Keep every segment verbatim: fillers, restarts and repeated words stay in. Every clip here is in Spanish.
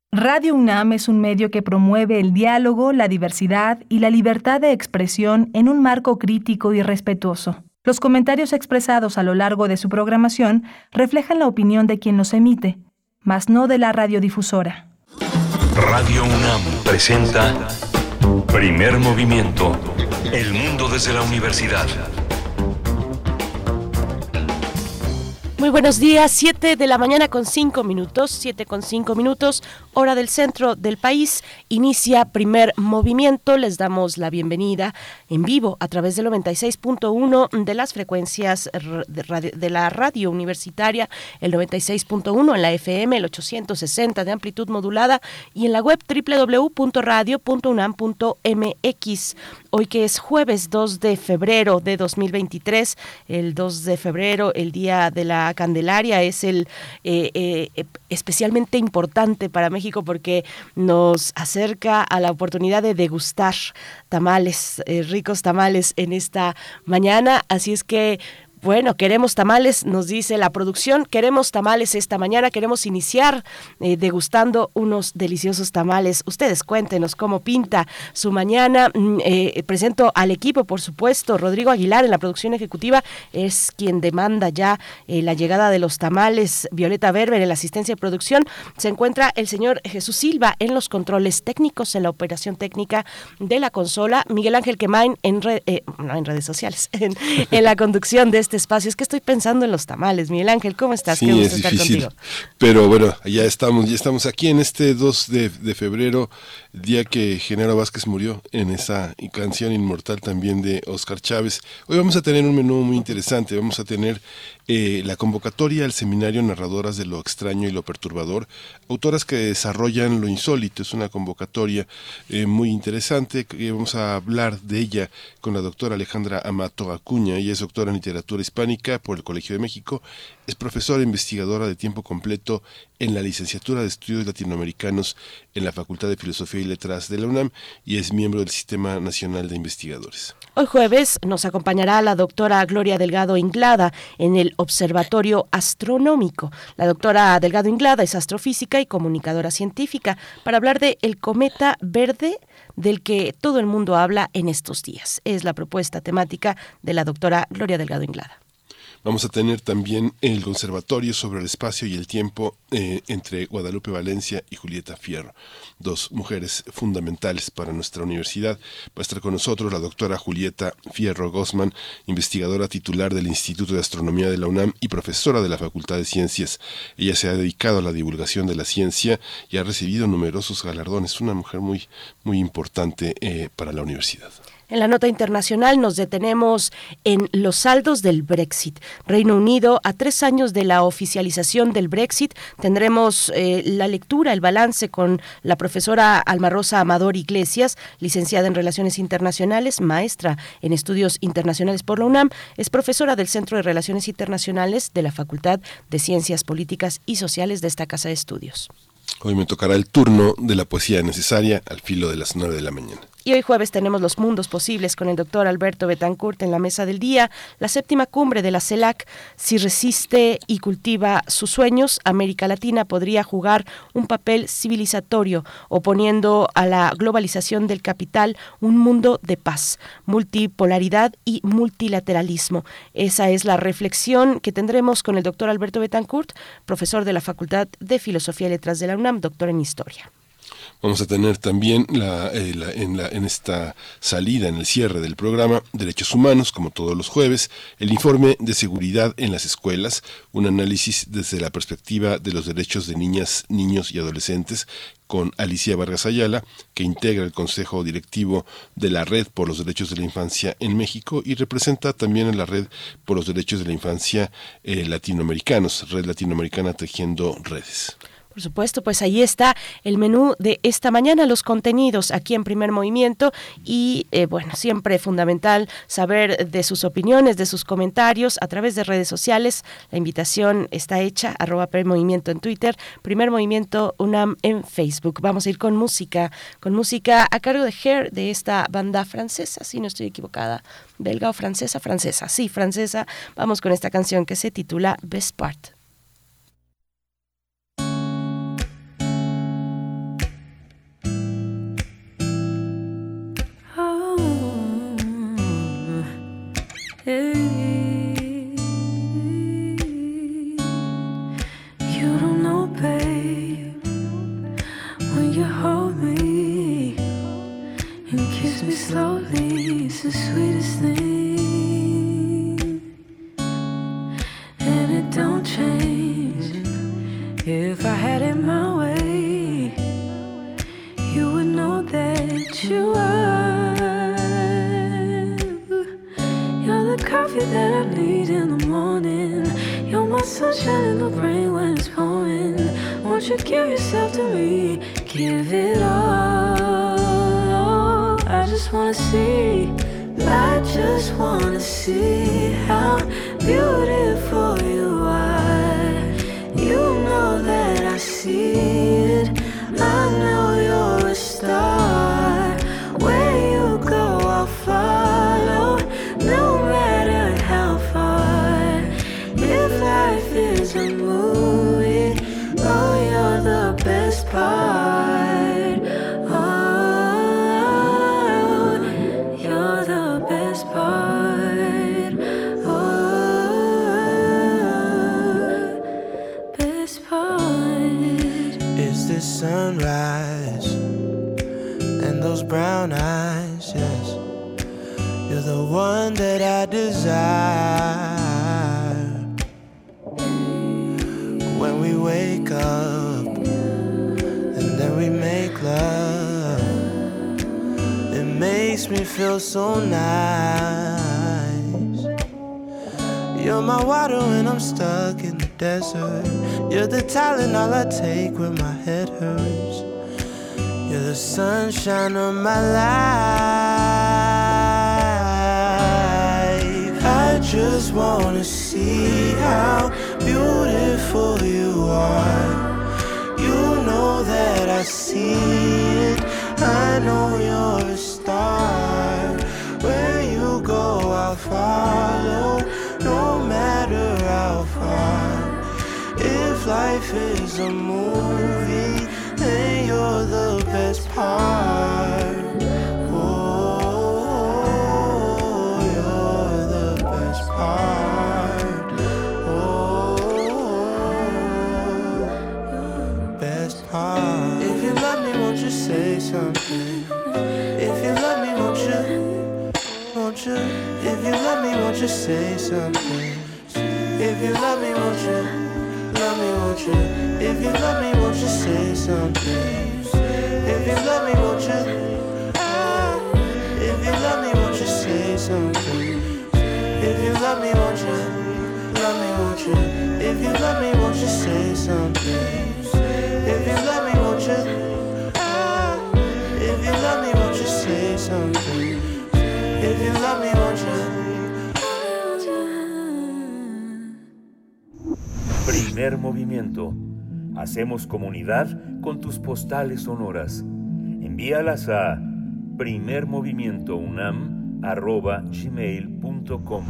Radio UNAM es un medio que promueve el diálogo, la diversidad y la libertad de expresión en un marco crítico y respetuoso. Los comentarios expresados a lo largo de su programación reflejan la opinión de quien los emite, mas no de la radiodifusora. Radio UNAM presenta Primer Movimiento, el mundo desde la universidad. Muy buenos días, siete de la mañana con cinco minutos, siete con cinco minutos, hora del centro del país. Inicia Primer Movimiento, les damos la bienvenida en vivo a través del noventa y seis punto uno de las frecuencias de, radio, de la radio universitaria, el noventa y seis punto uno en la F M, el ochocientos sesenta de amplitud modulada y en la web doble u doble u doble u punto radio punto unam punto m x. Hoy que es jueves dos de febrero de dos mil veintitrés, el dos de febrero, el día de la Candelaria, es el eh, eh, especialmente importante para México porque nos acerca a la oportunidad de degustar tamales, eh, ricos tamales en esta mañana, así es que bueno, queremos tamales, nos dice la producción, queremos tamales esta mañana, queremos iniciar eh, degustando unos deliciosos tamales. Ustedes cuéntenos cómo pinta su mañana. Eh, presento al equipo, por supuesto. Rodrigo Aguilar en la producción ejecutiva es quien demanda ya eh, la llegada de los tamales. Violeta Berber en la asistencia de producción. Se encuentra el señor Jesús Silva en los controles técnicos, en la operación técnica de la consola. Miguel Ángel Quemain en, re, eh, no, en redes sociales, en, en la conducción de este espacio. Es que estoy pensando en los tamales. Miguel Ángel, ¿cómo estás? Sí, Qué gusto es estar difícil, contigo. Pero bueno, ya estamos, ya estamos aquí en este dos de febrero, día que Genaro Vázquez murió, en esa canción inmortal también de Óscar Chávez. Hoy vamos a tener un menú muy interesante. Vamos a tener eh, la convocatoria al seminario Narradoras de lo extraño y lo perturbador, autoras que desarrollan lo insólito. Es una convocatoria eh, muy interesante, que vamos a hablar de ella con la doctora Alejandra Amato Acuña. Ella es doctora en literatura hispánica por el Colegio de México, es profesora investigadora de tiempo completo en la licenciatura de Estudios Latinoamericanos en la Facultad de Filosofía y Letras de la UNAM y es miembro del Sistema Nacional de Investigadores. Hoy jueves nos acompañará la doctora Gloria Delgado Inglada en el Observatorio Astronómico. La doctora Delgado Inglada es astrofísica y comunicadora científica para hablar de el cometa verde del que todo el mundo habla en estos días. Es la propuesta temática de la doctora Gloria Delgado Inglada. Vamos a tener también el conservatorio sobre el espacio y el tiempo eh, entre Guadalupe Valencia y Julieta Fierro, dos mujeres fundamentales para nuestra universidad. Va a estar con nosotros la doctora Julieta Fierro Gosman, investigadora titular del Instituto de Astronomía de la UNAM y profesora de la Facultad de Ciencias. Ella se ha dedicado a la divulgación de la ciencia y ha recibido numerosos galardones. Una mujer muy, muy importante eh, para la universidad. En la nota internacional nos detenemos en los saldos del Brexit. Reino Unido, a tres años de la oficialización del Brexit, tendremos eh, la lectura, el balance con la profesora Alma Rosa Amador Iglesias, licenciada en Relaciones Internacionales, maestra en Estudios Internacionales por la UNAM, es profesora del Centro de Relaciones Internacionales de la Facultad de Ciencias Políticas y Sociales de esta Casa de Estudios. Hoy me tocará el turno de la poesía necesaria al filo de las nueve de la mañana. Y hoy jueves tenemos los mundos posibles con el doctor Alberto Betancourt en la mesa del día, la séptima cumbre de la CELAC. Si resiste y cultiva sus sueños, América Latina podría jugar un papel civilizatorio, oponiendo a la globalización del capital un mundo de paz, multipolaridad y multilateralismo. Esa es la reflexión que tendremos con el doctor Alberto Betancourt, profesor de la Facultad de Filosofía y Letras de la UNAM, doctor en Historia. Vamos a tener también la, eh, la, en, la, en esta salida, en el cierre del programa, Derechos Humanos, como todos los jueves, el informe de seguridad en las escuelas, un análisis desde la perspectiva de los derechos de niñas, niños y adolescentes, con Alicia Vargas Ayala, que integra el Consejo Directivo de la Red por los Derechos de la Infancia en México y representa también a la Red por los Derechos de la Infancia eh, Latinoamericanos, Red Latinoamericana Tejiendo Redes. Por supuesto, pues ahí está el menú de esta mañana, los contenidos aquí en Primer Movimiento y eh, bueno, siempre fundamental saber de sus opiniones, de sus comentarios a través de redes sociales. La invitación está hecha, arroba Primer Movimiento en Twitter, Primer Movimiento UNAM en Facebook. Vamos a ir con música, con música a cargo de Hair, de esta banda francesa, si no estoy equivocada, belga o francesa, francesa, sí, francesa. Vamos con esta canción que se titula Best Part. slowly, it's the sweetest thing, and it don't change. If I had it my way, you would know that you are. You're the coffee that I need in the morning. You're my sunshine in the rain when it's pouring. Won't you give yourself to me? Give it all. I just wanna see. I just wanna see how beautiful you are. You know that I see it. I know you're a star. Where you go, I'll follow, no matter how far. If life is a movie, oh, you're the best part. Oh, you're the best part. Oh, best part. Is this sunrise and those brown eyes? Yes, you're the one that I desire. When we wake up and then we make love, it makes me feel so nice. You're my water when I'm stuck in the desert. You're the Tylenol I take when my head hurts. You're the sunshine of my life. I just wanna see how beautiful you are. You know that I see it. I know you're a star. Where you go, I'll follow, no matter how far. If life is a movie, then you're the best part. Oh, you're the best part. Oh, best part. If you love me, won't you say something? If you love me, won't you? Won't you? If you love me, won't you say something? If you love me, won't you? Love me, won't you? If you love me, won't you say something? If you love me, won't you? If you love me, won't you say something? If you love me, won't you? Love me, won't you? If you love me, won't you say something? If you love me, won't you? If you love me, won't you say something? If you love me, won't you? Primer movimiento. Hacemos comunidad con tus postales sonoras. Envíalas a primermovimientounam arroba gmail punto com.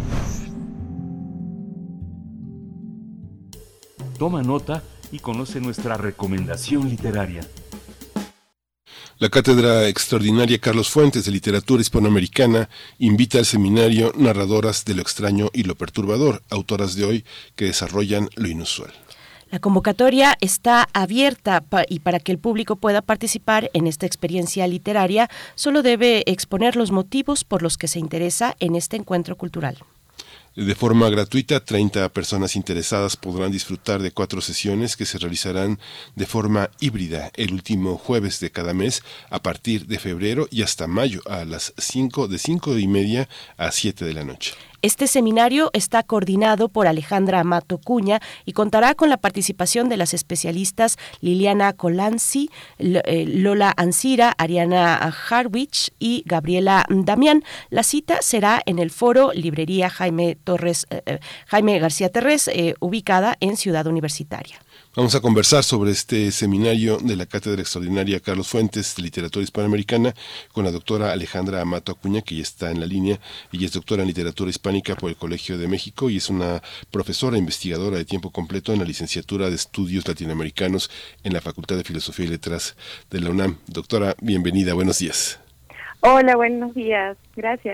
Toma nota y conoce nuestra recomendación literaria. La Cátedra Extraordinaria Carlos Fuentes de Literatura Hispanoamericana invita al seminario Narradoras de lo Extraño y lo Perturbador, autoras de hoy que desarrollan lo inusual. La convocatoria está abierta pa- y para que el público pueda participar en esta experiencia literaria, solo debe exponer los motivos por los que se interesa en este encuentro cultural. De forma gratuita, treinta personas interesadas podrán disfrutar de cuatro sesiones que se realizarán de forma híbrida el último jueves de cada mes a partir de febrero y hasta mayo a las cinco de cinco y media a siete de la noche. Este seminario está coordinado por Alejandra Amato Cuña y contará con la participación de las especialistas Liliana Colanzi, Lola Ancira, Ariana Harwich y Gabriela Damián. La cita será en el foro Librería Jaime Torres, eh, Jaime García Terrés, eh, ubicada en Ciudad Universitaria. Vamos a conversar sobre este seminario de la Cátedra Extraordinaria Carlos Fuentes de Literatura Hispanoamericana con la doctora Alejandra Amato Acuña, que ya está en la línea. Ella es doctora en Literatura Hispánica por el Colegio de México y es una profesora investigadora de tiempo completo en la Licenciatura de Estudios Latinoamericanos en la Facultad de Filosofía y Letras de la UNAM. Doctora, bienvenida, buenos días. Hola, buenos días, gracias.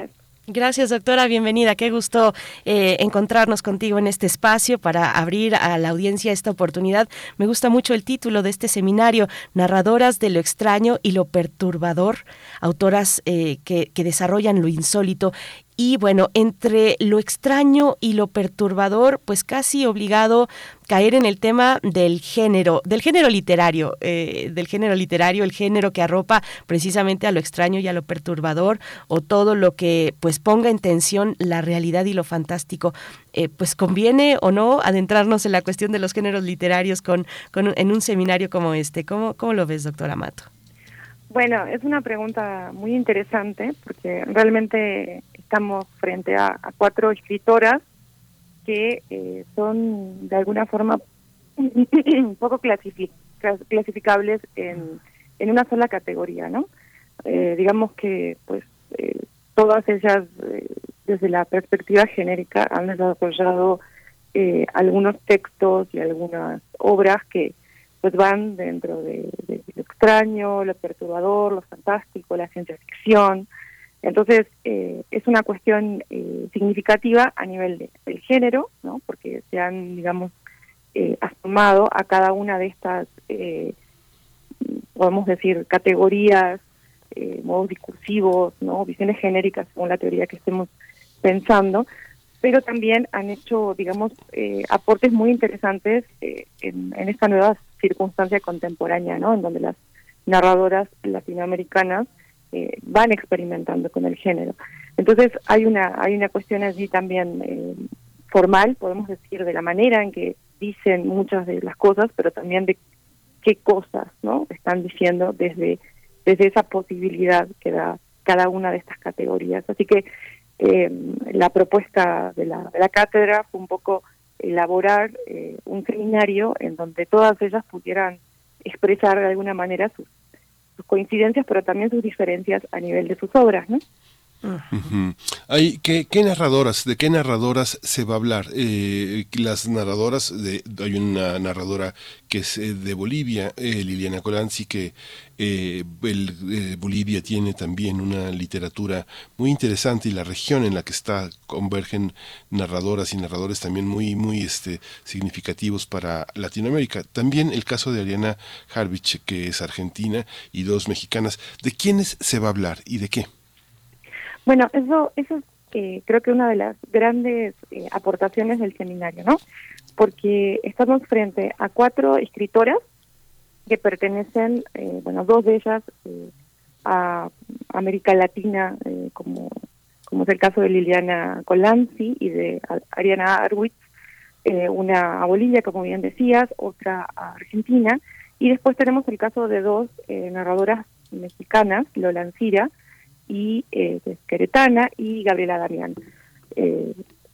Gracias, doctora, bienvenida. Qué gusto eh, encontrarnos contigo en este espacio para abrir a la audiencia esta oportunidad. Me gusta mucho el título de este seminario, Narradoras de lo extraño y lo perturbador, autoras eh, que, que desarrollan lo insólito. Y bueno, entre lo extraño y lo perturbador, pues casi obligado caer en el tema del género, del género literario, eh, del género literario, el género que arropa precisamente a lo extraño y a lo perturbador, o todo lo que pues ponga en tensión la realidad y lo fantástico. Eh, pues conviene o no adentrarnos en la cuestión de los géneros literarios con, con en un seminario como este. ¿Cómo, cómo lo ves, doctora Mato? Bueno, es una pregunta muy interesante porque realmente estamos frente a, a cuatro escritoras que eh, son de alguna forma un poco clasific clasificables en, en una sola categoría, ¿no? Eh, digamos que pues eh, todas ellas eh, desde la perspectiva genérica han desarrollado eh, algunos textos y algunas obras que pues van dentro de, de lo extraño, lo perturbador, lo fantástico, la ciencia ficción. Entonces, eh, es una cuestión eh, significativa a nivel de, del género, ¿no? Porque se han, digamos, eh, asomado a cada una de estas, eh, podemos decir, categorías, eh, modos discursivos, ¿no? Visiones genéricas, según la teoría que estemos pensando, pero también han hecho, digamos, eh, aportes muy interesantes eh, en, en esta nueva circunstancia contemporánea, ¿no? En donde las narradoras latinoamericanas eh, van experimentando con el género. Entonces hay una hay una cuestión allí también eh, formal, podemos decir, de la manera en que dicen muchas de las cosas, pero también de qué cosas, ¿no? Están diciendo desde desde esa posibilidad que da cada una de estas categorías. Así que eh, la propuesta de la, de la cátedra fue un poco elaborar eh, un seminario en donde todas ellas pudieran expresar de alguna manera sus, sus coincidencias, pero también sus diferencias a nivel de sus obras, ¿no? Uh-huh. Hay, ¿qué, ¿Qué narradoras, de qué narradoras se va a hablar? Eh, las narradoras, de, hay una narradora que es eh, de Bolivia, eh, Liliana Colanzi, que eh, el, eh, Bolivia tiene también una literatura muy interesante y la región en la que está convergen narradoras y narradores también muy, muy este, significativos para Latinoamérica. También el caso de Ariana Harvich, que es argentina, y dos mexicanas. ¿De quiénes se va a hablar y de qué? Bueno, eso, eso es eh, creo que una de las grandes eh, aportaciones del seminario, ¿no? Porque estamos frente a cuatro escritoras que pertenecen, eh, bueno, dos de ellas eh, a América Latina, eh, como, como es el caso de Liliana Colanzi y de Ariana Harvich, eh, una a Bolivia, como bien decías, otra a Argentina, y después tenemos el caso de dos eh, narradoras mexicanas, Lola Ancira, y eh, queretana, y Gabriela Damián. Eh,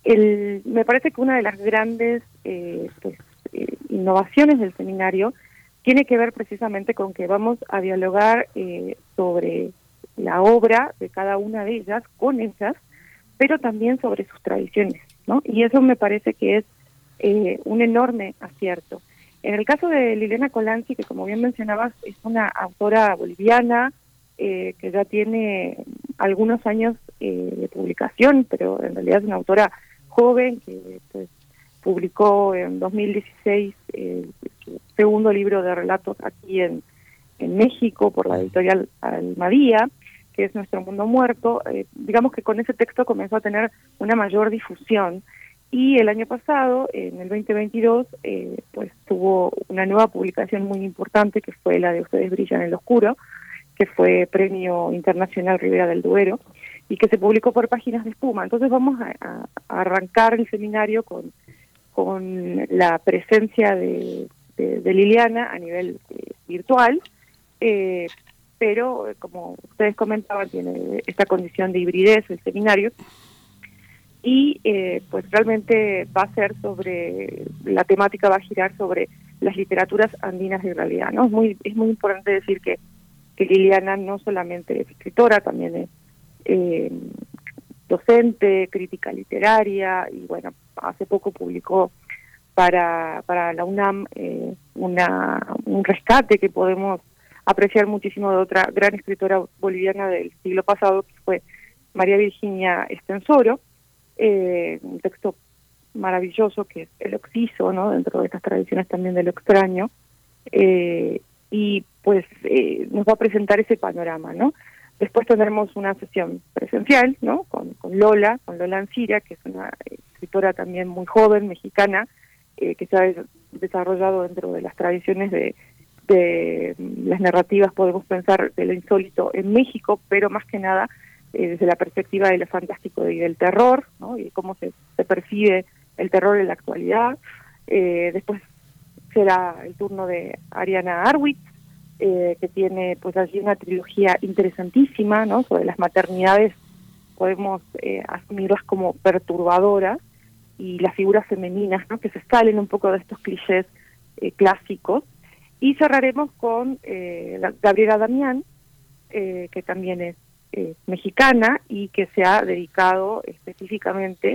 el, me parece que una de las grandes eh, pues, eh, innovaciones del seminario tiene que ver precisamente con que vamos a dialogar eh, sobre la obra de cada una de ellas, con ellas, pero también sobre sus tradiciones, ¿no? Y eso me parece que es eh, un enorme acierto. En el caso de Liliana Colanzi, que como bien mencionabas, es una autora boliviana, Eh, que ya tiene algunos años eh, de publicación, pero en realidad es una autora joven que pues, publicó en dos mil dieciséis eh, su segundo libro de relatos aquí en, en México por la editorial Almadía, que es Nuestro Mundo Muerto. Eh, digamos que con ese texto comenzó a tener una mayor difusión, y el año pasado, en el veinte veintidós, eh, pues tuvo una nueva publicación muy importante, que fue la de Ustedes Brillan en el Oscuro, que fue Premio Internacional Ribera del Duero, y que se publicó por Páginas de Espuma. Entonces vamos a, a, a arrancar el seminario con, con la presencia de, de, de Liliana a nivel eh, virtual, eh, pero como ustedes comentaban, tiene esta condición de hibridez el seminario, y eh, pues realmente va a ser sobre, la temática va a girar sobre las literaturas andinas de realidad, ¿no? Es muy, es muy importante decir que que Liliana no solamente es escritora, también es eh, docente, crítica literaria, y bueno, hace poco publicó para para la UNAM eh, una un rescate que podemos apreciar muchísimo de otra gran escritora boliviana del siglo pasado, que fue María Virginia Estensoro, eh, un texto maravilloso que es el oxiso, ¿no? Dentro de estas tradiciones también de lo extraño, eh, y pues eh, nos va a presentar ese panorama, ¿no? Después tendremos una sesión presencial, ¿no? Con, con Lola, con Lola Ancira, que es una escritora también muy joven, mexicana, eh, que se ha des- desarrollado dentro de las tradiciones de, de las narrativas, podemos pensar, de lo insólito en México, pero más que nada eh, desde la perspectiva de lo fantástico y del terror, ¿no? Y cómo se, se percibe el terror en la actualidad. Eh, después será el turno de Ariana Arwitz, eh, que tiene pues allí una trilogía interesantísima, ¿no? Sobre las maternidades, podemos eh, asumirlas como perturbadoras, y las figuras femeninas, ¿no? Que se salen un poco de estos clichés eh, clásicos. Y cerraremos con eh, la, Gabriela Damián, eh, que también es eh, mexicana y que se ha dedicado específicamente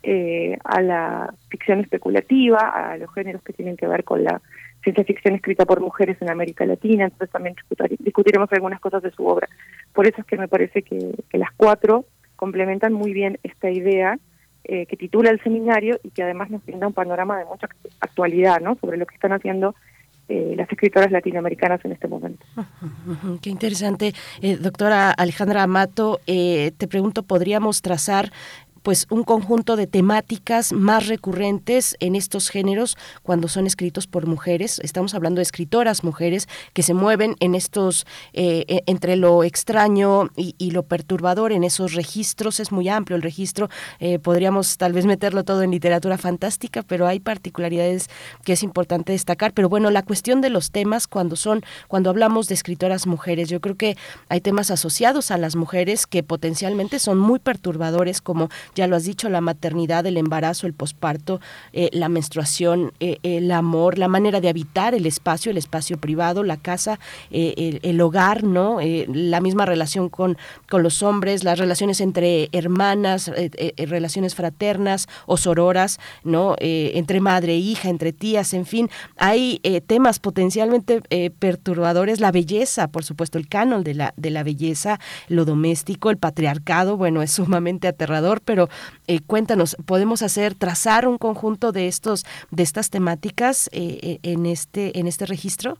eh, a la ficción especulativa, a los géneros que tienen que ver con la ciencia ficción escrita por mujeres en América Latina. Entonces también discutir, discutiremos algunas cosas de su obra. Por eso es que me parece que, que las cuatro complementan muy bien esta idea eh, que titula el seminario y que además nos brinda un panorama de mucha actualidad, ¿no? Sobre lo que están haciendo eh, las escritoras latinoamericanas en este momento. Uh-huh, uh-huh, qué interesante. Eh, doctora Alejandra Amato, eh, te pregunto, ¿podríamos trazar pues un conjunto de temáticas más recurrentes en estos géneros cuando son escritos por mujeres? Estamos hablando de escritoras mujeres que se mueven en estos, eh, entre lo extraño y, y lo perturbador, en esos registros. Es muy amplio el registro, eh, podríamos tal vez meterlo todo en literatura fantástica, pero hay particularidades que es importante destacar. Pero bueno, la cuestión de los temas cuando son, cuando hablamos de escritoras mujeres, yo creo que hay temas asociados a las mujeres que potencialmente son muy perturbadores, como ya lo has dicho, la maternidad, el embarazo, el posparto, eh, la menstruación, eh, el amor, la manera de habitar el espacio, el espacio privado, la casa, eh, el, el hogar, ¿no? Eh, la misma relación con, con los hombres, las relaciones entre hermanas, eh, eh, relaciones fraternas o sororas, ¿no? Eh, entre madre e hija, entre tías, en fin, hay eh, temas potencialmente eh, perturbadores, la belleza, por supuesto, el canon de la, de la belleza, lo doméstico, el patriarcado, bueno, es sumamente aterrador, pero Eh, cuéntanos, ¿podemos hacer, trazar un conjunto de estos, de estas temáticas eh, en este, en este registro?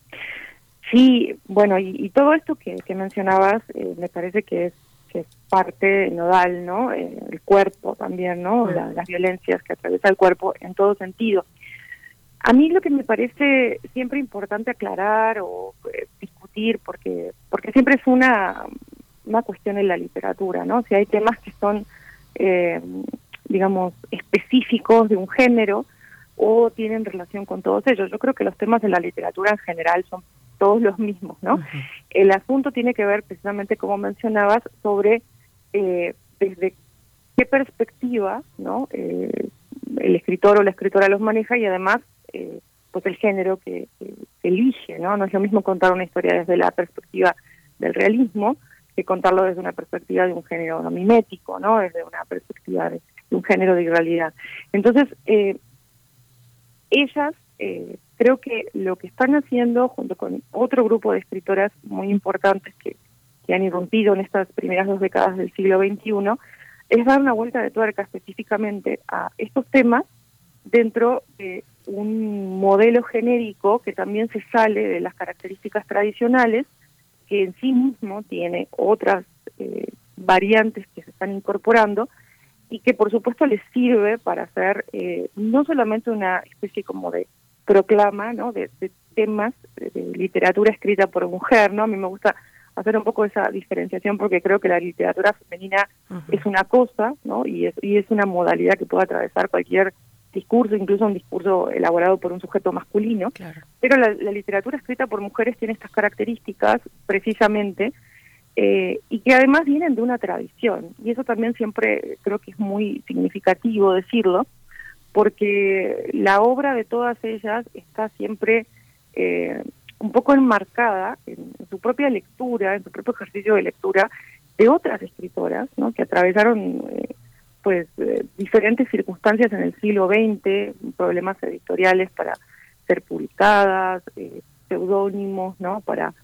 Sí, bueno, y, y todo esto que, que mencionabas eh, me parece que es, que es parte nodal, ¿no? Eh, el cuerpo también, ¿no? Uh-huh. La, las violencias que atraviesa el cuerpo en todo sentido. A mí lo que me parece siempre importante aclarar o eh, discutir, porque porque siempre es una, una cuestión en la literatura, ¿no? Si hay temas que son Eh, digamos, específicos de un género o tienen relación con todos ellos. Yo creo que los temas de la literatura en general son todos los mismos, ¿no? Uh-huh. El asunto tiene que ver precisamente, como mencionabas, sobre eh, desde qué perspectiva, ¿no? Eh, el escritor o la escritora los maneja y además eh, pues el género que, que, que elige, ¿no? No es lo mismo contar una historia desde la perspectiva del realismo que contarlo desde una perspectiva de un género no mimético, ¿no? Desde una perspectiva de, de un género de irrealidad. Entonces, eh, ellas eh, creo que lo que están haciendo, junto con otro grupo de escritoras muy importantes que, que han irrumpido en estas primeras dos décadas del siglo veintiuno, es dar una vuelta de tuerca específicamente a estos temas dentro de un modelo genérico que también se sale de las características tradicionales, que en sí mismo tiene otras eh, variantes que se están incorporando y que por supuesto les sirve para hacer eh, no solamente una especie como de proclama, ¿no? de, de temas de, de literatura escrita por mujer, ¿no? A mí me gusta hacer un poco esa diferenciación porque creo que la literatura femenina uh-huh. es una cosa, ¿no? y es, y es una modalidad que puede atravesar cualquier discurso, incluso un discurso elaborado por un sujeto masculino, claro. Pero la, la literatura escrita por mujeres tiene estas características precisamente eh, y que además vienen de una tradición, y eso también siempre creo que es muy significativo decirlo, porque la obra de todas ellas está siempre eh, un poco enmarcada en, en su propia lectura, en su propio ejercicio de lectura de otras escritoras, ¿no? Que atravesaron eh, pues eh, diferentes circunstancias en el siglo veinte, problemas editoriales para ser publicadas, eh, seudónimos, ¿no? Para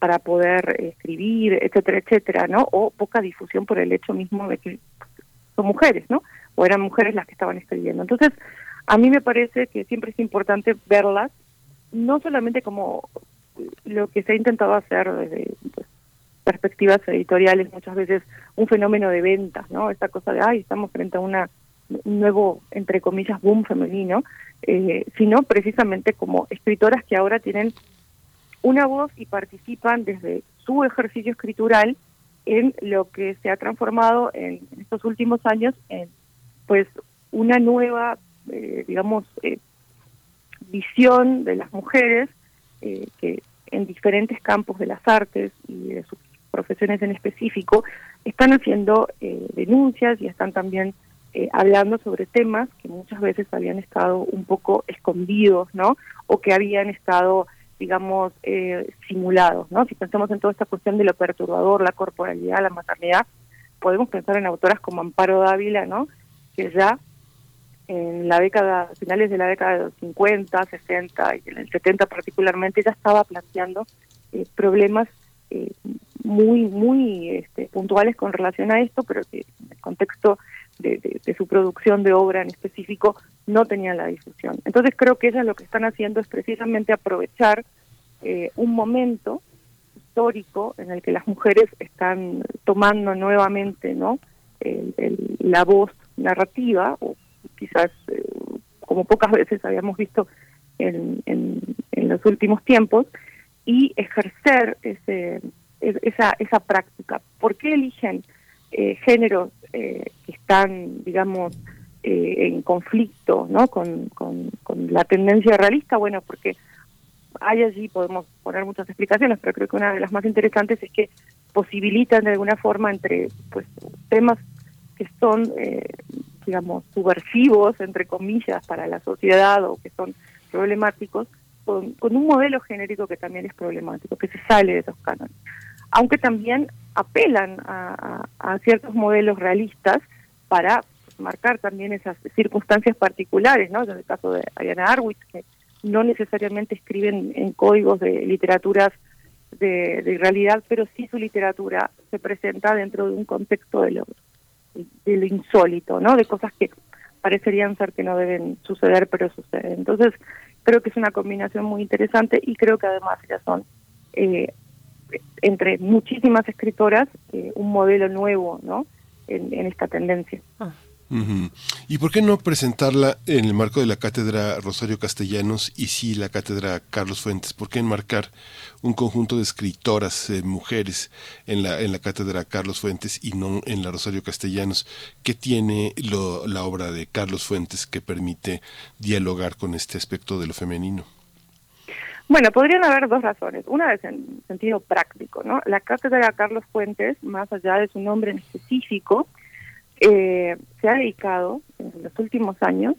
para poder escribir, etcétera, etcétera, ¿no? O poca difusión por el hecho mismo de que son mujeres, ¿no? O eran mujeres las que estaban escribiendo. Entonces, a mí me parece que siempre es importante verlas, no solamente como lo que se ha intentado hacer desde pues, perspectivas editoriales, muchas veces un fenómeno de ventas, ¿no? Esta cosa de, ay, estamos frente a una, un nuevo, entre comillas, boom femenino, eh, sino precisamente como escritoras que ahora tienen una voz y participan desde su ejercicio escritural en lo que se ha transformado en, en estos últimos años en pues una nueva, eh, digamos, eh, visión de las mujeres eh, que en diferentes campos de las artes y de sus profesiones en específico están haciendo eh, denuncias y están también eh, hablando sobre temas que muchas veces habían estado un poco escondidos, ¿no? O que habían estado, digamos, eh, simulados, ¿no? Si pensamos en toda esta cuestión de lo perturbador, la corporalidad, la maternidad, podemos pensar en autoras como Amparo Dávila, ¿no? Que ya en la década, finales de la década de los cincuenta, sesenta y en el setenta particularmente, ya estaba planteando eh, problemas eh, muy, muy este, puntuales con relación a esto, pero que en el contexto de, de, de su producción de obra en específico no tenían la difusión. Entonces creo que ellas lo que están haciendo es precisamente aprovechar eh, un momento histórico en el que las mujeres están tomando nuevamente, ¿no?, el, el, la voz narrativa, o quizás eh, como pocas veces habíamos visto en, en, en los últimos tiempos, y ejercer ese, esa, esa práctica. ¿Por qué eligen eh, géneros eh, que están, digamos, eh, en conflicto, ¿no?, con, con, con la tendencia realista? Bueno, porque hay allí, podemos poner muchas explicaciones, pero creo que una de las más interesantes es que posibilitan de alguna forma entre pues temas que son, eh, digamos, subversivos, entre comillas, para la sociedad o que son problemáticos, con, con un modelo genérico que también es problemático, que se sale de esos cánones. Aunque también apelan a, a, a ciertos modelos realistas para pues, marcar también esas circunstancias particulares, ¿no? En el caso de Ariana Arwitz, que no necesariamente escriben en códigos de literaturas de, de realidad, pero sí su literatura se presenta dentro de un contexto de lo de lo insólito, ¿no? De cosas que parecerían ser que no deben suceder, pero suceden. Entonces, creo que es una combinación muy interesante y creo que además ellas son, eh, entre muchísimas escritoras, eh, un modelo nuevo, ¿no?, en, en esta tendencia. Ah. Uh-huh. ¿Y por qué no presentarla en el marco de la Cátedra Rosario Castellanos y sí la Cátedra Carlos Fuentes? ¿Por qué enmarcar un conjunto de escritoras, eh, mujeres, en la en la Cátedra Carlos Fuentes y no en la Rosario Castellanos? ¿Qué tiene lo, la obra de Carlos Fuentes que permite dialogar con este aspecto de lo femenino? Bueno, podrían haber dos razones. Una es en sentido práctico, ¿no? La Cátedra Carlos Fuentes, más allá de su nombre en específico, Eh, se ha dedicado en los últimos años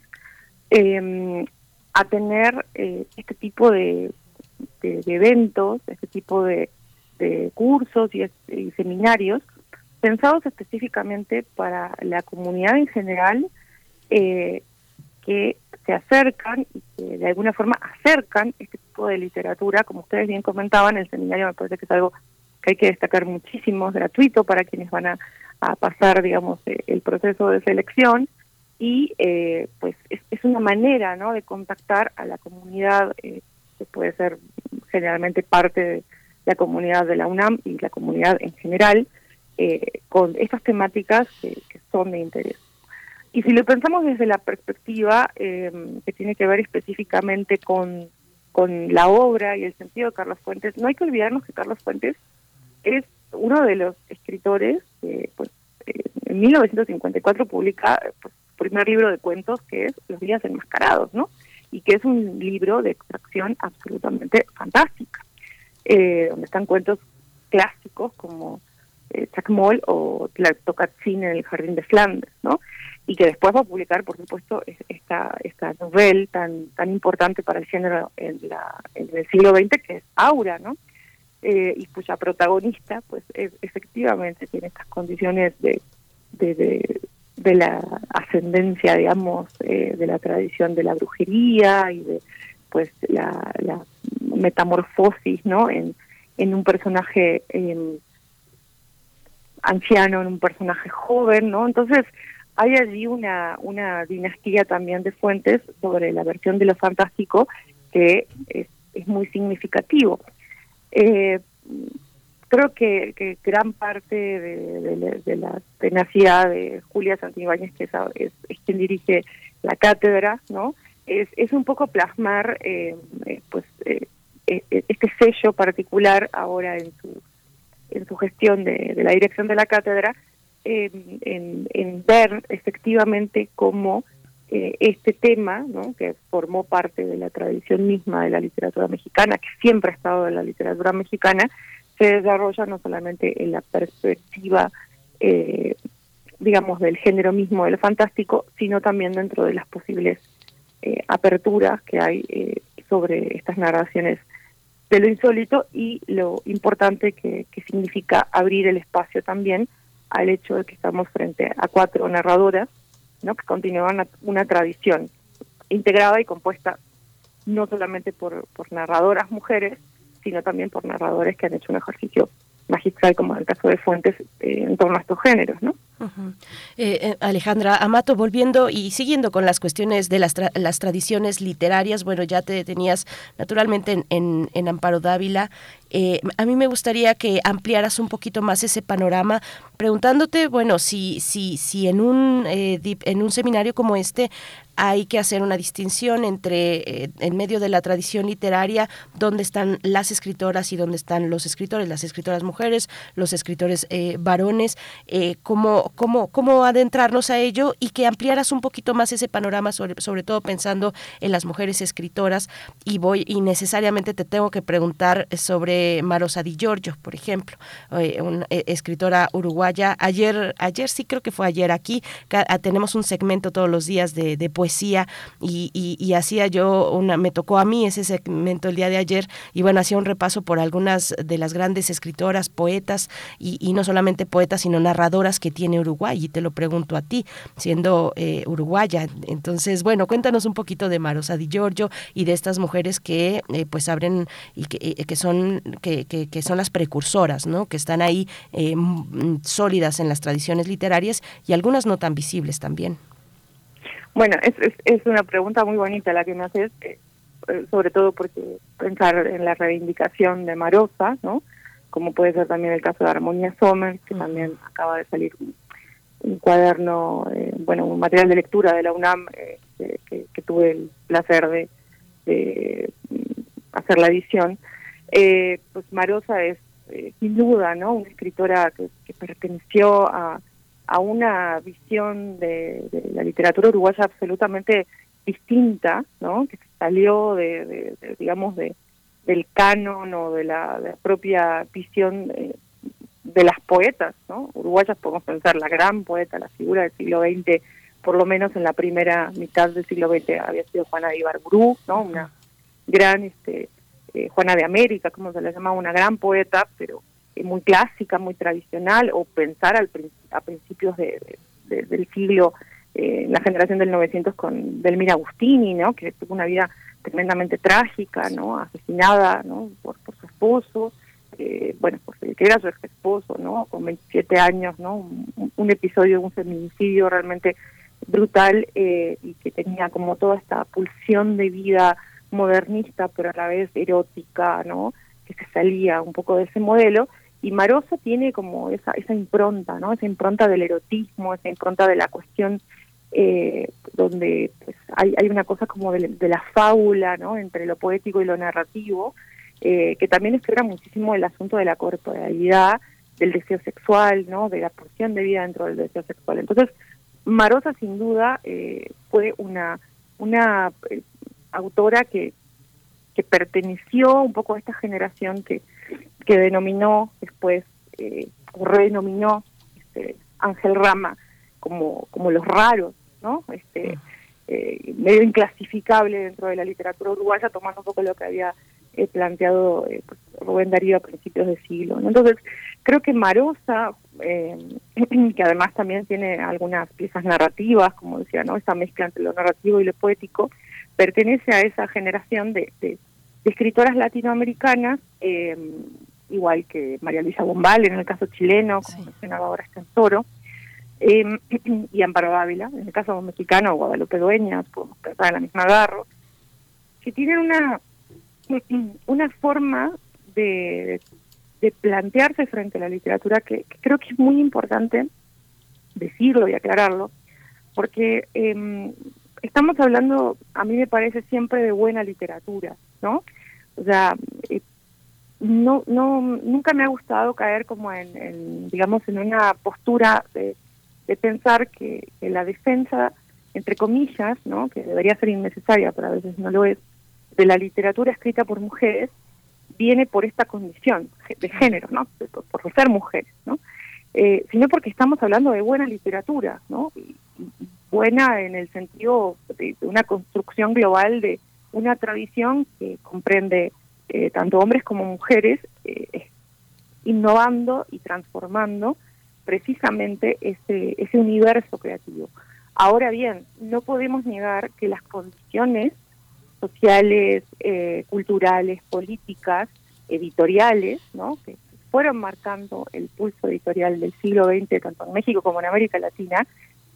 eh, a tener eh, este tipo de, de, de eventos, este tipo de, de cursos y, y seminarios pensados específicamente para la comunidad en general, eh, que se acercan y que de alguna forma acercan este tipo de literatura. Como ustedes bien comentaban, el seminario me parece que es algo que hay que destacar muchísimo, es gratuito para quienes van a a pasar, digamos, el proceso de selección y eh, pues es, es una manera, ¿no?, de contactar a la comunidad, eh, que puede ser generalmente parte de la comunidad de la UNAM y la comunidad en general, eh, con estas temáticas que, que son de interés. Y si lo pensamos desde la perspectiva eh, que tiene que ver específicamente con, con la obra y el sentido de Carlos Fuentes, no hay que olvidarnos que Carlos Fuentes es uno de los escritores que pues, eh, en mil novecientos cincuenta y cuatro publica pues, su primer libro de cuentos, que es Los días enmascarados, ¿no? Y que es un libro de extracción absolutamente fantástica, eh, donde están cuentos clásicos como eh, Chuck Moll o Tlatocatzin en el jardín de Flandes, ¿no? Y que después va a publicar, por supuesto, esta esta novela tan tan importante para el género en, la, en el siglo veinte, que es Aura, ¿no? Eh, y cuya protagonista, pues, es, efectivamente tiene estas condiciones de, de, de, de la ascendencia, digamos, eh, de la tradición de la brujería y de, pues, la, la metamorfosis, ¿no?, en, en un personaje eh, anciano, en un personaje joven, ¿no? Entonces hay allí una, una dinastía también de fuentes sobre la versión de lo fantástico que es, es muy significativo. Eh, creo que, que gran parte de, de, de la tenacidad de Julia Santibáñez, que es, es, es quien dirige la cátedra, ¿no? Es, es un poco plasmar eh, eh, pues eh, este sello particular ahora en su en su gestión de, de la dirección de la cátedra, eh, en, en ver efectivamente cómo eh, este tema, ¿no?, que formó parte de la tradición misma de la literatura mexicana, que siempre ha estado en la literatura mexicana, se desarrolla no solamente en la perspectiva, eh, digamos, del género mismo del fantástico, sino también dentro de las posibles eh, aperturas que hay eh, sobre estas narraciones de lo insólito y lo importante que, que significa abrir el espacio también al hecho de que estamos frente a cuatro narradoras, ¿no?, que continúan una, una tradición integrada y compuesta no solamente por, por narradoras mujeres, sino también por narradores que han hecho un ejercicio magistral, como en el caso de Fuentes, eh, en torno a estos géneros, ¿no? Uh-huh. eh, eh, Alejandra Amato, volviendo y siguiendo con las cuestiones de las, tra- las tradiciones literarias, bueno, ya te tenías naturalmente en, en, en Amparo Dávila. Eh, a mí me gustaría que ampliaras un poquito más ese panorama, preguntándote, bueno, si si si en un eh, dip, en un seminario como este hay que hacer una distinción entre, eh, en medio de la tradición literaria, dónde están las escritoras y dónde están los escritores, las escritoras mujeres, los escritores eh, varones, eh, cómo, cómo, cómo adentrarnos a ello y que ampliaras un poquito más ese panorama, sobre, sobre todo pensando en las mujeres escritoras. Y voy y necesariamente te tengo que preguntar sobre Marosa Di Giorgio, por ejemplo, eh, una eh, escritora uruguaya. Ayer, ayer sí creo que fue ayer aquí, ca- tenemos un segmento todos los días de, de poesía y, y, y hacía yo una, me tocó a mí ese segmento el día de ayer y bueno, hacía un repaso por algunas de las grandes escritoras, poetas y, y no solamente poetas sino narradoras que tiene Uruguay, y te lo pregunto a ti, siendo eh, uruguaya. Entonces, bueno, cuéntanos un poquito de Marosa Di Giorgio y de estas mujeres que eh, pues abren y que, eh, que son que, que, que son las precursoras, ¿no?, que están ahí eh, m- sólidas en las tradiciones literarias y algunas no tan visibles también. Bueno, es, es, es una pregunta muy bonita la que me haces, eh, sobre todo porque pensar en la reivindicación de Marosa, ¿no?, como puede ser también el caso de Armonía Sommer, que uh-huh. también acaba de salir un, un cuaderno, eh, bueno, un material de lectura de la UNAM, eh, que, que, que tuve el placer de, de hacer la edición. Eh, pues Marosa es, eh, sin duda, ¿no?, una escritora que, que perteneció a a una visión de, de la literatura uruguaya absolutamente distinta, ¿no?, que salió de, de, de digamos, de del canon o de la, de la propia visión de, de las poetas, ¿no?, uruguayas. Podemos pensar la gran poeta, la figura del siglo veinte, por lo menos en la primera mitad del siglo veinte había sido Juana de Ibarburu, ¿no?, una gran, este, eh, Juana de América, como se le llamaba, una gran poeta, pero muy clásica, muy tradicional, o pensar al, a principios de, de, de, del siglo, eh, la generación del novecientos con Delmira Agustini, ¿no?, que tuvo una vida tremendamente trágica, ¿no?, asesinada, ¿no?, por, por su esposo, eh, bueno, por el que era su ex esposo, ¿no?, con veintisiete años, ¿no?, un, un episodio de un feminicidio realmente brutal, eh, y que tenía como toda esta pulsión de vida modernista, pero a la vez erótica, ¿no?, que se salía un poco de ese modelo. Y Marosa tiene como esa esa impronta, ¿no?, esa impronta del erotismo, esa impronta de la cuestión, eh, donde pues, hay hay una cosa como de, de la fábula, ¿no?, entre lo poético y lo narrativo, eh, que también explora muchísimo el asunto de la corporalidad, del deseo sexual, ¿no?, de la porción de vida dentro del deseo sexual. Entonces, Marosa sin duda eh, fue una una eh, autora que que perteneció un poco a esta generación que que denominó después, eh, o redenominó este, Ángel Rama como como los raros, ¿no?, este eh, medio inclasificable dentro de la literatura uruguaya, tomando un poco lo que había eh, planteado eh, pues, Rubén Darío a principios de siglo, ¿no? Entonces, creo que Marosa, eh, que además también tiene algunas piezas narrativas, como decía, ¿no?, esa mezcla entre lo narrativo y lo poético, pertenece a esa generación de, de, de escritoras latinoamericanas eh, igual que María Luisa Bombal en el caso chileno, como sí. mencionaba ahora Estensoro, eh, y Amparo Dávila, en el caso mexicano, Guadalupe Dueñas, podemos pensar en la misma Garro, que tienen una, una forma de, de plantearse frente a la literatura que, que creo que es muy importante decirlo y aclararlo, porque eh, estamos hablando, a mí me parece siempre de buena literatura, ¿no? O sea, eh, no, no, nunca me ha gustado caer como en, en digamos, en una postura de, de pensar que, que la defensa, entre comillas, ¿no? Que debería ser innecesaria, pero a veces no lo es, de la literatura escrita por mujeres, viene por esta condición de género, ¿no? Por, por ser mujeres, ¿no? Eh, sino porque estamos hablando de buena literatura, ¿no? Y, y buena en el sentido de, de una construcción global de una tradición que comprende eh, tanto hombres como mujeres, eh, innovando y transformando precisamente ese, ese universo creativo. Ahora bien, no podemos negar que las condiciones sociales, eh, culturales, políticas, editoriales, ¿no? Que fueron marcando el pulso editorial del siglo veinte, tanto en México como en América Latina,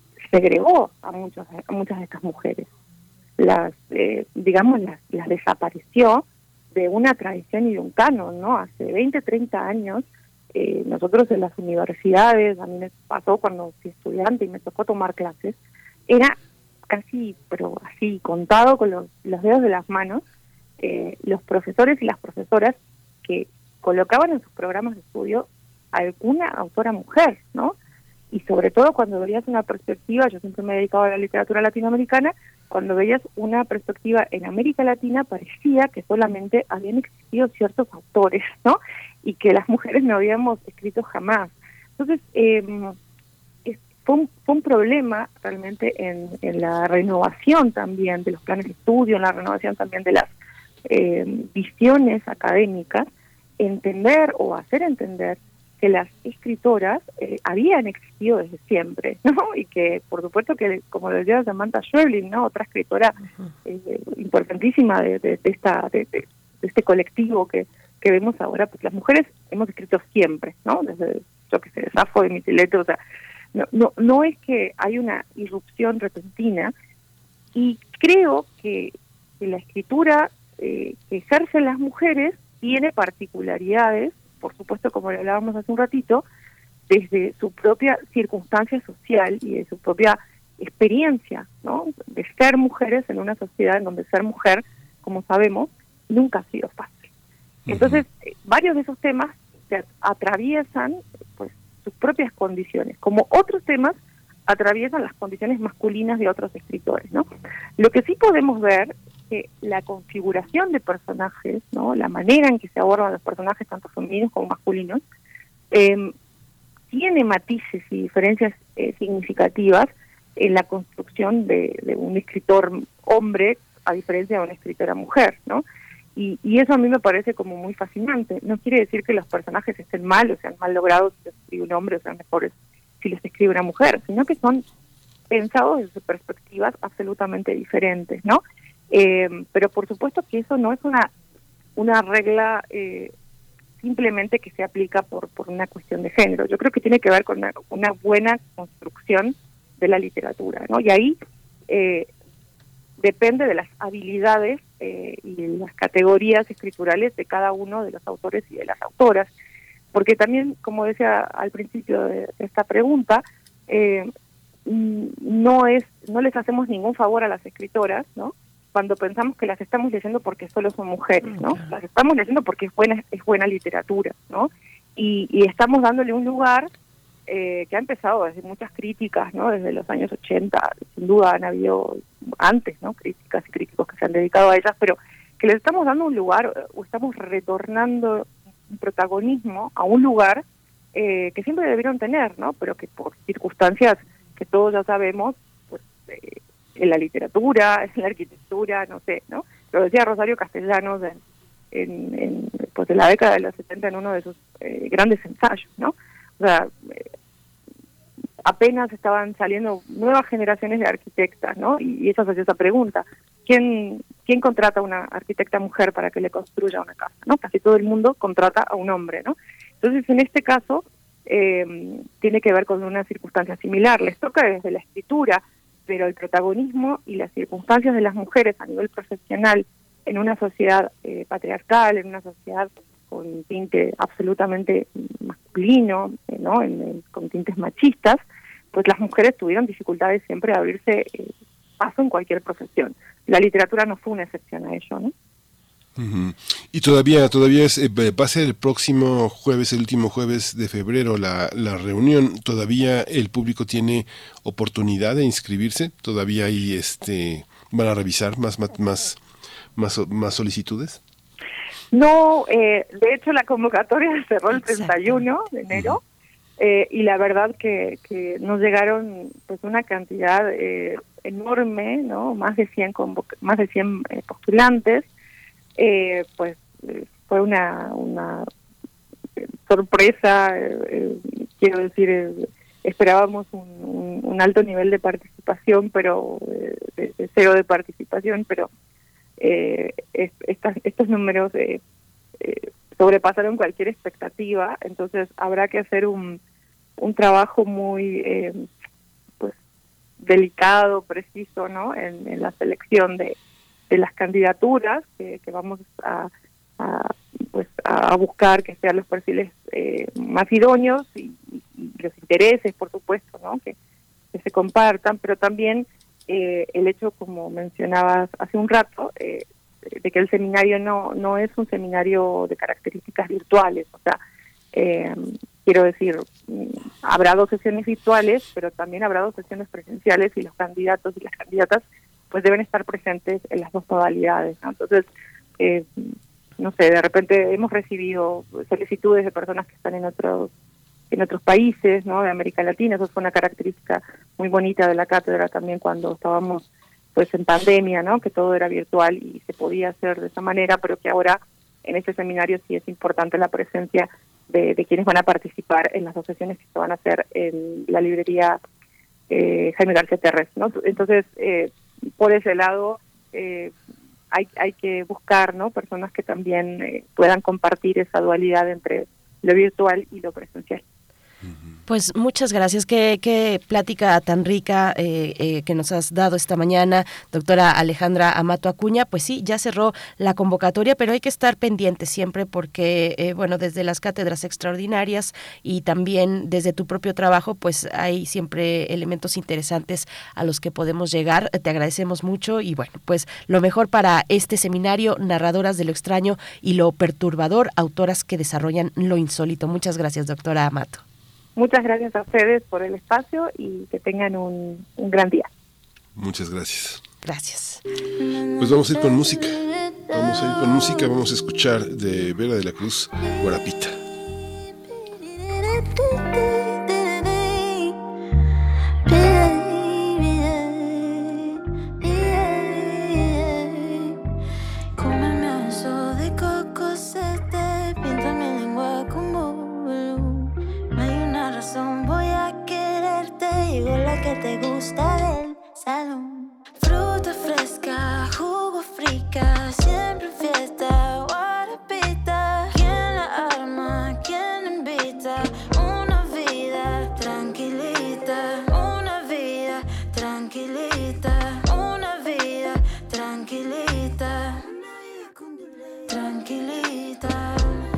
segregó a, muchos, a muchas de estas mujeres. Las, eh, digamos, las, las desapareció de una tradición y de un canon, ¿no? Hace veinte, treinta años, eh, nosotros en las universidades, a mí me pasó cuando fui estudiante y me tocó tomar clases, era casi, pero así, contado con los, los dedos de las manos, eh, los profesores y las profesoras que colocaban en sus programas de estudio alguna autora mujer, ¿no? Y sobre todo cuando veías una perspectiva, yo siempre me he dedicado a la literatura latinoamericana, cuando veías una perspectiva en América Latina parecía que solamente habían existido ciertos autores, ¿no? Y que las mujeres no habíamos escrito jamás. Entonces, eh, es, fue, un, fue un problema realmente en, en la renovación también de los planes de estudio, en la renovación también de las eh, visiones académicas, entender o hacer entender que las escritoras eh, habían existido desde siempre, ¿no? Y que, por supuesto, que como lo decía Samantha Schweblin, ¿no? Otra escritora eh, importantísima de, de, de esta de, de, de este colectivo que, que vemos ahora, pues las mujeres hemos escrito siempre, ¿no? Desde, yo que sé, Safo de Micheletto, o sea, no, no, no es que hay una irrupción repentina, y creo que, que la escritura eh, que ejercen las mujeres tiene particularidades, por supuesto, como le hablábamos hace un ratito, desde su propia circunstancia social y de su propia experiencia, ¿no? De ser mujeres en una sociedad en donde ser mujer, como sabemos, nunca ha sido fácil. Entonces, eh, varios de esos temas se atraviesan, pues, sus propias condiciones, como otros temas atraviesan las condiciones masculinas de otros escritores, ¿no? Lo que sí podemos ver que la configuración de personajes, ¿no? La manera en que se abordan los personajes, tanto femeninos como masculinos, eh, tiene matices y diferencias eh, significativas en la construcción de, de un escritor hombre a diferencia de una escritora mujer, ¿no? Y, y eso a mí me parece como muy fascinante. No quiere decir que los personajes estén mal o sean mal logrados si los escribe un hombre o sean mejores si los escribe una mujer, sino que son pensados desde perspectivas absolutamente diferentes, ¿no? Eh, pero por supuesto que eso no es una una regla eh, simplemente que se aplica por por una cuestión de género. Yo creo que tiene que ver con una, una buena construcción de la literatura, ¿no? Y ahí eh, depende de las habilidades eh, y de las categorías escriturales de cada uno de los autores y de las autoras, porque también, como decía al principio de esta pregunta, eh, no es no les hacemos ningún favor a las escritoras, ¿no? Cuando pensamos que las estamos leyendo porque solo son mujeres, ¿no? Las estamos leyendo porque es buena es buena literatura, ¿no? Y, y estamos dándole un lugar eh, que ha empezado desde muchas críticas, ¿no? Desde los años ochenta, sin duda han habido antes, ¿no? Críticas y críticos que se han dedicado a ellas, pero que les estamos dando un lugar o estamos retornando un protagonismo a un lugar eh, que siempre debieron tener, ¿no? Pero que por circunstancias que todos ya sabemos, pues eh, en la literatura, en la arquitectura, no sé, ¿no? Lo decía Rosario Castellanos en, en, en, pues en la década de los setenta en uno de sus eh, grandes ensayos, ¿no? O sea, eh, apenas estaban saliendo nuevas generaciones de arquitectas, ¿no? Y, y eso se hace esa pregunta. ¿Quién, ¿quién contrata a una arquitecta mujer para que le construya una casa? ¿No? Casi todo el mundo contrata a un hombre, ¿no? Entonces, en este caso, eh, tiene que ver con una circunstancia similar. Les toca desde la escritura, pero el protagonismo y las circunstancias de las mujeres a nivel profesional en una sociedad eh, patriarcal, en una sociedad con tinte absolutamente masculino, eh, ¿no? En, en, con tintes machistas, pues las mujeres tuvieron dificultades siempre de abrirse eh, paso en cualquier profesión. La literatura no fue una excepción a ello, ¿no? Uh-huh. Y todavía todavía es, eh, va a ser el próximo jueves, el último jueves de febrero, la, la reunión. ¿Todavía el público tiene oportunidad de inscribirse? ¿Todavía hay, este, van a revisar más más más más, más solicitudes? No, eh, de hecho la convocatoria cerró el treinta y uno de enero. Uh-huh. Eh, y la verdad que, que nos llegaron pues una cantidad eh, enorme, ¿no? Más de cien convoc- más de cien eh, postulantes. Eh, pues eh, fue una una eh, sorpresa, eh, eh, quiero decir, eh, esperábamos un, un, un alto nivel de participación, pero eh, de, de cero de participación, pero eh, es, estas, estos números eh, eh, sobrepasaron cualquier expectativa. Entonces habrá que hacer un un trabajo muy eh, pues delicado, preciso, ¿no? En, en la selección de, de las candidaturas que, que vamos a, a pues a buscar que sean los perfiles eh, más idóneos y, y los intereses, por supuesto, ¿no? Que, que se compartan, pero también eh, el hecho, como mencionabas hace un rato, eh, de que el seminario no no es un seminario de características virtuales, o sea, eh, quiero decir, habrá dos sesiones virtuales, pero también habrá dos sesiones presenciales y los candidatos y las candidatas pues deben estar presentes en las dos modalidades, ¿no? Entonces, eh, no sé, de repente hemos recibido solicitudes de personas que están en otros en otros países, ¿no? De América Latina. Eso fue una característica muy bonita de la cátedra también cuando estábamos pues en pandemia, ¿no? Que todo era virtual y se podía hacer de esa manera, pero que ahora en ese seminario sí es importante la presencia De, de quienes van a participar en las dos sesiones que se van a hacer en la librería eh, Jaime García Terres, ¿no? Entonces, eh, por ese lado, eh, hay, hay que buscar, ¿no? Personas que también eh, puedan compartir esa dualidad entre lo virtual y lo presencial. Pues muchas gracias, qué, qué plática tan rica eh, eh, que nos has dado esta mañana, doctora Alejandra Amato Acuña. Pues sí, ya cerró la convocatoria, pero hay que estar pendientes siempre porque, eh, bueno, desde las cátedras extraordinarias y también desde tu propio trabajo, pues hay siempre elementos interesantes a los que podemos llegar. Te agradecemos mucho y bueno, pues lo mejor para este seminario, Narradoras de lo Extraño y lo Perturbador, autoras que desarrollan lo insólito. Muchas gracias, doctora Amato. Muchas gracias a ustedes por el espacio y que tengan un, un gran día. Muchas gracias. Gracias. Pues vamos a ir con música. Vamos a ir con música, vamos a escuchar de Vera de la Cruz, Guarapita. Que te gusta del salón. Fruta fresca, jugo frica, siempre fiesta, guarapita. ¿Quién la arma? ¿Quién invita? Una vida tranquilita, una vida tranquilita, una vida tranquilita, tranquilita,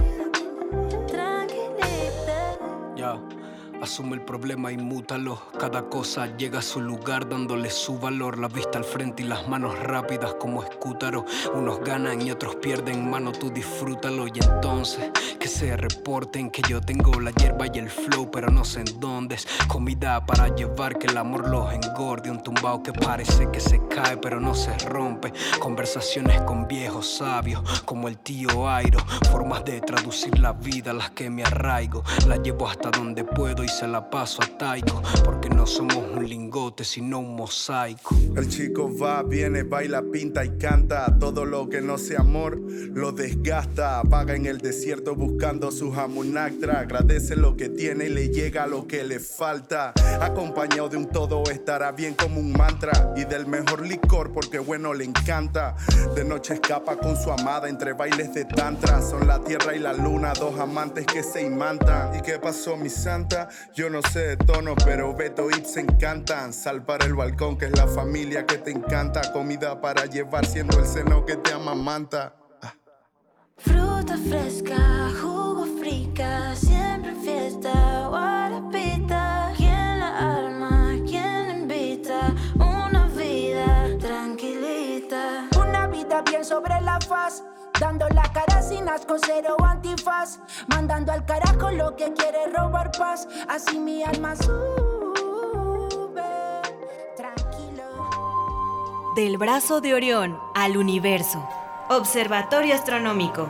tranquilita. Yeah. Asume el problema y mútalo. Cada cosa llega a su lugar dándole su valor. La vista al frente y las manos rápidas como escútaro. Unos ganan y otros pierden, mano, tú disfrútalo. Y entonces que se reporten que yo tengo la hierba y el flow, pero no sé en dónde es. Comida para llevar, que el amor los engorde. Un tumbao que parece que se cae pero no se rompe. Conversaciones con viejos sabios como el tío Airo. Formas de traducir la vida, las que me arraigo. La llevo hasta donde puedo y se la paso a Taiko, porque no somos un lingote sino un mosaico. El chico va, viene, baila, pinta y canta. Todo lo que no sea amor lo desgasta. Vaga en el desierto buscando buscando su jamunactra. Agradece lo que tiene y le llega lo que le falta. Acompañado de un todo estará bien como un mantra. Y del mejor licor porque bueno le encanta. De noche escapa con su amada entre bailes de tantra. Son la tierra y la luna, dos amantes que se imantan. ¿Y qué pasó, mi santa? Yo no sé de tono, pero Beto y se encantan. Sal para el balcón, que es la familia que te encanta. Comida para llevar siendo el seno que te amamanta. Ah. Fruta fresca, jugo frica, siempre en fiesta, guarapita. ¿Quién la arma? ¿Quién la invita? Una vida tranquilita. Una vida bien sobre la faz, dando la cara sin asco, cero antifaz. Mandando al carajo lo que quiere robar paz. Así mi alma sube, tranquilo. Del brazo de Orión al universo. Observatorio Astronómico.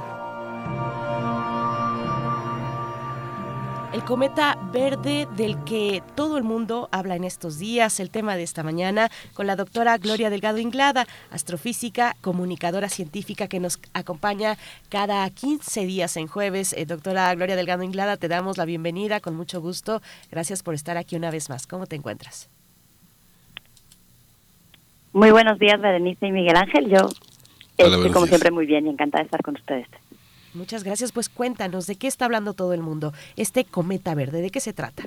El cometa verde del que todo el mundo habla en estos días, el tema de esta mañana con la doctora Gloria Delgado Inglada, astrofísica, comunicadora científica que nos acompaña cada quince días en jueves. Eh, doctora Gloria Delgado Inglada, te damos la bienvenida con mucho gusto. Gracias por estar aquí una vez más. ¿Cómo te encuentras? Muy buenos días, Berenice y Miguel Ángel. Yo Hola, estoy como días. siempre muy bien y encantada de estar con ustedes. Muchas gracias. Pues cuéntanos, ¿de qué está hablando todo el mundo? Este cometa verde, ¿de qué se trata?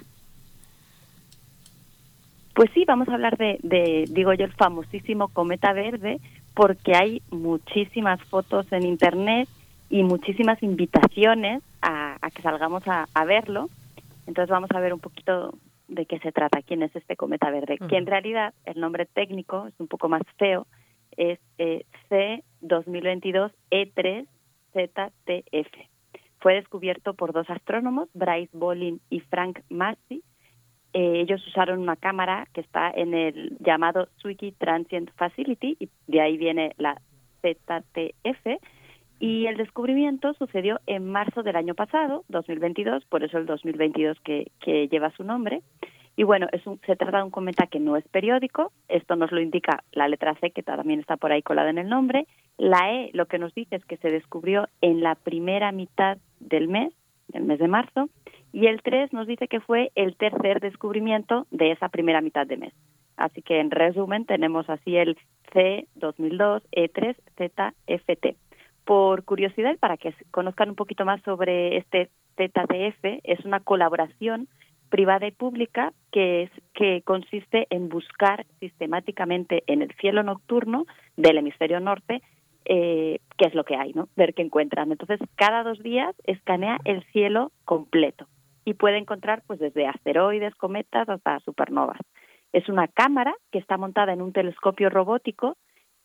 Pues sí, vamos a hablar de, de, digo yo, el famosísimo cometa verde, porque hay muchísimas fotos en internet y muchísimas invitaciones a, a que salgamos a, a verlo. Entonces vamos a ver un poquito de qué se trata, quién es este cometa verde, uh-huh. que en realidad el nombre técnico es un poco más feo, es eh, C dos mil veintidós E tres Z T F. Fue descubierto por dos astrónomos, Bryce Bolin y Frank Massey. Eh, ellos usaron una cámara que está en el llamado Zwicky Transient Facility, y de ahí viene la Z T F, y el descubrimiento sucedió en marzo del año pasado, dos mil veintidós, por eso el dos mil veintidós que, que lleva su nombre. Y bueno, es un, se trata de un cometa que no es periódico, esto nos lo indica la letra C, que también está por ahí colada en el nombre. La E lo que nos dice es que se descubrió en la primera mitad del mes, del mes de marzo, y el tres nos dice que fue el tercer descubrimiento de esa primera mitad de mes. Así que en resumen tenemos así el C dos mil dos E tres Z F T. Por curiosidad, para que conozcan un poquito más sobre este Z T F, es una colaboración privada y pública que es que consiste en buscar sistemáticamente en el cielo nocturno del hemisferio norte eh, qué es lo que hay, ¿no? Ver qué encuentran. Entonces, cada dos días escanea el cielo completo y puede encontrar pues desde asteroides, cometas hasta supernovas. Es una cámara que está montada en un telescopio robótico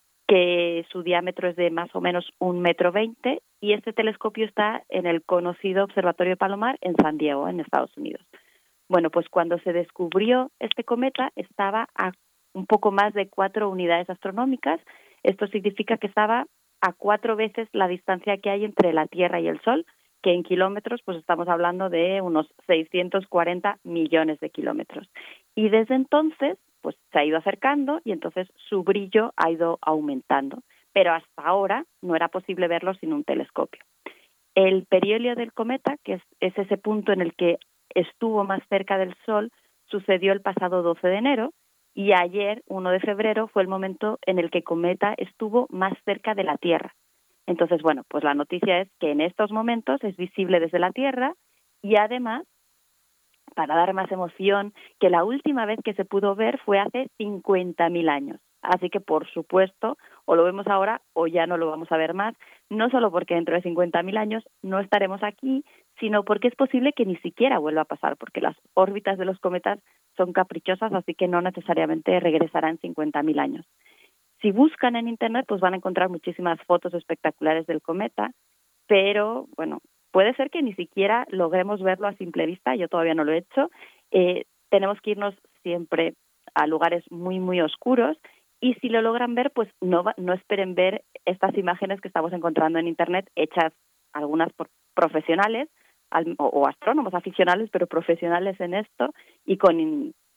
que su diámetro es de más o menos un metro veinte, y este telescopio está en el conocido Observatorio Palomar en San Diego, en Estados Unidos. Bueno, pues cuando se descubrió este cometa estaba a un poco más de cuatro unidades astronómicas. Esto significa que estaba a cuatro veces la distancia que hay entre la Tierra y el Sol, que en kilómetros pues estamos hablando de unos seiscientos cuarenta millones de kilómetros. Y desde entonces pues se ha ido acercando y entonces su brillo ha ido aumentando. Pero hasta ahora no era posible verlo sin un telescopio. El perihelio del cometa, que es, es ese punto en el que estuvo más cerca del Sol, sucedió el pasado doce de enero, y ayer, uno de febrero, fue el momento en el que el cometa estuvo más cerca de la Tierra. Entonces, bueno, pues la noticia es que en estos momentos es visible desde la Tierra, y además, para dar más emoción, que la última vez que se pudo ver fue hace cincuenta mil años. Así que, por supuesto, o lo vemos ahora o ya no lo vamos a ver más, no solo porque dentro de cincuenta mil años no estaremos aquí, sino porque es posible que ni siquiera vuelva a pasar, porque las órbitas de los cometas son caprichosas, así que no necesariamente regresarán cincuenta mil años. Si buscan en Internet, pues van a encontrar muchísimas fotos espectaculares del cometa, pero, bueno, puede ser que ni siquiera logremos verlo a simple vista, yo todavía no lo he hecho. Eh, tenemos que irnos siempre a lugares muy, muy oscuros, y si lo logran ver, pues no, no esperen ver estas imágenes que estamos encontrando en Internet, hechas algunas por profesionales al, o, o astrónomos aficionados, pero profesionales en esto, y con in,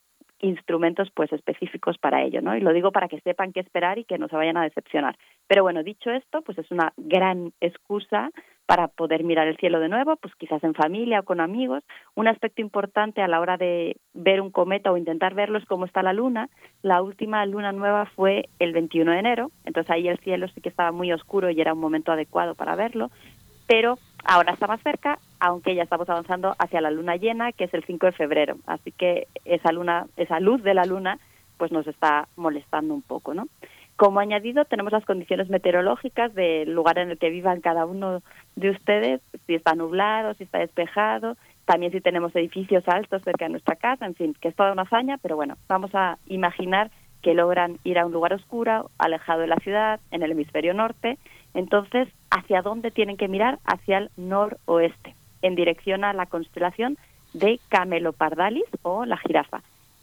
instrumentos pues específicos para ello, ¿no? Y lo digo para que sepan qué esperar y que no se vayan a decepcionar. Pero bueno, dicho esto, pues es una gran excusa para poder mirar el cielo de nuevo, pues quizás en familia o con amigos. Un aspecto importante a la hora de ver un cometa o intentar verlo es cómo está la luna. La última luna nueva fue el veintiuno de enero, entonces ahí el cielo sí que estaba muy oscuro y era un momento adecuado para verlo, pero ahora está más cerca, aunque ya estamos avanzando hacia la luna llena, que es el cinco de febrero, así que esa luna, esa luz de la luna, pues nos está molestando un poco, ¿no? Como añadido, tenemos las condiciones meteorológicas del lugar en el que vivan cada uno de ustedes, si está nublado, si está despejado, también si tenemos edificios altos cerca de nuestra casa, en fin, que es toda una hazaña, pero bueno, vamos a imaginar que logran ir a un lugar oscuro, alejado de la ciudad, en el hemisferio norte. Entonces, ¿hacia dónde tienen que mirar? Hacia el noroeste, en dirección a la constelación de Camelopardalis o la jirafa.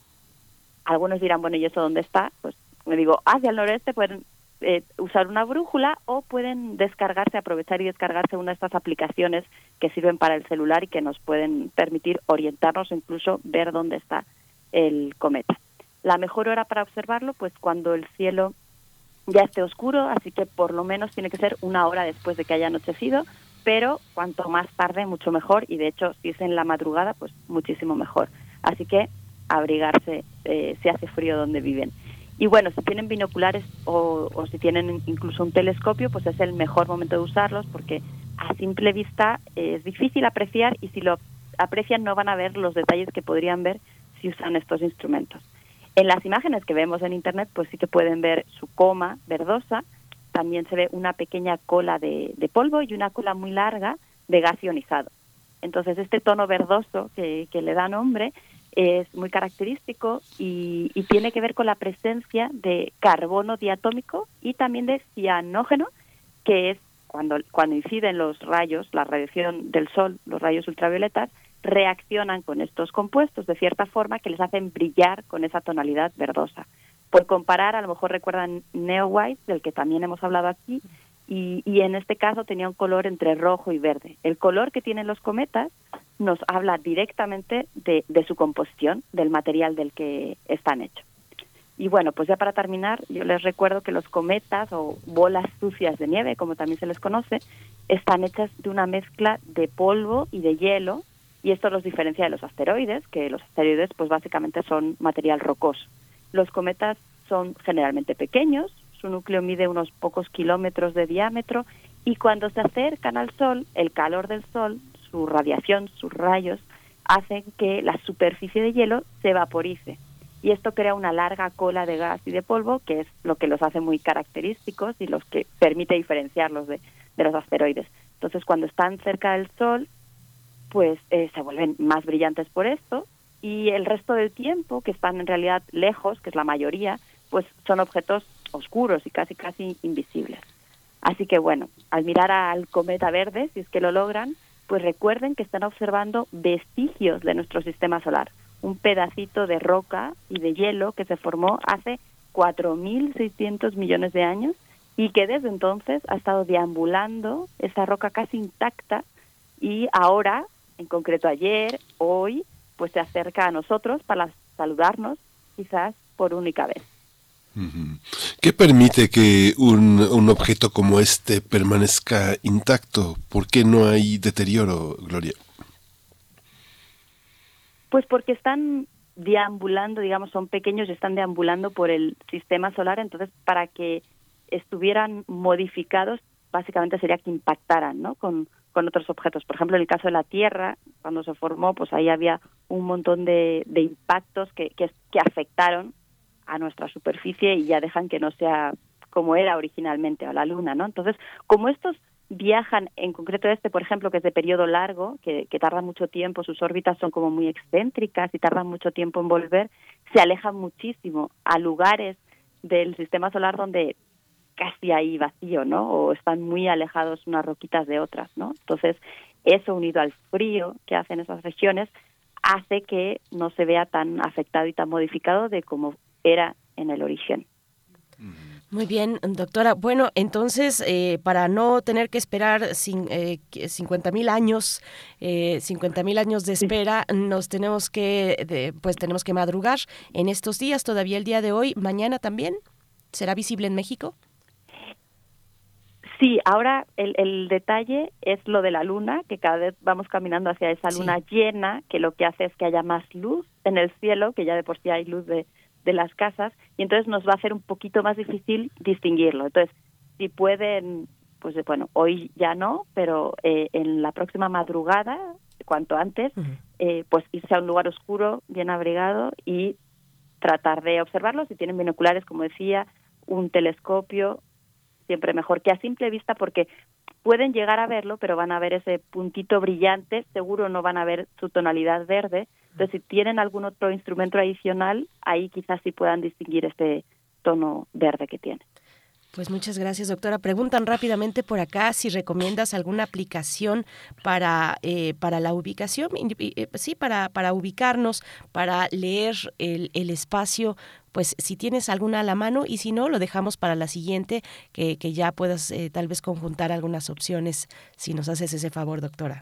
Algunos dirán, bueno, ¿y eso dónde está? Pues me digo, hacia el noroeste pueden eh, usar una brújula o pueden descargarse, aprovechar y descargarse una de estas aplicaciones que sirven para el celular y que nos pueden permitir orientarnos, incluso ver dónde está el cometa. La mejor hora para observarlo, pues cuando el cielo ya esté oscuro, así que por lo menos tiene que ser una hora después de que haya anochecido, pero cuanto más tarde, mucho mejor, y de hecho, si es en la madrugada, pues muchísimo mejor. Así que abrigarse eh, si hace frío donde viven. Y bueno, si tienen binoculares o, o si tienen incluso un telescopio, pues es el mejor momento de usarlos, porque a simple vista eh, es difícil apreciar, y si lo aprecian no van a ver los detalles que podrían ver si usan estos instrumentos. En las imágenes que vemos en Internet, pues sí que pueden ver su coma verdosa, también se ve una pequeña cola de, de polvo y una cola muy larga de gas ionizado. Entonces, este tono verdoso que, que le da nombre es muy característico y, y tiene que ver con la presencia de carbono diatómico y también de cianógeno, que es cuando, cuando inciden los rayos, la radiación del sol, los rayos ultravioletas, reaccionan con estos compuestos de cierta forma que les hacen brillar con esa tonalidad verdosa. Por comparar, a lo mejor recuerdan Neowise, del que también hemos hablado aquí, y, y en este caso tenía un color entre rojo y verde. El color que tienen los cometas nos habla directamente de, de su composición, del material del que están hechos. Y bueno, pues ya para terminar, yo les recuerdo que los cometas o bolas sucias de nieve, como también se les conoce, están hechas de una mezcla de polvo y de hielo, y esto los diferencia de los asteroides, que los asteroides pues básicamente son material rocoso. Los cometas son generalmente pequeños, su núcleo mide unos pocos kilómetros de diámetro, y cuando se acercan al Sol, el calor del Sol, su radiación, sus rayos, hacen que la superficie de hielo se vaporice. Y esto crea una larga cola de gas y de polvo, que es lo que los hace muy característicos y los que permite diferenciarlos de, de los asteroides. Entonces, cuando están cerca del Sol, pues eh, se vuelven más brillantes por esto, y el resto del tiempo, que están en realidad lejos, que es la mayoría, pues son objetos oscuros y casi casi invisibles. Así que bueno, al mirar al cometa verde, si es que lo logran, pues recuerden que están observando vestigios de nuestro sistema solar, un pedacito de roca y de hielo que se formó hace cuatro mil seiscientos millones de años y que desde entonces ha estado deambulando esa roca casi intacta, y ahora, en concreto ayer, hoy, pues se acerca a nosotros para saludarnos, quizás por única vez. ¿Qué permite que un, un objeto como este permanezca intacto? ¿Por qué no hay deterioro, Gloria? Pues porque están deambulando, digamos, son pequeños y están deambulando por el sistema solar, entonces para que estuvieran modificados, básicamente sería que impactaran, ¿no?, con, con otros objetos. Por ejemplo, en el caso de la Tierra, cuando se formó, pues ahí había un montón de, de impactos que, que, que afectaron a nuestra superficie y ya dejan que no sea como era originalmente, a la Luna, ¿no? Entonces, como estos viajan, en concreto este, por ejemplo, que es de periodo largo, que, que tarda mucho tiempo, sus órbitas son como muy excéntricas y tardan mucho tiempo en volver, se alejan muchísimo a lugares del sistema solar donde casi hay vacío, ¿no? O están muy alejados unas roquitas de otras, ¿no? Entonces, eso unido al frío que hacen esas regiones hace que no se vea tan afectado y tan modificado de como era en el origen. Muy bien, doctora. Bueno, entonces, eh, para no tener que esperar sin, eh, cincuenta mil años, eh, cincuenta mil años de espera, sí. nos tenemos que, de, pues tenemos que madrugar en estos días, todavía el día de hoy, mañana también. ¿Será visible en México? Sí, ahora el, el detalle es lo de la luna, que cada vez vamos caminando hacia esa luna sí. llena, que lo que hace es que haya más luz en el cielo, que ya de por sí hay luz de de las casas, y entonces nos va a hacer un poquito más difícil distinguirlo. Entonces, si pueden, pues bueno, hoy ya no, pero eh, en la próxima madrugada, cuanto antes, uh-huh. eh, pues irse a un lugar oscuro, bien abrigado, y tratar de observarlo. Si tienen binoculares, como decía, un telescopio, siempre mejor que a simple vista, porque pueden llegar a verlo, pero van a ver ese puntito brillante, seguro no van a ver su tonalidad verde. Entonces, si tienen algún otro instrumento adicional, ahí quizás sí puedan distinguir este tono verde que tiene. Pues muchas gracias, doctora. Preguntan rápidamente por acá si recomiendas alguna aplicación para eh, para la ubicación, eh, sí, para para ubicarnos, para leer el, el espacio. Pues si tienes alguna a la mano, y si no, lo dejamos para la siguiente, que, que ya puedas eh, tal vez conjuntar algunas opciones, si nos haces ese favor, doctora.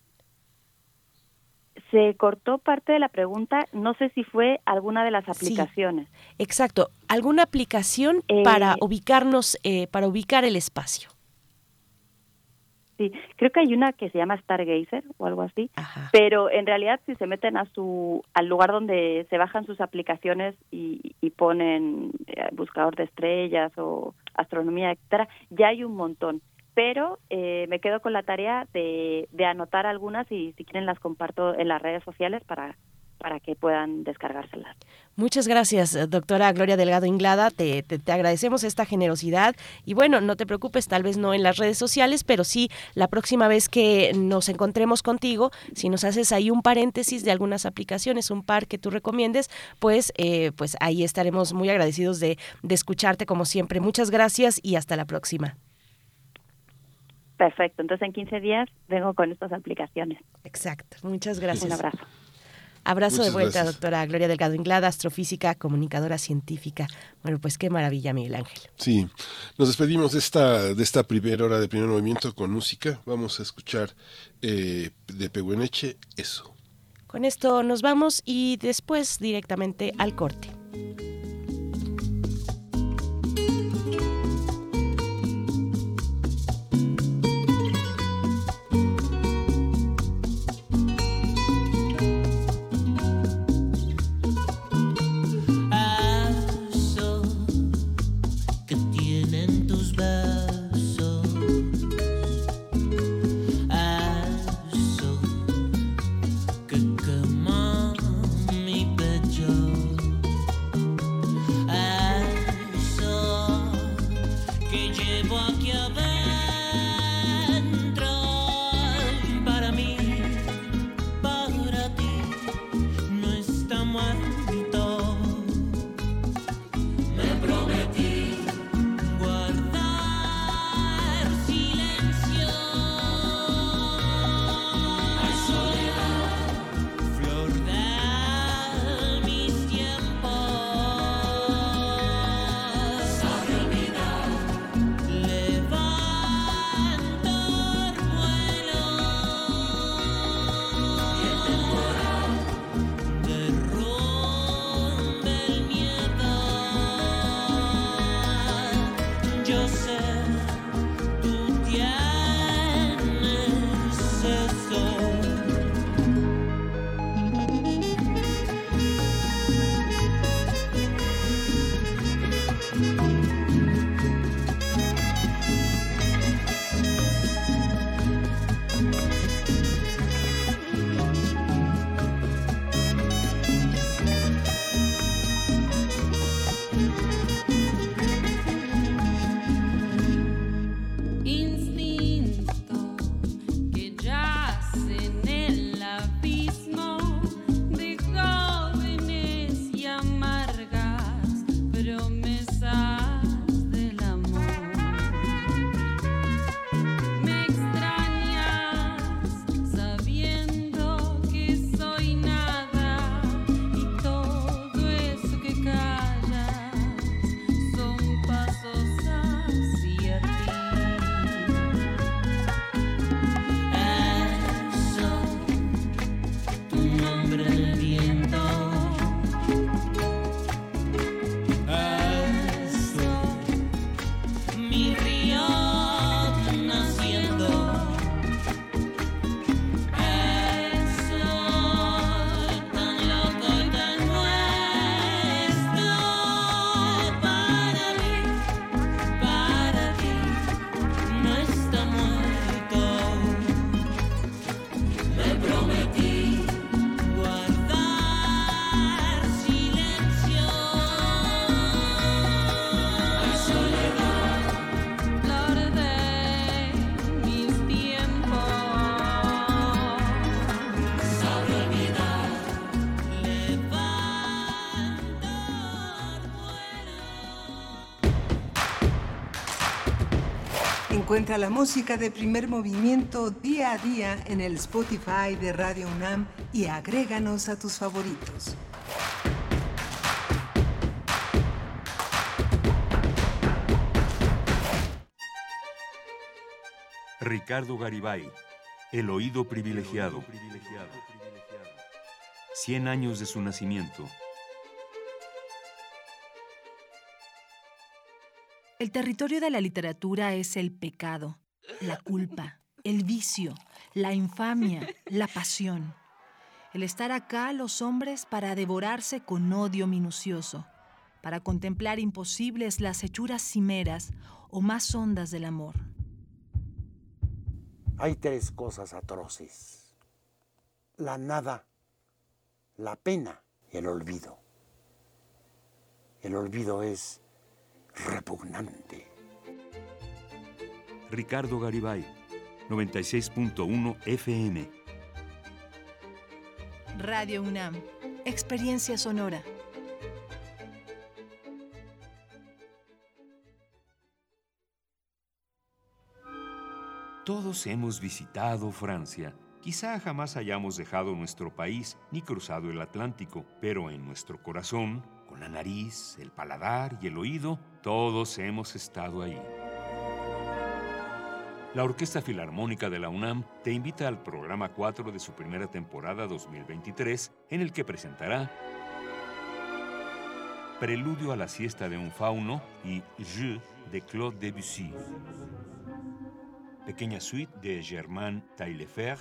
Se cortó parte de la pregunta, no sé si fue alguna de las aplicaciones. Sí, exacto, alguna aplicación eh, para ubicarnos, eh, para ubicar el espacio. Sí, creo que hay una que se llama Stargazer o algo así, Ajá. pero en realidad si se meten a su al lugar donde se bajan sus aplicaciones y, y ponen eh, buscador de estrellas o astronomía, etcétera, ya hay un montón. Pero eh, me quedo con la tarea de, de anotar algunas y si quieren las comparto en las redes sociales para, para que puedan descargárselas. Muchas gracias, doctora Gloria Delgado Inglada, te, te, te agradecemos esta generosidad y bueno, no te preocupes, tal vez no en las redes sociales, pero sí la próxima vez que nos encontremos contigo, si nos haces ahí un paréntesis de algunas aplicaciones, un par que tú recomiendes, pues, eh, pues ahí estaremos muy agradecidos de, de escucharte como siempre. Muchas gracias y hasta la próxima. Perfecto, entonces en quince días vengo con estas aplicaciones. Exacto, muchas gracias. Un abrazo. Abrazo Muchas de vuelta, gracias. Doctora Gloria Delgado Inglada, astrofísica, comunicadora científica. Bueno, pues qué maravilla, Miguel Ángel. Sí, nos despedimos de esta de esta primera hora de Primer Movimiento con música. Vamos a escuchar eh, de Pehueneche, Eso. Con esto nos vamos y después directamente al corte. Mi pecho Encuentra la música de Primer Movimiento día a día en el Spotify de Radio UNAM y agréganos a tus favoritos. Ricardo Garibay, El oído privilegiado. Cien años de su nacimiento. El territorio de la literatura es el pecado, la culpa, el vicio, la infamia, la pasión. El estar acá los hombres para devorarse con odio minucioso, para contemplar imposibles las hechuras cimeras o más hondas del amor. Hay tres cosas atroces: la nada, la pena y el olvido. El olvido es repugnante. Ricardo Garibay, noventa y seis punto uno F M. Radio UNAM, experiencia sonora. Todos hemos visitado Francia. Quizá jamás hayamos dejado nuestro país ni cruzado el Atlántico, pero en nuestro corazón, con la nariz, el paladar y el oído, todos hemos estado ahí. La Orquesta Filarmónica de la UNAM te invita al programa cuatro de su primera temporada dos mil veintitrés, en el que presentará Preludio a la siesta de un fauno y Je de Claude Debussy, Pequeña suite de Germain Taillefer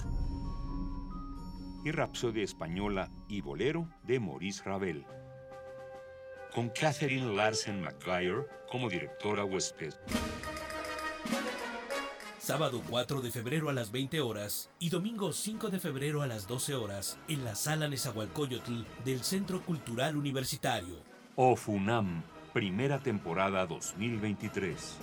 y Rapsodia española y bolero de Maurice Ravel, con Catherine Larsen McGuire como directora huésped. Sábado cuatro de febrero a las veinte horas y domingo cinco de febrero a las doce horas en la Sala Nezahualcóyotl del Centro Cultural Universitario. OFUNAM, primera temporada dos mil veintitrés.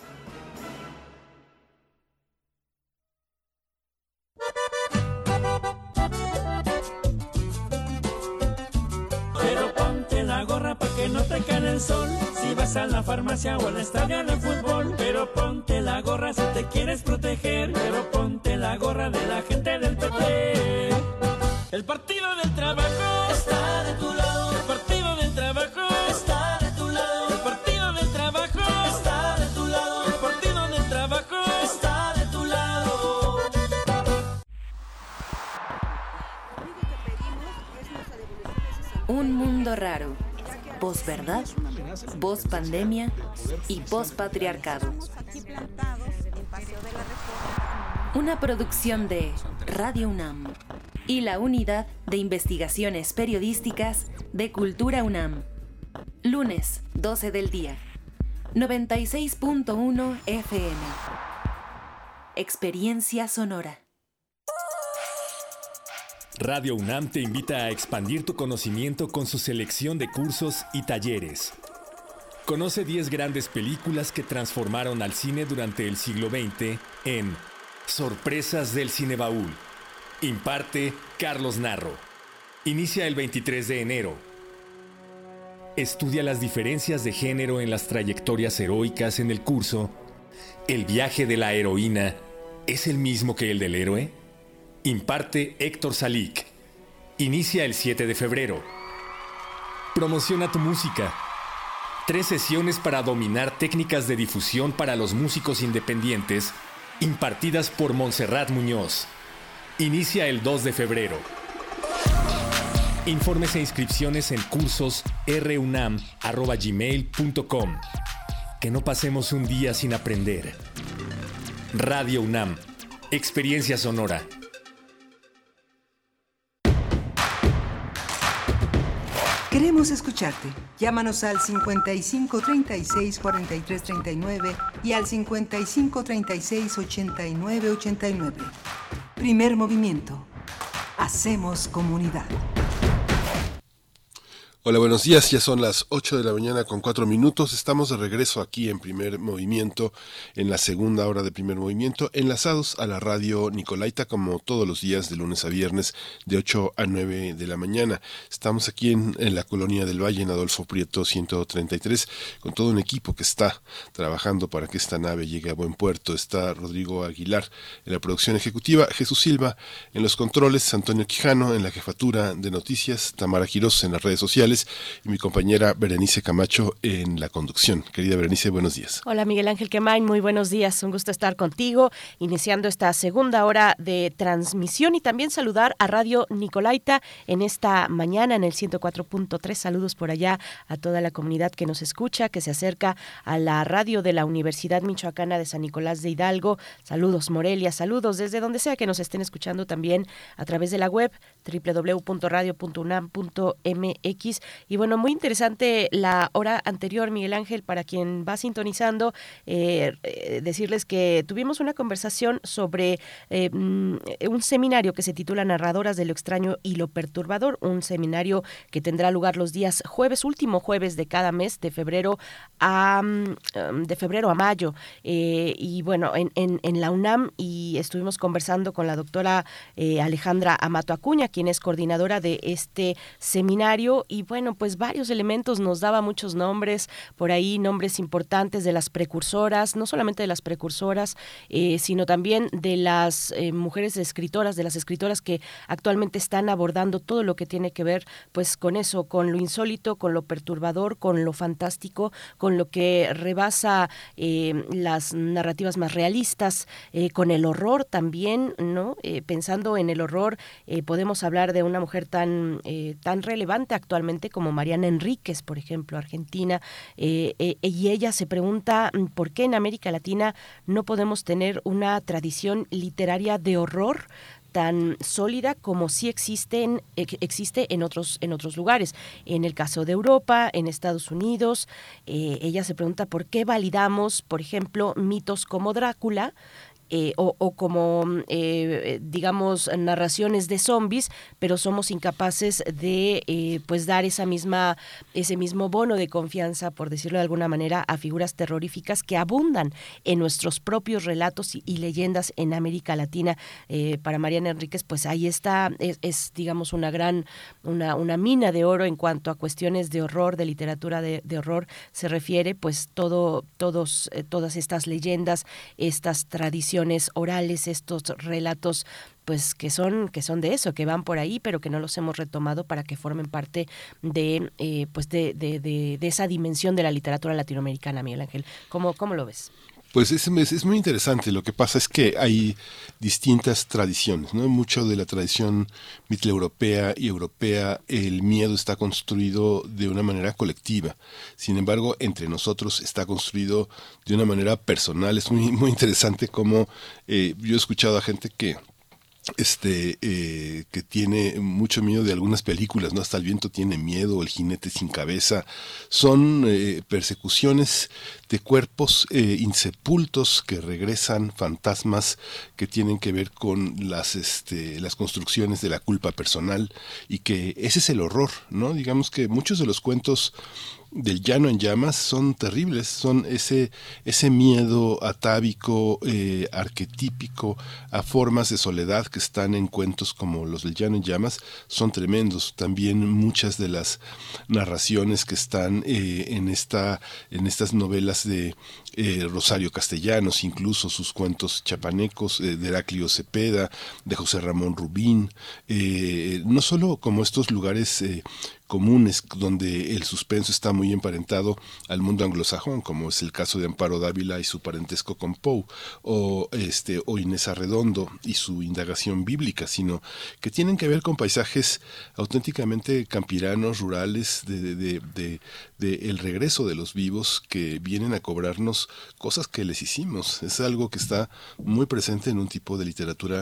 Pero ponte la gorra pa' que no te cae el sol. Si vas a la farmacia o al estadio de fútbol. Pero ponte la gorra si te quieres proteger. Pero ponte la gorra de la gente del P T. El Partido del Trabajo está de tu lado. El Partido del Trabajo está de tu lado. El Partido del Trabajo está de tu lado. El Partido del Trabajo está de tu lado. Un mundo raro. Posverdad, pospandemia y pospatriarcado. Una producción de Radio UNAM y la Unidad de Investigaciones Periodísticas de Cultura UNAM. Lunes, doce del día. noventa y seis punto uno F M. Experiencia sonora. Radio UNAM te invita a expandir tu conocimiento con su selección de cursos y talleres. Conoce diez grandes películas que transformaron al cine durante el siglo veinte en Sorpresas del Cinebaúl. Imparte Carlos Narro. Inicia el veintitrés de enero. Estudia las diferencias de género en las trayectorias heroicas en el curso ¿El viaje de la heroína es el mismo que el del héroe? Imparte Héctor Salik. Inicia el siete de febrero. Promociona tu música. Tres sesiones para dominar técnicas de difusión para los músicos independientes, impartidas por Montserrat Muñoz. Inicia el dos de febrero. Informes e inscripciones en cursos r unam arroba gmail punto com. Que no pasemos un día sin aprender. Radio UNAM. Experiencia sonora. Queremos escucharte. Llámanos al cincuenta y cinco treinta y seis cuarenta y tres treinta y nueve y al cincuenta y cinco treinta y seis ochenta y nueve ochenta y nueve. Primer movimiento. Hacemos comunidad. Hola, buenos días. Ya son las ocho de la mañana con cuatro minutos. Estamos de regreso aquí en Primer Movimiento, en la segunda hora de Primer Movimiento, enlazados a la radio Nicolaita como todos los días de lunes a viernes de ocho a nueve de la mañana. Estamos aquí en, en la Colonia del Valle, en Adolfo Prieto ciento treinta y tres, con todo un equipo que está trabajando para que esta nave llegue a buen puerto. Está Rodrigo Aguilar en la producción ejecutiva, Jesús Silva en los controles, Antonio Quijano en la jefatura de noticias, Tamara Quirós en las redes sociales y mi compañera Berenice Camacho en la conducción. Querida Berenice, buenos días. Hola Miguel Ángel Quemain, muy buenos días, un gusto estar contigo, iniciando esta segunda hora de transmisión y también saludar a Radio Nicolaita en esta mañana en el ciento cuatro punto tres. Saludos por allá a toda la comunidad que nos escucha, que se acerca a la radio de la Universidad Michoacana de San Nicolás de Hidalgo. Saludos Morelia, saludos desde donde sea que nos estén escuchando, también a través de la web doble u doble u doble u punto radio punto unam punto m x. Y bueno, muy interesante la hora anterior, Miguel Ángel, para quien va sintonizando, eh, eh, decirles que tuvimos una conversación sobre eh, un seminario que se titula Narradoras de lo extraño y lo perturbador, un seminario que tendrá lugar los días jueves, último jueves de cada mes, de febrero a, um, de febrero a mayo. Eh, y bueno, en, en, en la UNAM, y estuvimos conversando con la doctora eh, Alejandra Amato Acuña, quien es coordinadora de este seminario, y bueno, pues varios elementos, nos daba muchos nombres, por ahí nombres importantes de las precursoras, no solamente de las precursoras, eh, sino también de las eh, mujeres escritoras, de las escritoras que actualmente están abordando todo lo que tiene que ver pues con eso, con lo insólito, con lo perturbador, con lo fantástico, con lo que rebasa eh, las narrativas más realistas, eh, con el horror también, ¿no? Eh, pensando en el horror, eh, podemos hablar de una mujer tan, eh, tan relevante actualmente como Mariana Enríquez, por ejemplo, argentina, eh, eh, y ella se pregunta por qué en América Latina no podemos tener una tradición literaria de horror tan sólida como sí existen, existe en otros, en otros lugares. En el caso de Europa, en Estados Unidos, eh, ella se pregunta por qué validamos, por ejemplo, mitos como Drácula, Eh, o, o como, eh, digamos, narraciones de zombies, pero somos incapaces de eh, pues dar esa misma, ese mismo bono de confianza, por decirlo de alguna manera, a figuras terroríficas que abundan en nuestros propios relatos y, y leyendas en América Latina. Eh, para Mariana Enríquez, pues ahí está, es, es digamos, una gran, una, una mina de oro en cuanto a cuestiones de horror, de literatura de, de horror se refiere, pues todo, todos, eh, todas estas leyendas, estas tradiciones orales, estos relatos pues que son que son de eso, que van por ahí, pero que no los hemos retomado para que formen parte de eh, pues de, de, de, de esa dimensión de la literatura latinoamericana. Miguel Ángel, ¿cómo, cómo lo ves? Pues es, es muy interesante. Lo que pasa es que hay distintas tradiciones, ¿no? Mucho de la tradición mitteleuropea y europea, el miedo está construido de una manera colectiva. Sin embargo, entre nosotros está construido de una manera personal. Es muy, muy interesante cómo eh, yo he escuchado a gente que este eh, que tiene mucho miedo de algunas películas, ¿no? Hasta el viento tiene miedo, El jinete sin cabeza. Son eh, persecuciones de cuerpos eh, insepultos que regresan, fantasmas que tienen que ver con las este las construcciones de la culpa personal, y que ese es el horror, ¿no? Digamos que muchos de los cuentos del Llano en Llamas son terribles, son ese ese miedo atávico, eh, arquetípico a formas de soledad que están en cuentos como los del Llano en Llamas, son tremendos. También muchas de las narraciones que están eh, en esta en estas novelas de eh, Rosario Castellanos, incluso sus cuentos chapanecos, eh, de Heraclio Cepeda, de José Ramón Rubín, eh, no solo como estos lugares eh, comunes donde el suspenso está muy emparentado al mundo anglosajón, como es el caso de Amparo Dávila y su parentesco con Poe, o este o Inés Arredondo y su indagación bíblica, sino que tienen que ver con paisajes auténticamente campiranos, rurales, de, de, de, de, de el regreso de los vivos que vienen a cobrarnos cosas que les hicimos. Es algo que está muy presente en un tipo de literatura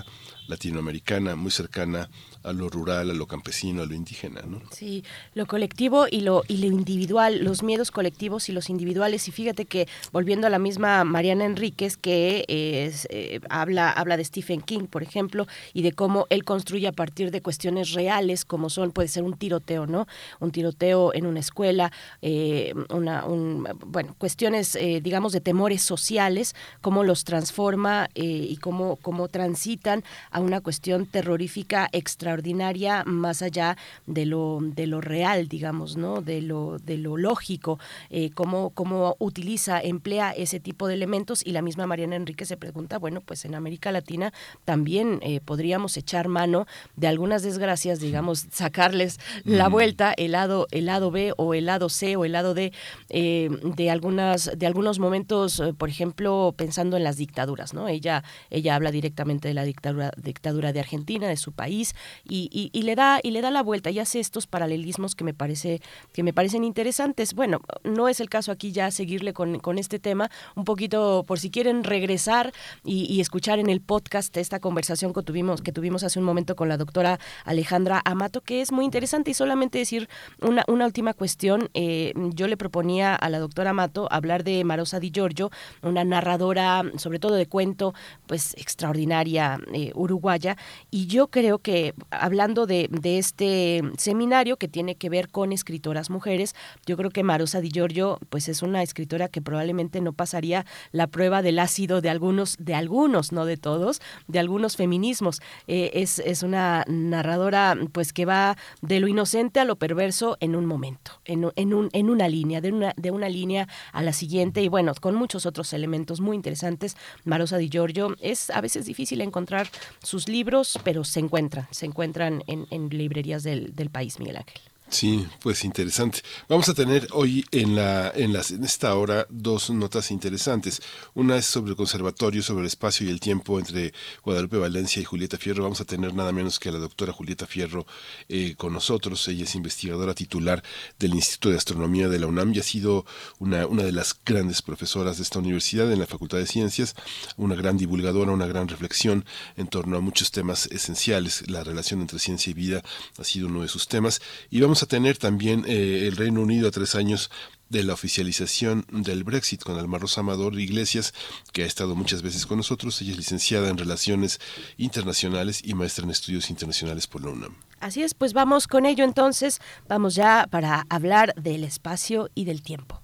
latinoamericana, muy cercana a lo rural, a lo campesino, a lo indígena, ¿no? Sí, lo colectivo y lo y lo individual, los miedos colectivos y los individuales. Y fíjate que, volviendo a la misma Mariana Enríquez, que es, eh, habla, habla de Stephen King, por ejemplo, y de cómo él construye a partir de cuestiones reales, como son, puede ser un tiroteo, ¿no? Un tiroteo en una escuela, eh, una, un, bueno, cuestiones, eh, digamos, de temores sociales, cómo los transforma eh, y cómo, cómo transitan a una cuestión terrorífica extraordinaria, más allá de lo de lo real, digamos, ¿no? De lo de lo lógico, eh, cómo cómo utiliza, emplea ese tipo de elementos. Y la misma Mariana Enrique se pregunta, bueno, pues en América Latina también eh, podríamos echar mano de algunas desgracias, digamos, sacarles la vuelta, el lado el lado B o el lado C o el lado D eh, de algunas de algunos momentos, eh, por ejemplo, pensando en las dictaduras, ¿no? Ella ella habla directamente de la dictadura dictadura de Argentina, de su país. Y, y, y le da y le da la vuelta y hace estos paralelismos que me parece que me parecen interesantes. Bueno, no es el caso aquí ya seguirle con, con este tema, un poquito por si quieren regresar y, y escuchar en el podcast esta conversación que tuvimos que tuvimos hace un momento con la doctora Alejandra Amato, que es muy interesante. Y solamente decir una, una última cuestión, eh, yo le proponía a la doctora Amato hablar de Marosa Di Giorgio, una narradora sobre todo de cuento, pues extraordinaria, eh, uruguaya, y yo creo que hablando de, de este seminario que tiene que ver con escritoras mujeres, yo creo que Marosa Di Giorgio pues es una escritora que probablemente no pasaría la prueba del ácido de algunos, de algunos, no de todos, de algunos feminismos. Eh, es, es una narradora pues que va de lo inocente a lo perverso en un momento, en, en, un, en una línea, de una, de una línea a la siguiente, y bueno, con muchos otros elementos muy interesantes. Marosa Di Giorgio, es a veces difícil encontrar sus libros, pero se encuentran, se encuentran en, en librerías del, del país, Miguel Ángel. Sí, pues interesante. Vamos a tener hoy en la en, las, en esta hora dos notas interesantes. Una es sobre el conservatorio, sobre el espacio y el tiempo entre Guadalupe Valencia y Julieta Fierro. Vamos a tener nada menos que a la doctora Julieta Fierro eh, con nosotros. Ella es investigadora titular del Instituto de Astronomía de la UNAM y ha sido una, una de las grandes profesoras de esta universidad en la Facultad de Ciencias, una gran divulgadora, una gran reflexión en torno a muchos temas esenciales. La relación entre ciencia y vida ha sido uno de sus temas. Y vamos a tener también eh, el Reino Unido a tres años de la oficialización del Brexit con Alma Rosa Amador Iglesias, que ha estado muchas veces con nosotros. Ella es licenciada en Relaciones Internacionales y maestra en Estudios Internacionales por la UNAM. Así es, pues vamos con ello entonces. Vamos ya para hablar del espacio y del tiempo.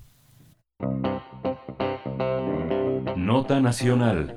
Nota Nacional.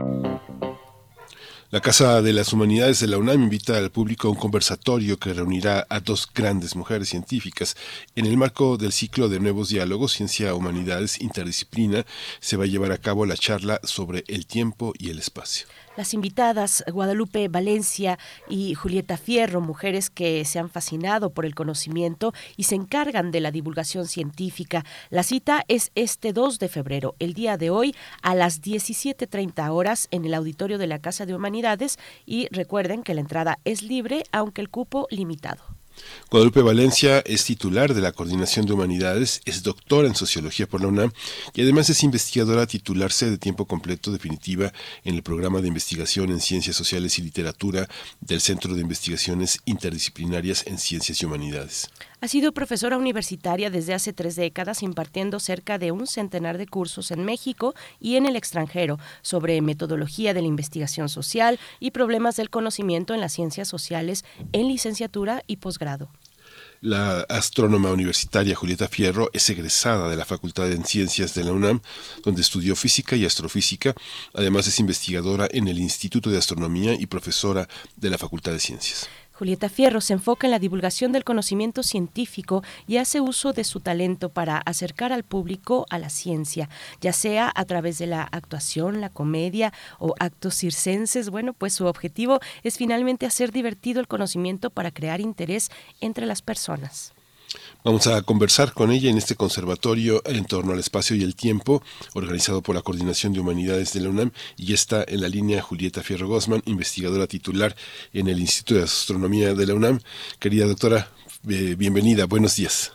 La Casa de las Humanidades de la UNAM invita al público a un conversatorio que reunirá a dos grandes mujeres científicas. En el marco del ciclo de nuevos diálogos Ciencia, Humanidades, Interdisciplina, se va a llevar a cabo la charla sobre el tiempo y el espacio. Las invitadas, Guadalupe Valencia y Julieta Fierro, mujeres que se han fascinado por el conocimiento y se encargan de la divulgación científica. La cita es este dos de febrero, el día de hoy, a las diecisiete treinta horas en el auditorio de la Casa de Humanidades, y recuerden que la entrada es libre, aunque el cupo limitado. Guadalupe Valencia es titular de la Coordinación de Humanidades, es doctora en Sociología por la UNAM y además es investigadora titularse de tiempo completo definitiva en el programa de investigación en Ciencias Sociales y Literatura del Centro de Investigaciones Interdisciplinarias en Ciencias y Humanidades. Ha sido profesora universitaria desde hace tres décadas, impartiendo cerca de un centenar de cursos en México y en el extranjero sobre metodología de la investigación social y problemas del conocimiento en las ciencias sociales en licenciatura y posgrado. La astrónoma universitaria Julieta Fierro es egresada de la Facultad de Ciencias de la UNAM, donde estudió física y astrofísica. Además es investigadora en el Instituto de Astronomía y profesora de la Facultad de Ciencias. Julieta Fierro se enfoca en la divulgación del conocimiento científico y hace uso de su talento para acercar al público a la ciencia, ya sea a través de la actuación, la comedia o actos circenses. Bueno, pues su objetivo es finalmente hacer divertido el conocimiento para crear interés entre las personas. Vamos a conversar con ella en este conservatorio en torno al espacio y el tiempo, organizado por la Coordinación de Humanidades de la UNAM, y ya está en la línea Julieta Fierro Gosman, investigadora titular en el Instituto de Astronomía de la UNAM. Querida doctora, eh, bienvenida, buenos días.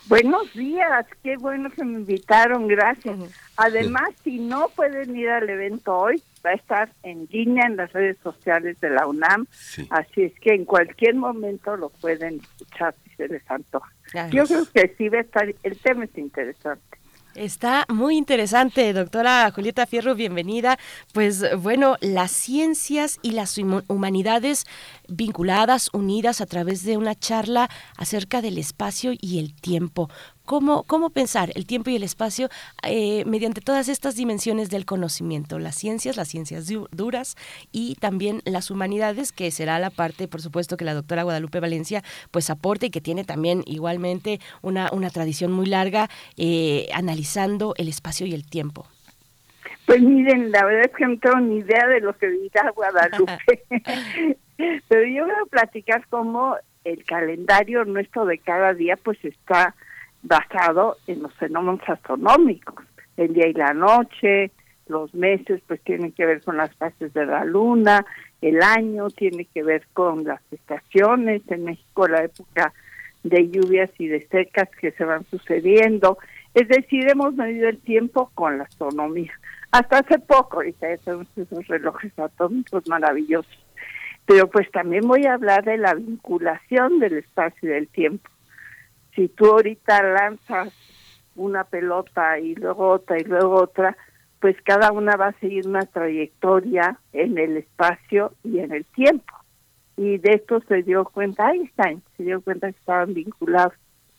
Buenos días, qué bueno que me invitaron, gracias. Además, si no pueden ir al evento hoy, va a estar en línea en las redes sociales de la UNAM, sí. Así es que en cualquier momento lo pueden escuchar si se les antoja. Claro. Yo creo que sí va a estar, el tema es interesante. Está muy interesante, doctora Julieta Fierro, bienvenida. Pues bueno, las ciencias y las humanidades vinculadas, unidas a través de una charla acerca del espacio y el tiempo. ¿Cómo, cómo pensar el tiempo y el espacio eh, mediante todas estas dimensiones del conocimiento? Las ciencias, las ciencias du- duras y también las humanidades, que será la parte, por supuesto, que la doctora Guadalupe Valencia pues aporta y que tiene también igualmente una, una tradición muy larga eh, analizando el espacio y el tiempo. Pues miren, la verdad es que no tengo ni idea de lo que dirá Guadalupe, pero yo voy a platicar cómo el calendario nuestro de cada día pues está basado en los fenómenos astronómicos, el día y la noche, los meses pues tienen que ver con las fases de la luna, el año tiene que ver con las estaciones, en México la época de lluvias y de secas que se van sucediendo, es decir, hemos medido el tiempo con la astronomía. Hasta hace poco, ahorita ya tenemos esos relojes atómicos maravillosos, pero pues también voy a hablar de la vinculación del espacio y del tiempo. Si tú ahorita lanzas una pelota y luego otra y luego otra, pues cada una va a seguir una trayectoria en el espacio y en el tiempo. Y de esto se dio cuenta Einstein, se dio cuenta que estaban vinculados.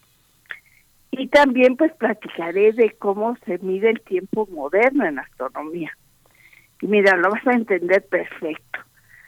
Y también pues platicaré de cómo se mide el tiempo moderno en astronomía. Y mira, lo vas a entender perfecto.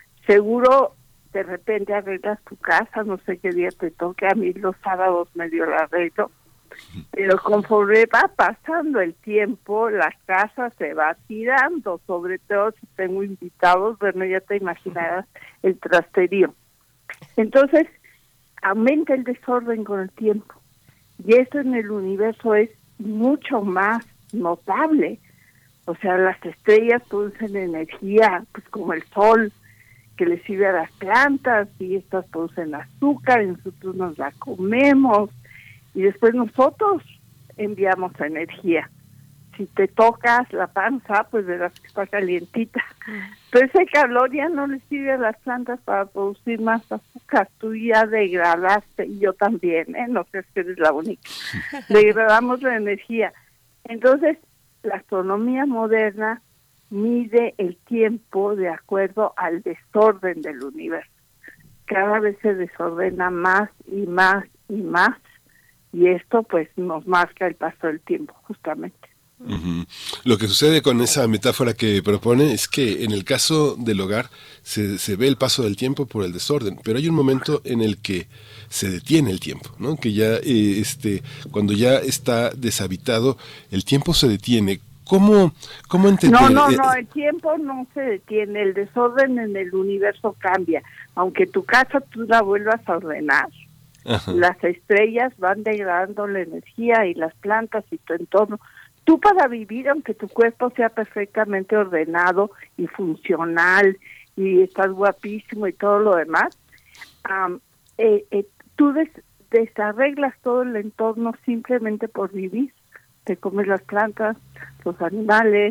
Seguro de repente arreglas tu casa, no sé qué día te toque, a mí los sábados medio la arreglo, pero conforme va pasando el tiempo, la casa se va tirando, sobre todo si tengo invitados, bueno, ya te imaginarás el trasterío. Entonces, aumenta el desorden con el tiempo, y eso en el universo es mucho más notable. O sea, las estrellas producen energía, pues como el sol, que le sirve a las plantas, y estas producen azúcar, y nosotros nos la comemos, y después nosotros enviamos energía. Si te tocas la panza, pues verás que está calientita. Pero ese calor ya no le sirve a las plantas para producir más azúcar. Tú ya degradaste, y yo también, ¿eh? No crees que eres la única. Degradamos la energía. Entonces, la astronomía moderna mide el tiempo de acuerdo al desorden del universo. Cada vez se desordena más y más y más, y esto pues nos marca el paso del tiempo, justamente. Uh-huh. Lo que sucede con esa metáfora que propone es que en el caso del hogar se, se ve el paso del tiempo por el desorden, pero hay un momento en el que se detiene el tiempo, ¿no? Que ya eh, este cuando ya está deshabitado, el tiempo se detiene. ¿Cómo, cómo entender? No, no, no, el tiempo no se detiene, el desorden en el universo cambia. Aunque tu casa tú la vuelvas a ordenar, ajá, las estrellas van degradando la energía y las plantas y tu entorno. Tú para vivir, aunque tu cuerpo sea perfectamente ordenado y funcional y estás guapísimo y todo lo demás, um, eh, eh, tú des- desarreglas todo el entorno simplemente por vivir. Te comes las plantas, los animales,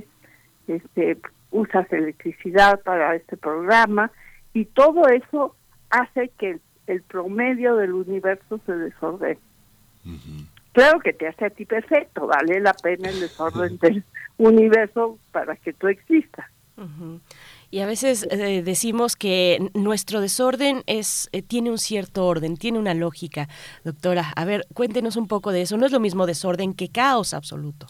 este, usas electricidad para este programa, y todo eso hace que el, el promedio del universo se desordene. Uh-huh. Claro que te hace a ti perfecto, vale la pena el desorden del universo para que tú existas. Uh-huh. Y a veces eh, decimos que nuestro desorden es eh, tiene un cierto orden, tiene una lógica. Doctora, a ver, cuéntenos un poco de eso. No es lo mismo desorden que caos absoluto.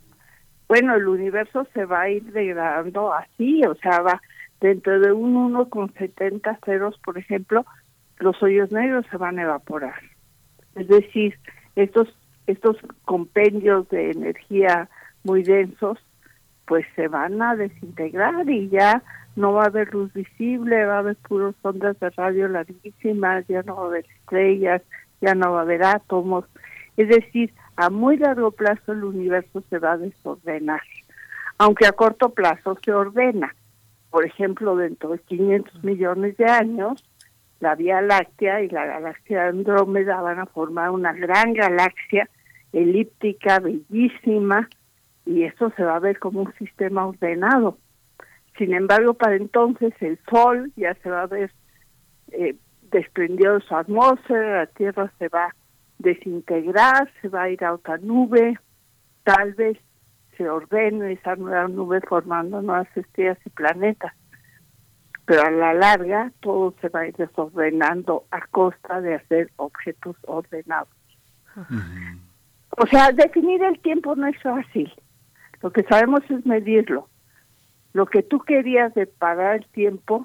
Bueno, el universo se va a ir degradando así, o sea, va dentro de un uno con setenta ceros, por ejemplo, los hoyos negros se van a evaporar. Es decir, estos estos compendios de energía muy densos, pues se van a desintegrar y ya no va a haber luz visible, va a haber puros ondas de radio larguísimas, ya no va a haber estrellas, ya no va a haber átomos. Es decir, a muy largo plazo el universo se va a desordenar, aunque a corto plazo se ordena. Por ejemplo, dentro de quinientos millones de años, la Vía Láctea y la galaxia Andrómeda van a formar una gran galaxia elíptica, bellísima, y eso se va a ver como un sistema ordenado. Sin embargo, para entonces el Sol ya se va a ver eh, desprendido de su atmósfera, la Tierra se va a desintegrar, se va a ir a otra nube, tal vez se ordene esa nueva nube formando nuevas estrellas y planetas. Pero a la larga todo se va a ir desordenando a costa de hacer objetos ordenados. Uh-huh. O sea, definir el tiempo no es fácil. Lo que sabemos es medirlo. Lo que tú querías de parar el tiempo,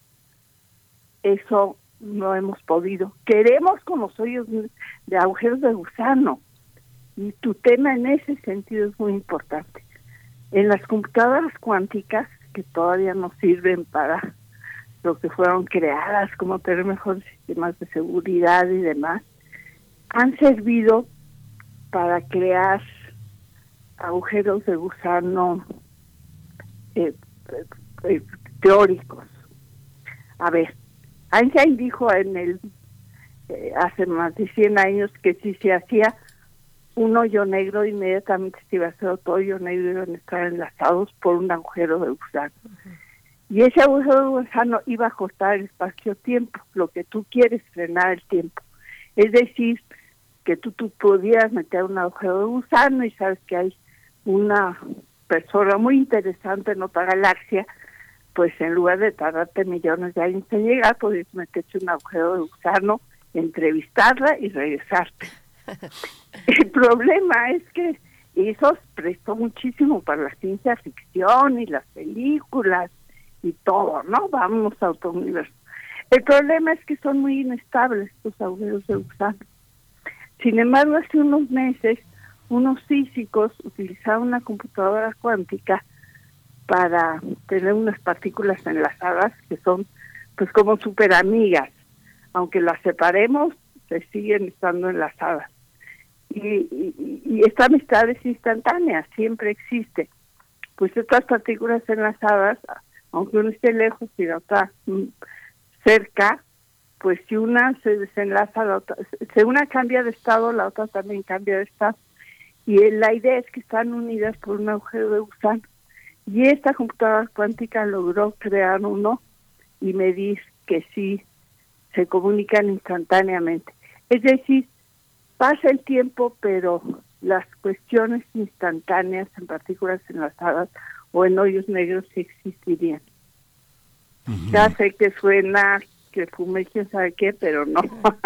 eso no hemos podido. Queremos como hoyos de agujeros de gusano. Y tu tema en ese sentido es muy importante. En las computadoras cuánticas, que todavía no sirven para lo que fueron creadas, como tener mejores sistemas de seguridad y demás, han servido para crear agujeros de gusano eh, eh, teóricos. A ver, Einstein dijo en el eh, hace más de cien años que si se hacía un hoyo negro, inmediatamente se iba a hacer otro hoyo negro y iban a estar enlazados por un agujero de gusano. Uh-huh. Y ese agujero de gusano iba a cortar el espacio-tiempo, lo que tú quieres, frenar el tiempo. Es decir, que tú, tú pudieras meter un agujero de gusano y sabes que hay una persona muy interesante en otra galaxia, pues en lugar de tardarte millones de años en llegar, podrías meterte un agujero de gusano, entrevistarla y regresarte. El problema es que eso prestó muchísimo para la ciencia ficción y las películas y todo, ¿no? Vamos a otro universo. El problema es que son muy inestables los agujeros de gusano. Sin embargo, hace unos meses, unos físicos utilizaron una computadora cuántica para tener unas partículas enlazadas que son pues como súper amigas. Aunque las separemos, se siguen estando enlazadas. Y, y, y esta amistad es instantánea, siempre existe. Pues estas partículas enlazadas, aunque una esté lejos y la otra mm, cerca, pues si una se desenlaza, la otra, si una cambia de estado, la otra también cambia de estado. Y la idea es que están unidas por un agujero de gusano. Y esta computadora cuántica logró crear uno y medir que sí se comunican instantáneamente. Es decir, pasa el tiempo, pero las cuestiones instantáneas en partículas enlazadas o en hoyos negros sí existirían. Uh-huh. Ya sé que suena que fumé quién sabe qué, pero no.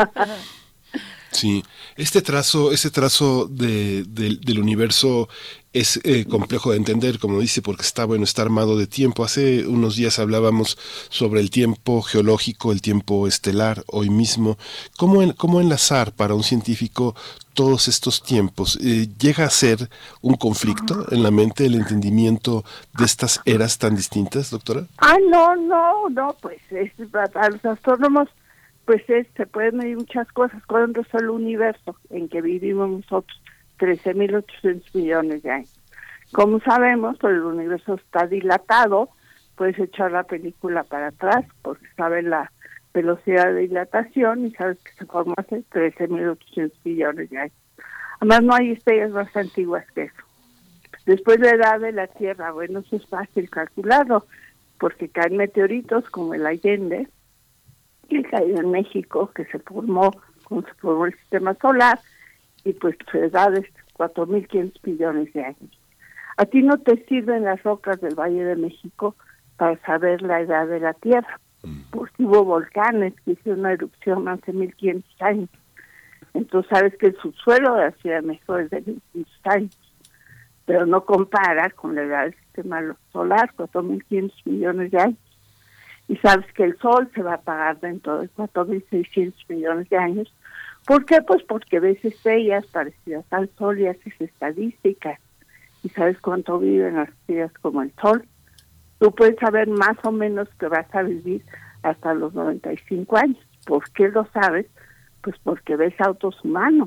Sí, este trazo, este trazo de, de, del universo es eh, complejo de entender, como dice, porque está bueno, está armado de tiempo. Hace unos días hablábamos sobre el tiempo geológico, el tiempo estelar, hoy mismo. ¿Cómo, en, cómo enlazar para un científico todos estos tiempos? Eh, ¿Llega a ser un conflicto en la mente el entendimiento de estas eras tan distintas, doctora? Ah, no, no, no, pues es, a los astrónomos pues es, se pueden medir muchas cosas. ¿Cuándo es el universo en que vivimos nosotros? trece mil ochocientos millones de años. Como sabemos, pues el universo está dilatado, puedes echar la película para atrás porque sabes la velocidad de dilatación y sabes que se formó hace trece mil ochocientos millones de años. Además, no hay estrellas más antiguas que eso. Después de la edad de la Tierra, bueno, eso es fácil calcularlo porque caen meteoritos como el Allende, que cayó en México, que se formó cuando se formó el sistema solar, y pues su edad es cuatro mil quinientos millones de años. A ti no te sirven las rocas del Valle de México para saber la edad de la Tierra, porque hubo volcanes que hicieron una erupción hace mil quinientos años. Entonces sabes que el subsuelo de la Ciudad de México es de mil quinientos años, pero no compara con la edad del sistema solar, cuatro mil quinientos millones de años. Y sabes que el Sol se va a apagar dentro de cuatro mil seiscientos millones de años. ¿Por qué? Pues porque ves estrellas parecidas al Sol y haces estadísticas. ¿Y sabes cuánto viven las estrellas como el Sol? Tú puedes saber más o menos que vas a vivir hasta los noventa y cinco años. ¿Por qué lo sabes? Pues porque ves autos humanos.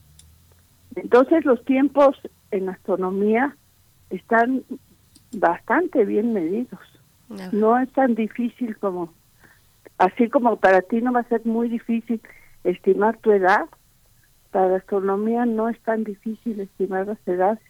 Entonces los tiempos en astronomía están bastante bien medidos. No. no es tan difícil como, así como para ti no va a ser muy difícil estimar tu edad, Para la astronomía no es tan difícil estimar las edades.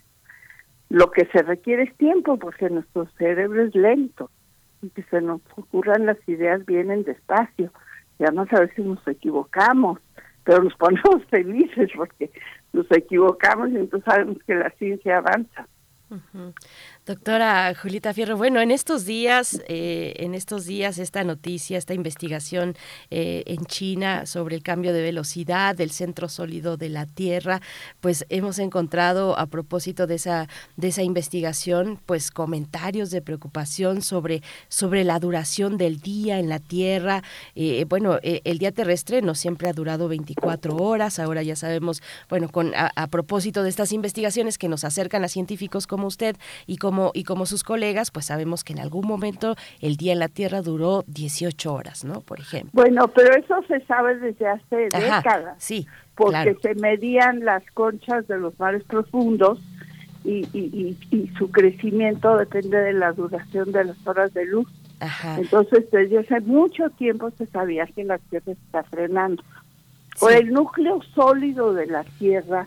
Lo que se requiere es tiempo, porque nuestro cerebro es lento y que se nos ocurran las ideas vienen despacio. Y además a veces nos equivocamos, pero nos ponemos felices porque nos equivocamos y entonces sabemos que la ciencia avanza. Uh-huh. Doctora Julieta Fierro, bueno, en estos días, eh, en estos días esta noticia, esta investigación eh, en China sobre el cambio de velocidad del centro sólido de la Tierra, pues hemos encontrado a propósito de esa de esa investigación, pues comentarios de preocupación sobre sobre la duración del día en la Tierra. Eh, bueno, eh, el día terrestre no siempre ha durado veinticuatro horas. Ahora ya sabemos, bueno, con a, a propósito de estas investigaciones que nos acercan a científicos como usted y como Como, y como sus colegas, pues sabemos que en algún momento el día en la Tierra duró dieciocho horas, ¿no? Por ejemplo. Bueno, pero eso se sabe desde hace Ajá, décadas. Sí, porque claro. se medían las conchas de los mares profundos y, y, y, y su crecimiento depende de la duración de las horas de luz. Ajá. Entonces, desde hace mucho tiempo se sabía que la Tierra se está frenando. Sí. Por el núcleo sólido de la Tierra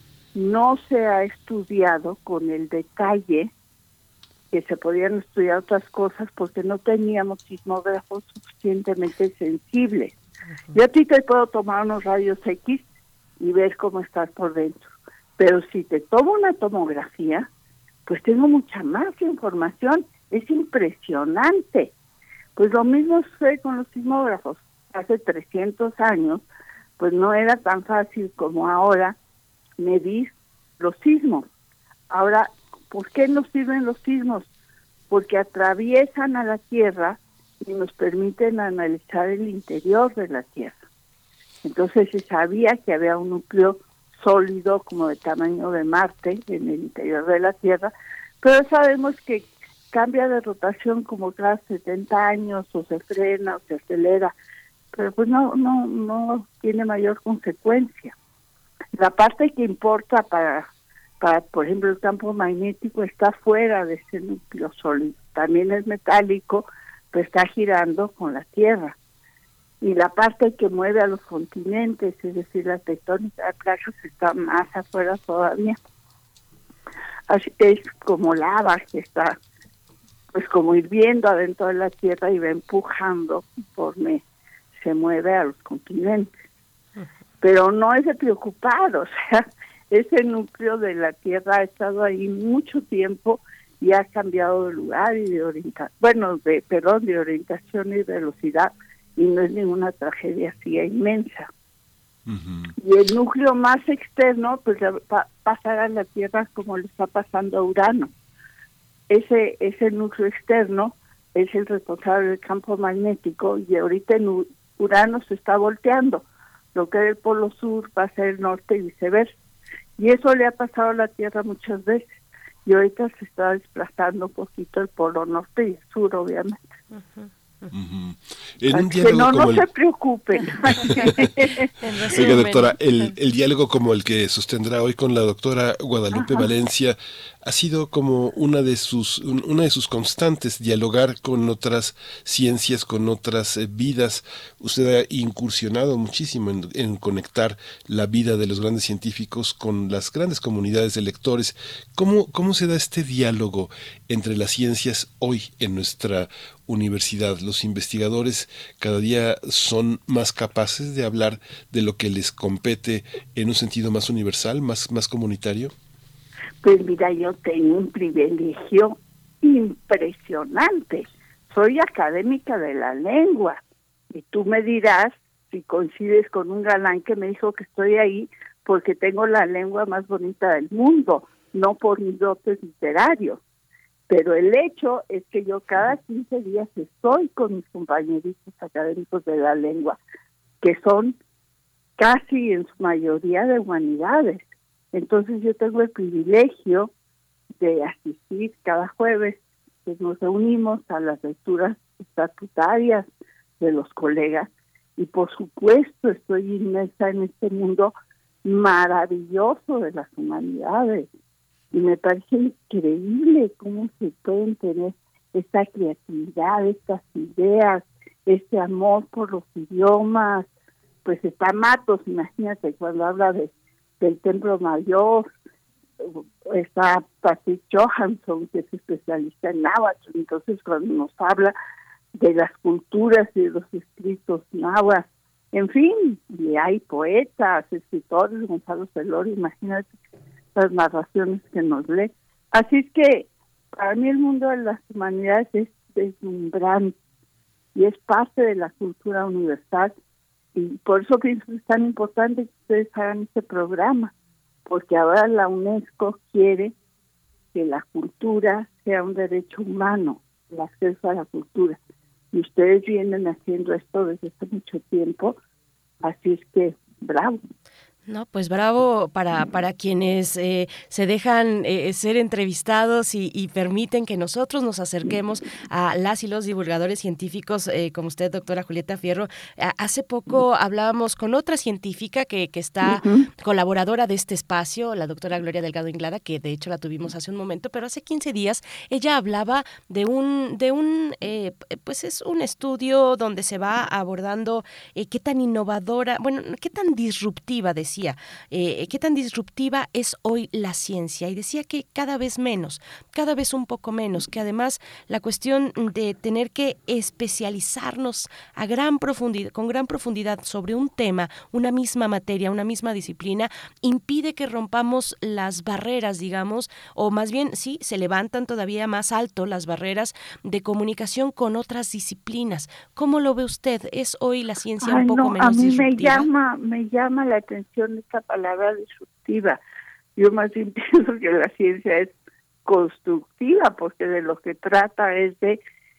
no se ha estudiado con el detalle que se podían estudiar otras cosas porque no teníamos sismógrafos suficientemente sensibles. Uh-huh. Yo a ti te puedo tomar unos rayos X y ver cómo estás por dentro, pero si te tomo una tomografía, pues tengo mucha más información, es impresionante. Pues lo mismo sucede con los sismógrafos. Hace trescientos años, pues no era tan fácil como ahora medir los sismos. Ahora, ¿por qué nos sirven los sismos? Porque atraviesan a la Tierra y nos permiten analizar el interior de la Tierra. Entonces se sabía que había un núcleo sólido como de tamaño de Marte en el interior de la Tierra, pero sabemos que cambia de rotación como cada setenta años o se frena o se acelera, pero pues no, no, no tiene mayor consecuencia. La parte que importa para Para, por ejemplo, el campo magnético está fuera de ese núcleo sólido. También es metálico, pero está girando con la Tierra. Y la parte que mueve a los continentes, es decir, la tectónica de placas, está más afuera todavía. Así es como lava que está, pues como hirviendo adentro de la Tierra y va empujando conforme se mueve a los continentes. Pero no es de preocupar, o sea, ese núcleo de la Tierra ha estado ahí mucho tiempo y ha cambiado de lugar y de orientación, bueno, de, perdón, de orientación y velocidad, y no es ninguna tragedia así inmensa. Uh-huh. Y el núcleo más externo, pues va a pasar a la Tierra como le está pasando a Urano. Ese, ese núcleo externo es el responsable del campo magnético y ahorita en Urano se está volteando. Lo que era el polo sur va a ser el norte y viceversa. Y eso le ha pasado a la Tierra muchas veces. Y ahorita se está desplazando un poquito el polo norte y el sur, obviamente. Uh-huh. Uh-huh. En Así un diálogo que no, como no el... se preocupen. Oiga, doctora, el, el diálogo como el que sostendrá hoy con la doctora Guadalupe Ajá. Valencia ha sido como una de sus una de sus constantes, dialogar con otras ciencias, con otras eh, vidas. Usted ha incursionado muchísimo en, en conectar la vida de los grandes científicos con las grandes comunidades de lectores. ¿Cómo, cómo se da este diálogo entre las ciencias hoy en nuestra universidad? Los investigadores cada día son más capaces de hablar de lo que les compete en un sentido más universal, más, más comunitario. Pues mira, yo tengo un privilegio impresionante. Soy académica de la lengua y tú me dirás si coincides con un galán que me dijo que estoy ahí porque tengo la lengua más bonita del mundo, no por mis dotes literarios. Pero el hecho es que yo cada quince días estoy con mis compañeritos académicos de la lengua, que son casi en su mayoría de humanidades. Entonces yo tengo el privilegio de asistir cada jueves, que nos reunimos a las lecturas estatutarias de los colegas, y por supuesto estoy inmersa en este mundo maravilloso de las humanidades. Y me parece increíble cómo se pueden tener esta creatividad, estas ideas, este amor por los idiomas, pues está Matos, imagínate, cuando habla de del Templo Mayor, está Patrick Johansson, que es especialista en náhuatl, entonces cuando nos habla de las culturas y de los escritos náhuatl, en fin, y hay poetas, escritores, Gonzalo Celorio, imagínate las narraciones que nos lee. Así es que para mí el mundo de las humanidades es deslumbrante y es parte de la cultura universal, y por eso pienso que es tan importante que ustedes hagan este programa, porque ahora la UNESCO quiere que la cultura sea un derecho humano, el acceso a la cultura, y ustedes vienen haciendo esto desde hace mucho tiempo, así es que bravo. No, pues bravo para, para quienes eh, se dejan eh, ser entrevistados y, y permiten que nosotros nos acerquemos a las y los divulgadores científicos, eh, como usted, doctora Julieta Fierro. A, hace poco hablábamos con otra científica que, que está uh-huh. colaboradora de este espacio, la doctora Gloria Delgado Inglada, que de hecho la tuvimos hace un momento, pero hace quince días ella hablaba de un, de un eh, pues es un estudio donde se va abordando eh, qué tan innovadora, bueno, qué tan disruptiva, decía, Decía, eh, qué tan disruptiva es hoy la ciencia, y decía que cada vez menos, cada vez un poco menos, que además la cuestión de tener que especializarnos a gran profundidad, con gran profundidad sobre un tema, una misma materia, una misma disciplina, impide que rompamos las barreras, digamos, o más bien sí, se levantan todavía más alto las barreras de comunicación con otras disciplinas. ¿Cómo lo ve usted? ¿Es hoy la ciencia Ay, un poco no, menos a mí disruptiva? Me llama, me llama la atención esta palabra disruptiva. Yo más bien pienso que la ciencia es constructiva, porque de lo que trata es de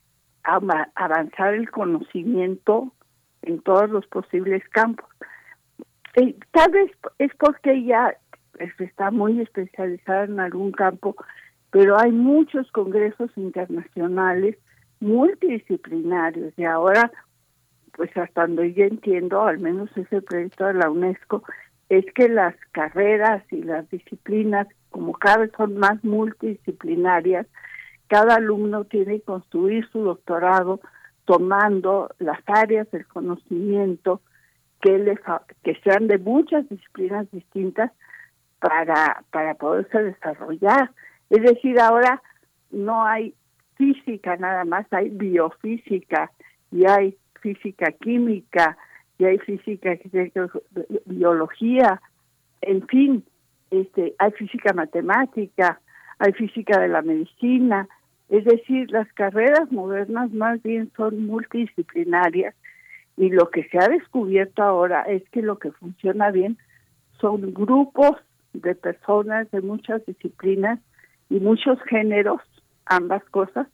avanzar el conocimiento en todos los posibles campos. Y tal vez es porque ella está muy especializada en algún campo, pero hay muchos congresos internacionales multidisciplinarios, y ahora, pues hasta donde yo entiendo, al menos ese proyecto de la UNESCO, es que las carreras y las disciplinas, como cada vez son más multidisciplinarias, cada alumno tiene que construir su doctorado tomando las áreas del conocimiento que, le, que sean de muchas disciplinas distintas para, para poderse desarrollar. Es decir, ahora no hay física nada más, hay biofísica y hay física química, y hay física, biología, en fin, este, hay física matemática, hay física de la medicina. Es decir, las carreras modernas más bien son multidisciplinarias, y lo que se ha descubierto ahora es que lo que funciona bien son grupos de personas de muchas disciplinas y muchos géneros, ambas cosas,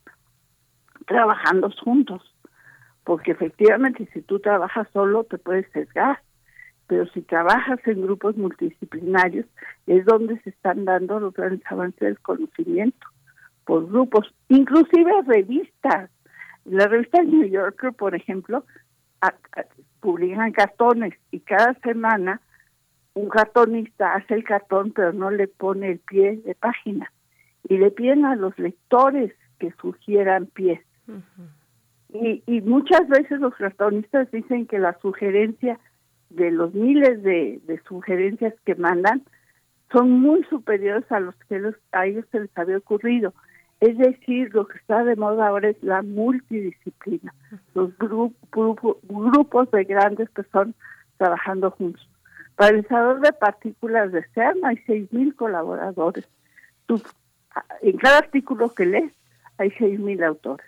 trabajando juntos. Porque efectivamente si tú trabajas solo te puedes sesgar, pero si trabajas en grupos multidisciplinarios es donde se están dando los grandes avances del conocimiento, por grupos, inclusive revistas. La revista New Yorker, por ejemplo, a, a, publican cartones, y cada semana un cartonista hace el cartón pero no le pone el pie de página, y le piden a los lectores que sugieran pies. Uh-huh. Y, y muchas veces los cartonistas dicen que la sugerencia de los miles de, de sugerencias que mandan son muy superiores a los que los, a ellos se les había ocurrido. Es decir, lo que está de moda ahora es la multidisciplina, los gru, grupo, grupos de grandes personas trabajando juntos. Para el desarrollo de partículas de CERN hay seis mil colaboradores. Tú, en cada artículo que lees hay seis mil autores,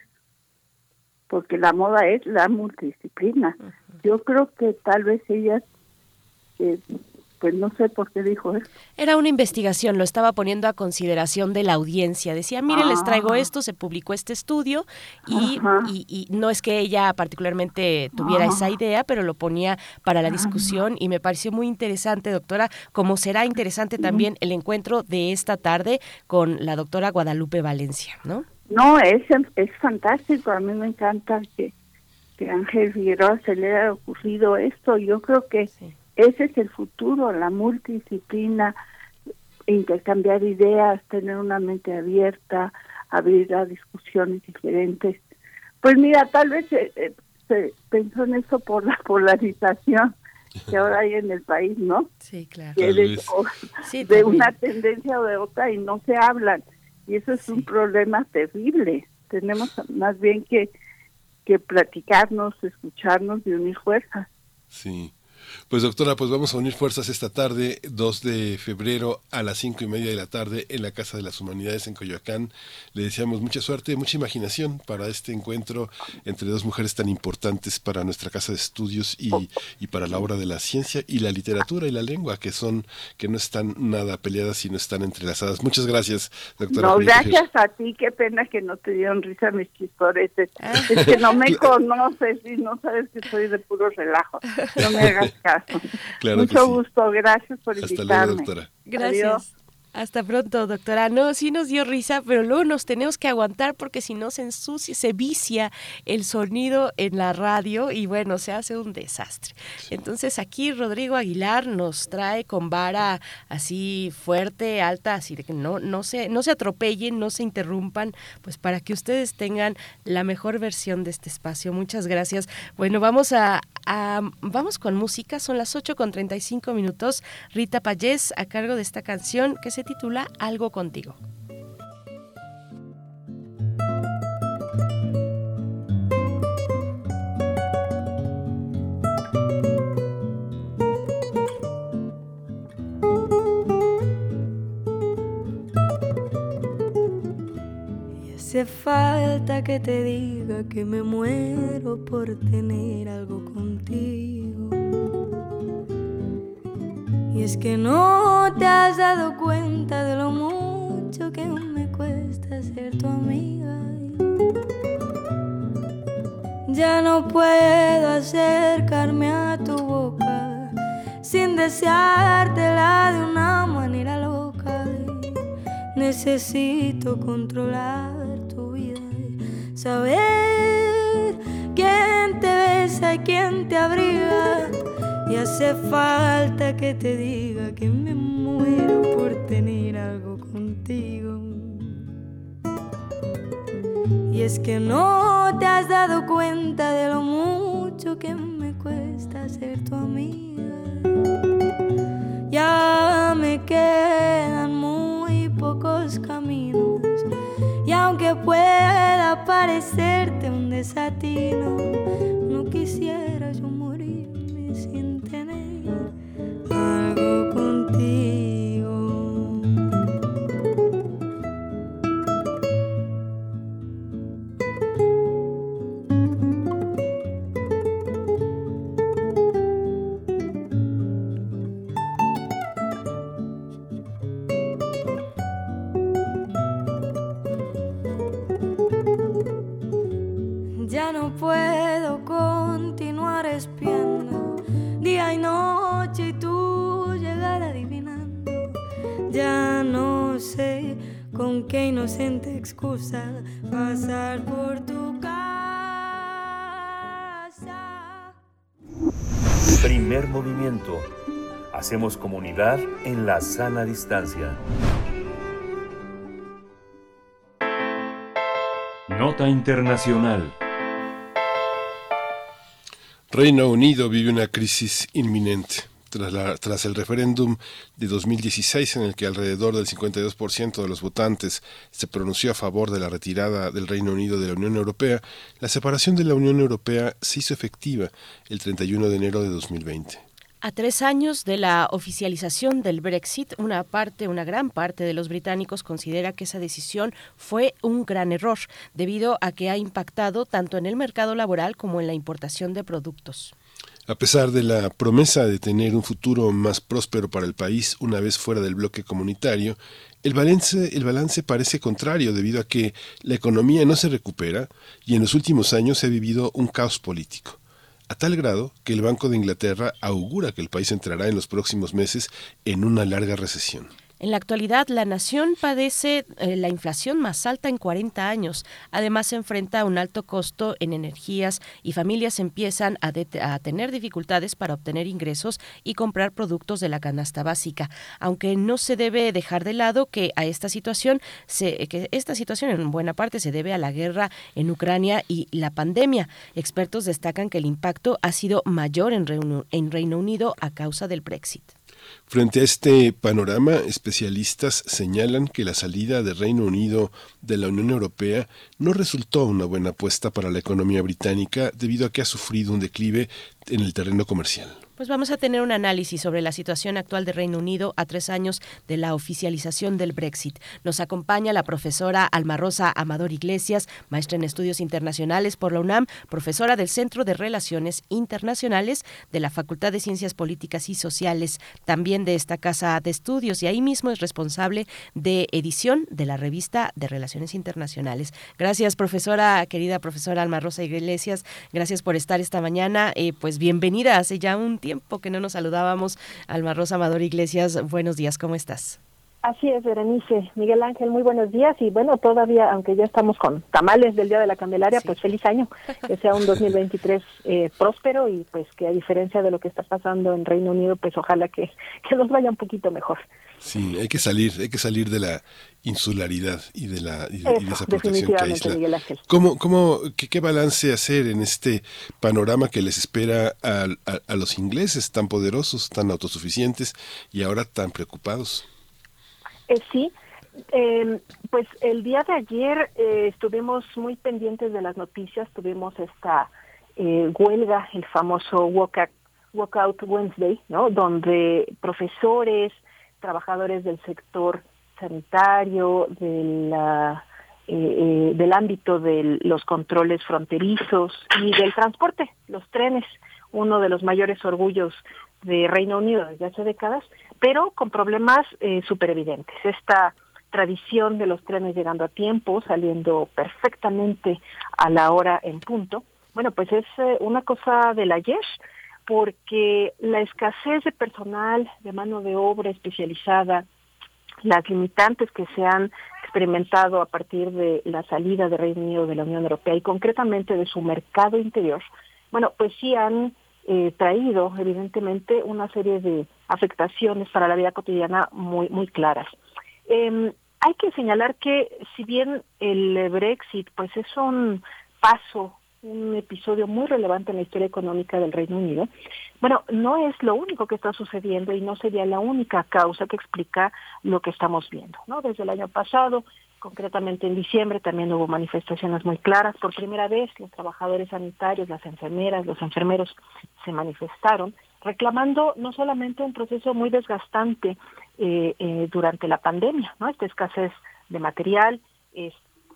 porque la moda es la multidisciplina. Uh-huh. Yo creo que tal vez ella, eh, pues no sé por qué dijo eso. Era una investigación, lo estaba poniendo a consideración de la audiencia. Decía, miren, ah. les traigo esto, se publicó este estudio, y, y, y no es que ella particularmente tuviera ah. esa idea, pero lo ponía para la discusión, y me pareció muy interesante, doctora, como será interesante también el encuentro de esta tarde con la doctora Guadalupe Valencia, ¿no? No, es, es fantástico. A mí me encanta que, que Ángel Figueroa se le haya ocurrido esto. Yo creo que sí. Ese es el futuro, la multidisciplina, intercambiar ideas, tener una mente abierta, abrir a discusiones diferentes. Pues mira, tal vez eh, se pensó en eso por la polarización que ahora hay en el país, ¿no? Sí, claro. Que de, o, sí, de una tendencia o de otra y no se hablan. Y eso es sí. un problema terrible. Tenemos más bien que, que platicarnos, escucharnos y unir fuerzas. Sí. Pues doctora, pues vamos a unir fuerzas esta tarde, dos de febrero a las cinco y media de la tarde en la Casa de las Humanidades en Coyoacán. Le deseamos mucha suerte, mucha imaginación para este encuentro entre dos mujeres tan importantes para nuestra casa de estudios y, y para la obra de la ciencia y la literatura y la lengua, que son que no están nada peleadas, sino están entrelazadas. Muchas gracias, doctora. No, gracias a ti, qué pena que no te dieron risa mis chistoretes. Es que no me conoces y no sabes que soy de puro relajo. No me hagas caso. Claro. Mucho sí. gusto, gracias por Hasta invitarme. luego, doctora. Gracias. Adiós. Hasta pronto, doctora. No, sí nos dio risa, pero luego nos tenemos que aguantar porque si no se ensucia, se vicia el sonido en la radio y bueno, se hace un desastre. Entonces aquí Rodrigo Aguilar nos trae con vara así fuerte, alta, así de que no, no se, no se atropellen, no se interrumpan, pues para que ustedes tengan la mejor versión de este espacio. Muchas gracias. Bueno, vamos a, a vamos con música, son las ocho con treinta y cinco minutos. Rita Payés a cargo de esta canción que se titula Algo Contigo. Y hace falta que te diga que me muero por tener algo contigo. Y es que no te has dado cuenta de lo mucho que me cuesta ser tu amiga. Ya no puedo acercarme a tu boca sin deseártela de una manera loca. Necesito controlar tu vida y saber quién te besa y quién te abriga. Y hace falta que te diga que me muero por tener algo contigo. Y es que no te has dado cuenta de lo mucho que me cuesta ser tu amiga. Ya me quedan muy pocos caminos y aunque pueda parecerte un desatino, no quisiera yo morirme sin tener algo contigo. Ya no puedo continuar espiando día y noche y tú llegar adivinando. Ya no sé con qué inocente excusa pasar por tu casa. Primer movimiento. Hacemos comunidad en la sana distancia. Nota internacional. Reino Unido vive una crisis inminente. Tras, la, tras el referéndum de dos mil dieciséis, en el que alrededor del cincuenta y dos por ciento de los votantes se pronunció a favor de la retirada del Reino Unido de la Unión Europea, la separación de la Unión Europea se hizo efectiva el treinta y uno de enero de dos mil veinte. A tres años de la oficialización del Brexit, una parte, una gran parte de los británicos considera que esa decisión fue un gran error, debido a que ha impactado tanto en el mercado laboral como en la importación de productos. A pesar de la promesa de tener un futuro más próspero para el país una vez fuera del bloque comunitario, el balance, el balance parece contrario debido a que la economía no se recupera y en los últimos años se ha vivido un caos político, a tal grado que el Banco de Inglaterra augura que el país entrará en los próximos meses en una larga recesión. En la actualidad, la nación padece eh, la inflación más alta en cuarenta años. Además, se enfrenta a un alto costo en energías y familias empiezan a, de- a tener dificultades para obtener ingresos y comprar productos de la canasta básica. Aunque no se debe dejar de lado que a esta situación se, que esta situación en buena parte se debe a la guerra en Ucrania y la pandemia. Expertos destacan que el impacto ha sido mayor en Reino, en Reino Unido a causa del Brexit. Frente a este panorama, especialistas señalan que la salida del Reino Unido de la Unión Europea no resultó una buena apuesta para la economía británica debido a que ha sufrido un declive en el terreno comercial. Pues vamos a tener un análisis sobre la situación actual de Reino Unido a tres años de la oficialización del Brexit. Nos acompaña la profesora Alma Rosa Amador Iglesias, maestra en estudios internacionales por la UNAM, profesora del Centro de Relaciones Internacionales de la Facultad de Ciencias Políticas y Sociales, también de esta casa de estudios, y ahí mismo es responsable de edición de la revista de Relaciones Internacionales. Gracias, profesora, querida profesora Alma Rosa Iglesias, gracias por estar esta mañana. Eh, pues bienvenida, hace ya un tiempo que no nos saludábamos. Alma Rosa Amador Iglesias, buenos días, ¿cómo estás? Así es, Berenice. Miguel Ángel, muy buenos días. Y bueno, todavía, aunque ya estamos con tamales del Día de la Candelaria, sí. Pues feliz año. Que sea un dos mil veintitrés eh, próspero y pues que a diferencia de lo que está pasando en Reino Unido, pues ojalá que, que nos vaya un poquito mejor. Sí, hay que salir, hay que salir de la insularidad y de la y, Eso, y de esa protección que aísla. Miguel Ángel. ¿Cómo, cómo, qué, qué balance hacer en este panorama que les espera a, a, a los ingleses tan poderosos, tan autosuficientes y ahora tan preocupados? Eh, sí, eh, pues el día de ayer eh, estuvimos muy pendientes de las noticias, tuvimos esta eh, huelga, el famoso walkout, walkout Wednesday, ¿no? Donde profesores, trabajadores del sector sanitario, de la, eh, eh, del ámbito de los controles fronterizos y del transporte, los trenes, uno de los mayores orgullos de Reino Unido desde hace décadas, pero con problemas eh, súper evidentes. Esta tradición de los trenes llegando a tiempo, saliendo perfectamente a la hora en punto, bueno, pues es eh, una cosa del ayer, porque la escasez de personal, de mano de obra especializada, las limitantes que se han experimentado a partir de la salida de Reino Unido de la Unión Europea y concretamente de su mercado interior, bueno, pues sí han eh, traído evidentemente una serie de afectaciones para la vida cotidiana muy, muy claras. Eh, hay que señalar que si bien el Brexit pues es un paso, un episodio muy relevante en la historia económica del Reino Unido, bueno, no es lo único que está sucediendo y no sería la única causa que explica lo que estamos viendo, ¿no? Desde el año pasado, concretamente en diciembre, también hubo manifestaciones muy claras. Por primera vez, los trabajadores sanitarios, las enfermeras, los enfermeros se manifestaron reclamando no solamente un proceso muy desgastante eh, eh, durante la pandemia, ¿no? Esta escasez de material, es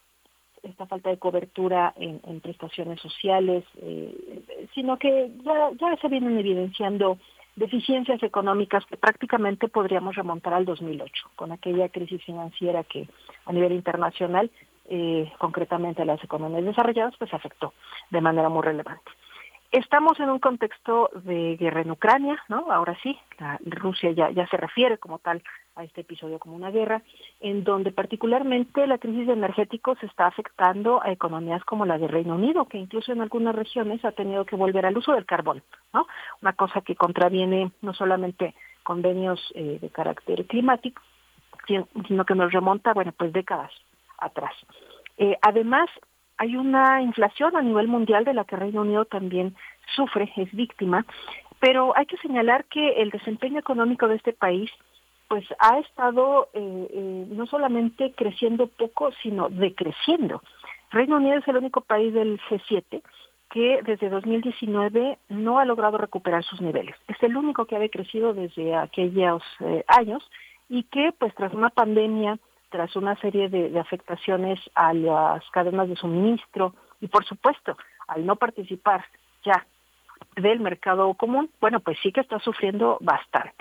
esta falta de cobertura en, en prestaciones sociales, eh, sino que ya, ya se vienen evidenciando deficiencias económicas que prácticamente podríamos remontar al dos mil ocho, con aquella crisis financiera que a nivel internacional, eh, concretamente a las economías desarrolladas, pues afectó de manera muy relevante. Estamos en un contexto de guerra en Ucrania, ¿no? Ahora sí, la, Rusia ya, ya se refiere como tal a este episodio como una guerra, en donde particularmente la crisis de energéticos está afectando a economías como la de Reino Unido, que incluso en algunas regiones ha tenido que volver al uso del carbón, ¿no? Una cosa que contraviene no solamente convenios eh, de carácter climático, sino que nos remonta, bueno, pues décadas atrás. Eh, además, hay una inflación a nivel mundial de la que Reino Unido también sufre, es víctima, pero hay que señalar que el desempeño económico de este país pues ha estado eh, eh, no solamente creciendo poco, sino decreciendo. Reino Unido es el único país del G siete que desde dos mil diecinueve no ha logrado recuperar sus niveles. Es el único que ha decrecido desde aquellos eh, años y que pues tras una pandemia, tras una serie de, de afectaciones a las cadenas de suministro y por supuesto al no participar ya del mercado común, bueno pues sí que está sufriendo bastante.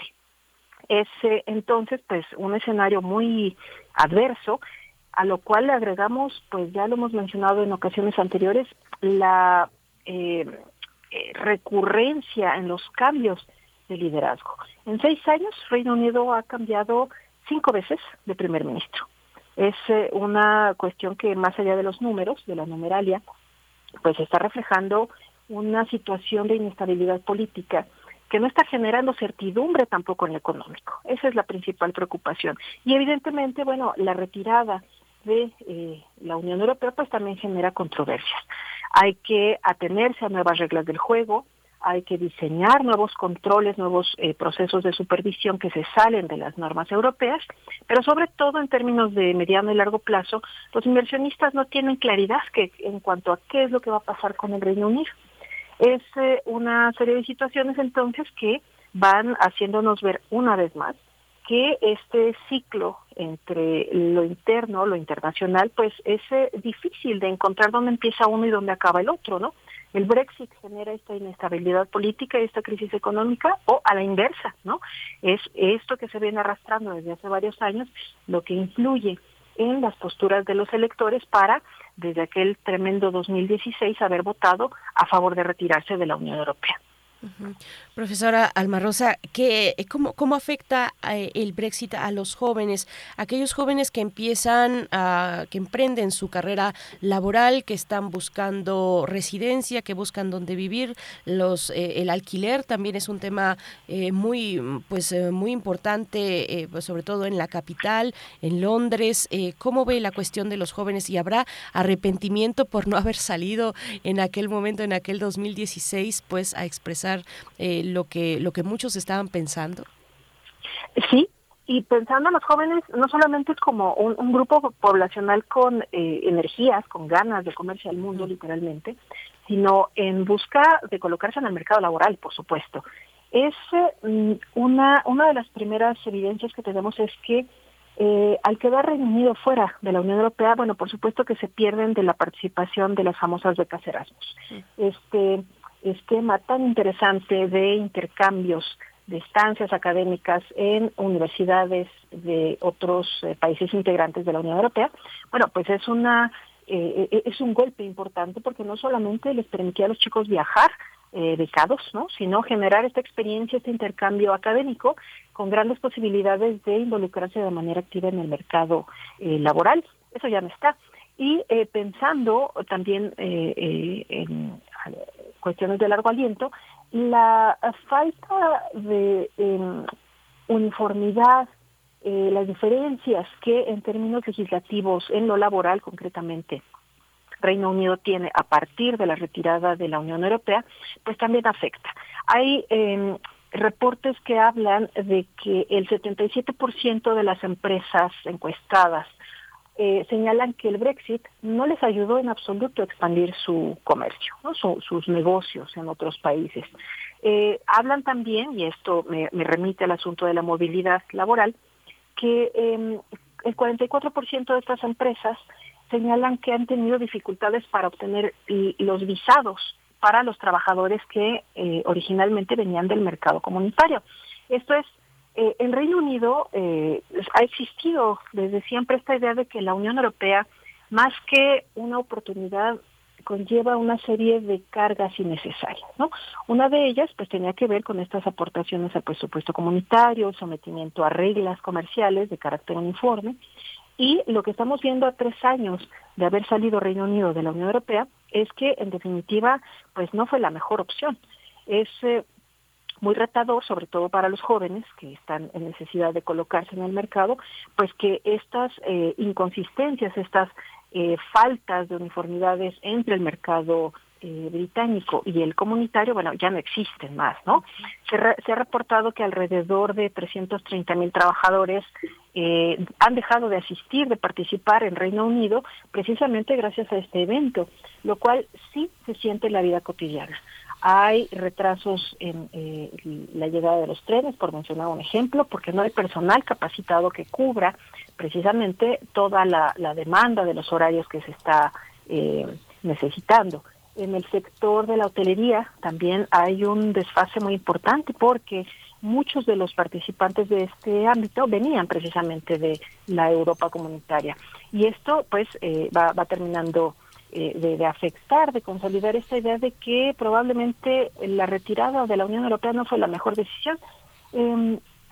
Es eh, entonces pues un escenario muy adverso, a lo cual le agregamos, pues ya lo hemos mencionado en ocasiones anteriores, la eh, eh, recurrencia en los cambios de liderazgo. En seis años Reino Unido ha cambiado cinco veces de primer ministro. Es eh, una cuestión que más allá de los números, de la numeralia, pues está reflejando una situación de inestabilidad política que no está generando certidumbre tampoco en lo económico. Esa es la principal preocupación. Y evidentemente, bueno, la retirada de eh, la Unión Europea pues también genera controversias. Hay que atenerse a nuevas reglas del juego, hay que diseñar nuevos controles, nuevos eh, procesos de supervisión que se salen de las normas europeas, pero sobre todo en términos de mediano y largo plazo, los inversionistas no tienen claridad que en cuanto a qué es lo que va a pasar con el Reino Unido. Es eh, una serie de situaciones entonces que van haciéndonos ver una vez más que este ciclo entre lo interno, lo internacional, pues es eh, difícil de encontrar dónde empieza uno y dónde acaba el otro, ¿no? El Brexit genera esta inestabilidad política y esta crisis económica, o a la inversa, ¿no? Es esto que se viene arrastrando desde hace varios años lo que influye en las posturas de los electores para, desde aquel tremendo dos mil dieciséis, haber votado a favor de retirarse de la Unión Europea. Uh-huh. Profesora Alma Rosa, ¿qué, cómo, ¿cómo afecta eh, el Brexit a los jóvenes, aquellos jóvenes que empiezan, a, que emprenden su carrera laboral, que están buscando residencia, que buscan dónde vivir? Los, eh, el alquiler también es un tema eh, muy, pues, eh, muy importante, eh, pues, sobre todo en la capital, en Londres. Eh, ¿Cómo ve la cuestión de los jóvenes? ¿Y habrá arrepentimiento por no haber salido en aquel momento, en aquel dos mil dieciséis, pues, a expresar Eh, lo que lo que muchos estaban pensando? Sí, y pensando en los jóvenes, no solamente es como un, un grupo poblacional con eh, energías, con ganas de comerse al mundo, literalmente, sino en busca de colocarse en el mercado laboral, por supuesto. Es eh, una, una de las primeras evidencias que tenemos es que eh, al quedar Reino Unido fuera de la Unión Europea, bueno, por supuesto que se pierden de la participación de las famosas becas Erasmus. Sí. Este esquema tan interesante de intercambios, de estancias académicas en universidades de otros eh, países integrantes de la Unión Europea, bueno, pues es una eh, es un golpe importante porque no solamente les permitía a los chicos viajar eh, becados, ¿no?, sino generar esta experiencia, este intercambio académico con grandes posibilidades de involucrarse de manera activa en el mercado eh, laboral. Eso ya no está. Y eh, pensando también eh, eh, en cuestiones de largo aliento, la falta de eh, uniformidad, eh, las diferencias que en términos legislativos, en lo laboral concretamente, Reino Unido tiene a partir de la retirada de la Unión Europea, pues también afecta. Hay eh, reportes que hablan de que el setenta y siete por ciento de las empresas encuestadas Eh, señalan que el Brexit no les ayudó en absoluto a expandir su comercio, ¿no?, su, sus negocios en otros países. Eh, hablan también, y esto me, me remite al asunto de la movilidad laboral, que eh, el cuarenta y cuatro por ciento de estas empresas señalan que han tenido dificultades para obtener y, los visados para los trabajadores que eh, originalmente venían del mercado comunitario. Esto es, Eh, en Reino Unido eh, ha existido desde siempre esta idea de que la Unión Europea, más que una oportunidad, conlleva una serie de cargas innecesarias, ¿no? Una de ellas pues tenía que ver con estas aportaciones al presupuesto comunitario, sometimiento a reglas comerciales de carácter uniforme, y lo que estamos viendo a tres años de haber salido Reino Unido de la Unión Europea es que en definitiva pues no fue la mejor opción. Es eh, muy retador, sobre todo para los jóvenes que están en necesidad de colocarse en el mercado, pues que estas eh, inconsistencias, estas eh, faltas de uniformidades entre el mercado eh, británico y el comunitario, bueno, ya no existen más, ¿no? Se, re, se ha reportado que alrededor de trescientos treinta mil trabajadores eh, han dejado de asistir, de participar en Reino Unido, precisamente gracias a este evento, lo cual sí se siente en la vida cotidiana. Hay retrasos en eh, la llegada de los trenes, por mencionar un ejemplo, porque no hay personal capacitado que cubra precisamente toda la, la demanda de los horarios que se está eh, necesitando. En el sector de la hotelería también hay un desfase muy importante porque muchos de los participantes de este ámbito venían precisamente de la Europa comunitaria. Y esto pues eh, va, va terminando De, de afectar, de consolidar esta idea de que probablemente la retirada de la Unión Europea no fue la mejor decisión. Eh,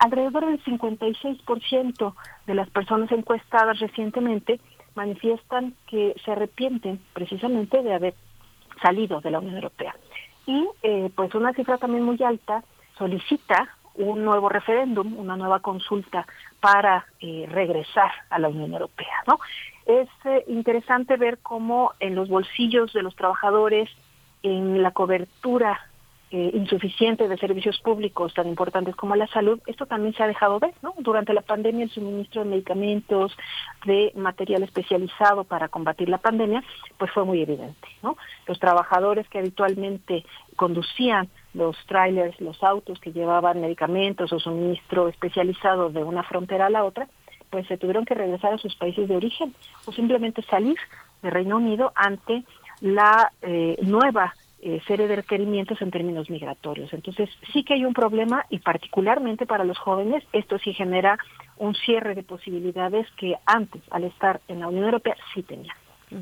alrededor del cincuenta y seis por ciento de las personas encuestadas recientemente manifiestan que se arrepienten precisamente de haber salido de la Unión Europea. Y eh, pues una cifra también muy alta solicita un nuevo referéndum, una nueva consulta para eh, regresar a la Unión Europea, ¿no? Es eh, interesante ver cómo en los bolsillos de los trabajadores, en la cobertura eh, insuficiente de servicios públicos tan importantes como la salud, esto también se ha dejado ver, ¿no? Durante la pandemia, el suministro de medicamentos, de material especializado para combatir la pandemia, pues fue muy evidente, ¿no? Los trabajadores que habitualmente conducían los trailers, los autos que llevaban medicamentos o suministro especializado de una frontera a la otra, pues se tuvieron que regresar a sus países de origen o simplemente salir de Reino Unido ante la eh, nueva eh, serie de requerimientos en términos migratorios. Entonces sí que hay un problema y particularmente para los jóvenes esto sí genera un cierre de posibilidades que antes, al estar en la Unión Europea, sí tenían.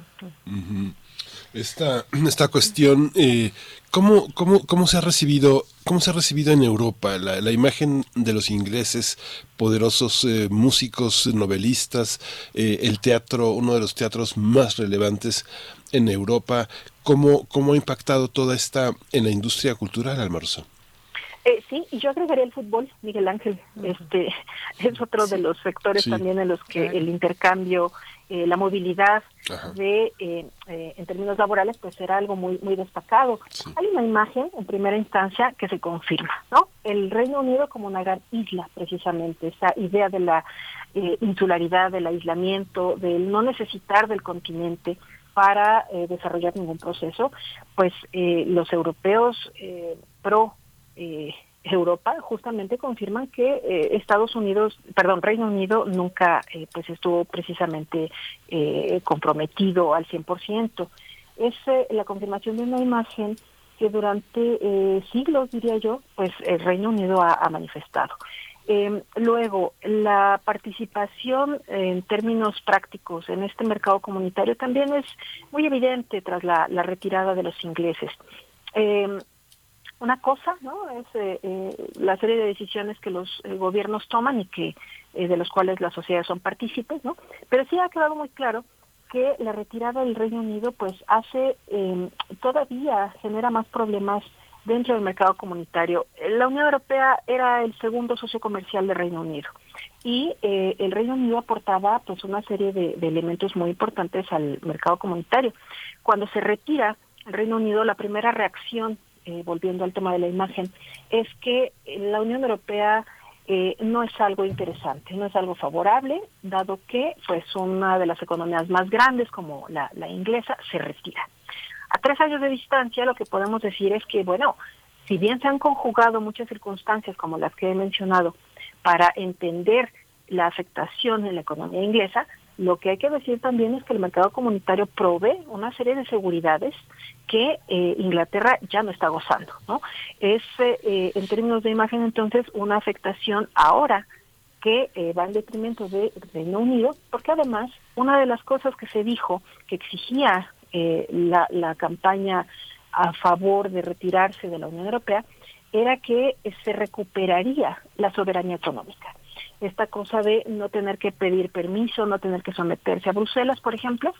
Uh-huh. Esta, esta cuestión, eh, ¿cómo, cómo, cómo se ha recibido, cómo se ha recibido en Europa la, la imagen de los ingleses, poderosos eh, músicos, novelistas, eh, el teatro, uno de los teatros más relevantes en Europa? ¿Cómo, cómo ha impactado toda esta en la industria cultural, Alma Rosa? Eh, sí, y yo agregaría el fútbol, Miguel Ángel. Uh-huh. Este es otro sí. de los sectores sí. también en los que uh-huh. el intercambio, eh, la movilidad uh-huh. de eh, eh, en términos laborales, pues era algo muy muy destacado. Sí. Hay una imagen en primera instancia que se confirma, ¿no? El Reino Unido como una gran isla, precisamente, esa idea de la eh, insularidad, del aislamiento, del no necesitar del continente para eh, desarrollar ningún proceso, pues eh, los europeos eh, pro Eh, Europa justamente confirman que eh, Estados Unidos, perdón, Reino Unido nunca eh, pues estuvo precisamente eh, comprometido al cien por ciento. Es eh, la confirmación de una imagen que durante eh, siglos, diría yo, pues el Reino Unido ha, ha manifestado. Eh, luego, la participación en términos prácticos en este mercado comunitario también es muy evidente tras la, la retirada de los ingleses. Eh, Una cosa, ¿no? Es eh, eh, la serie de decisiones que los eh, gobiernos toman y que eh, de los cuales las sociedades son partícipes, ¿no? Pero sí ha quedado muy claro que la retirada del Reino Unido, pues, hace eh, todavía genera más problemas dentro del mercado comunitario. La Unión Europea era el segundo socio comercial del Reino Unido y eh, el Reino Unido aportaba, pues, una serie de, de elementos muy importantes al mercado comunitario. Cuando se retira el Reino Unido, la primera reacción, Eh, volviendo al tema de la imagen, es que la Unión Europea eh, no es algo interesante, no es algo favorable, dado que pues una de las economías más grandes, como la, la inglesa, se retira. A tres años de distancia, lo que podemos decir es que, bueno, si bien se han conjugado muchas circunstancias como las que he mencionado para entender la afectación en la economía inglesa, lo que hay que decir también es que el mercado comunitario provee una serie de seguridades que eh, Inglaterra ya no está gozando, ¿no? Es, eh, en términos de imagen, entonces, una afectación ahora que eh, va en detrimento de Reino Unido, porque además, una de las cosas que se dijo, que exigía eh, la, la campaña a favor de retirarse de la Unión Europea, era que eh, se recuperaría la soberanía económica. Esta cosa de no tener que pedir permiso, no tener que someterse a Bruselas, por ejemplo,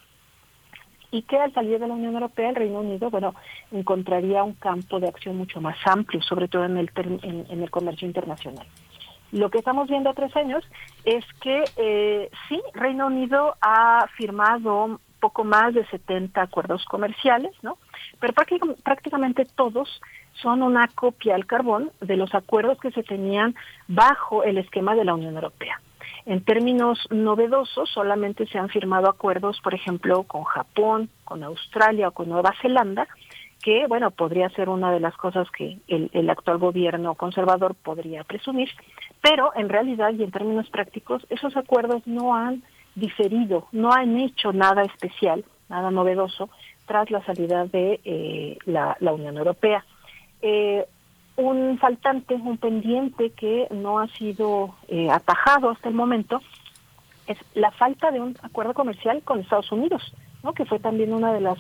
y que al salir de la Unión Europea, el Reino Unido, bueno, encontraría un campo de acción mucho más amplio, sobre todo en el, en, en el comercio internacional. Lo que estamos viendo a tres años es que eh, sí, Reino Unido ha firmado poco más de setenta acuerdos comerciales, ¿no? Pero prácticamente todos son una copia al carbón de los acuerdos que se tenían bajo el esquema de la Unión Europea. En términos novedosos, solamente se han firmado acuerdos, por ejemplo, con Japón, con Australia o con Nueva Zelanda, que, bueno, podría ser una de las cosas que el, el actual gobierno conservador podría presumir, pero en realidad y en términos prácticos, esos acuerdos no han diferido, no han hecho nada especial, nada novedoso, tras la salida de eh, la, la Unión Europea. Eh, un faltante, un pendiente que no ha sido eh, atajado hasta el momento es la falta de un acuerdo comercial con Estados Unidos, ¿no? Que fue también una de las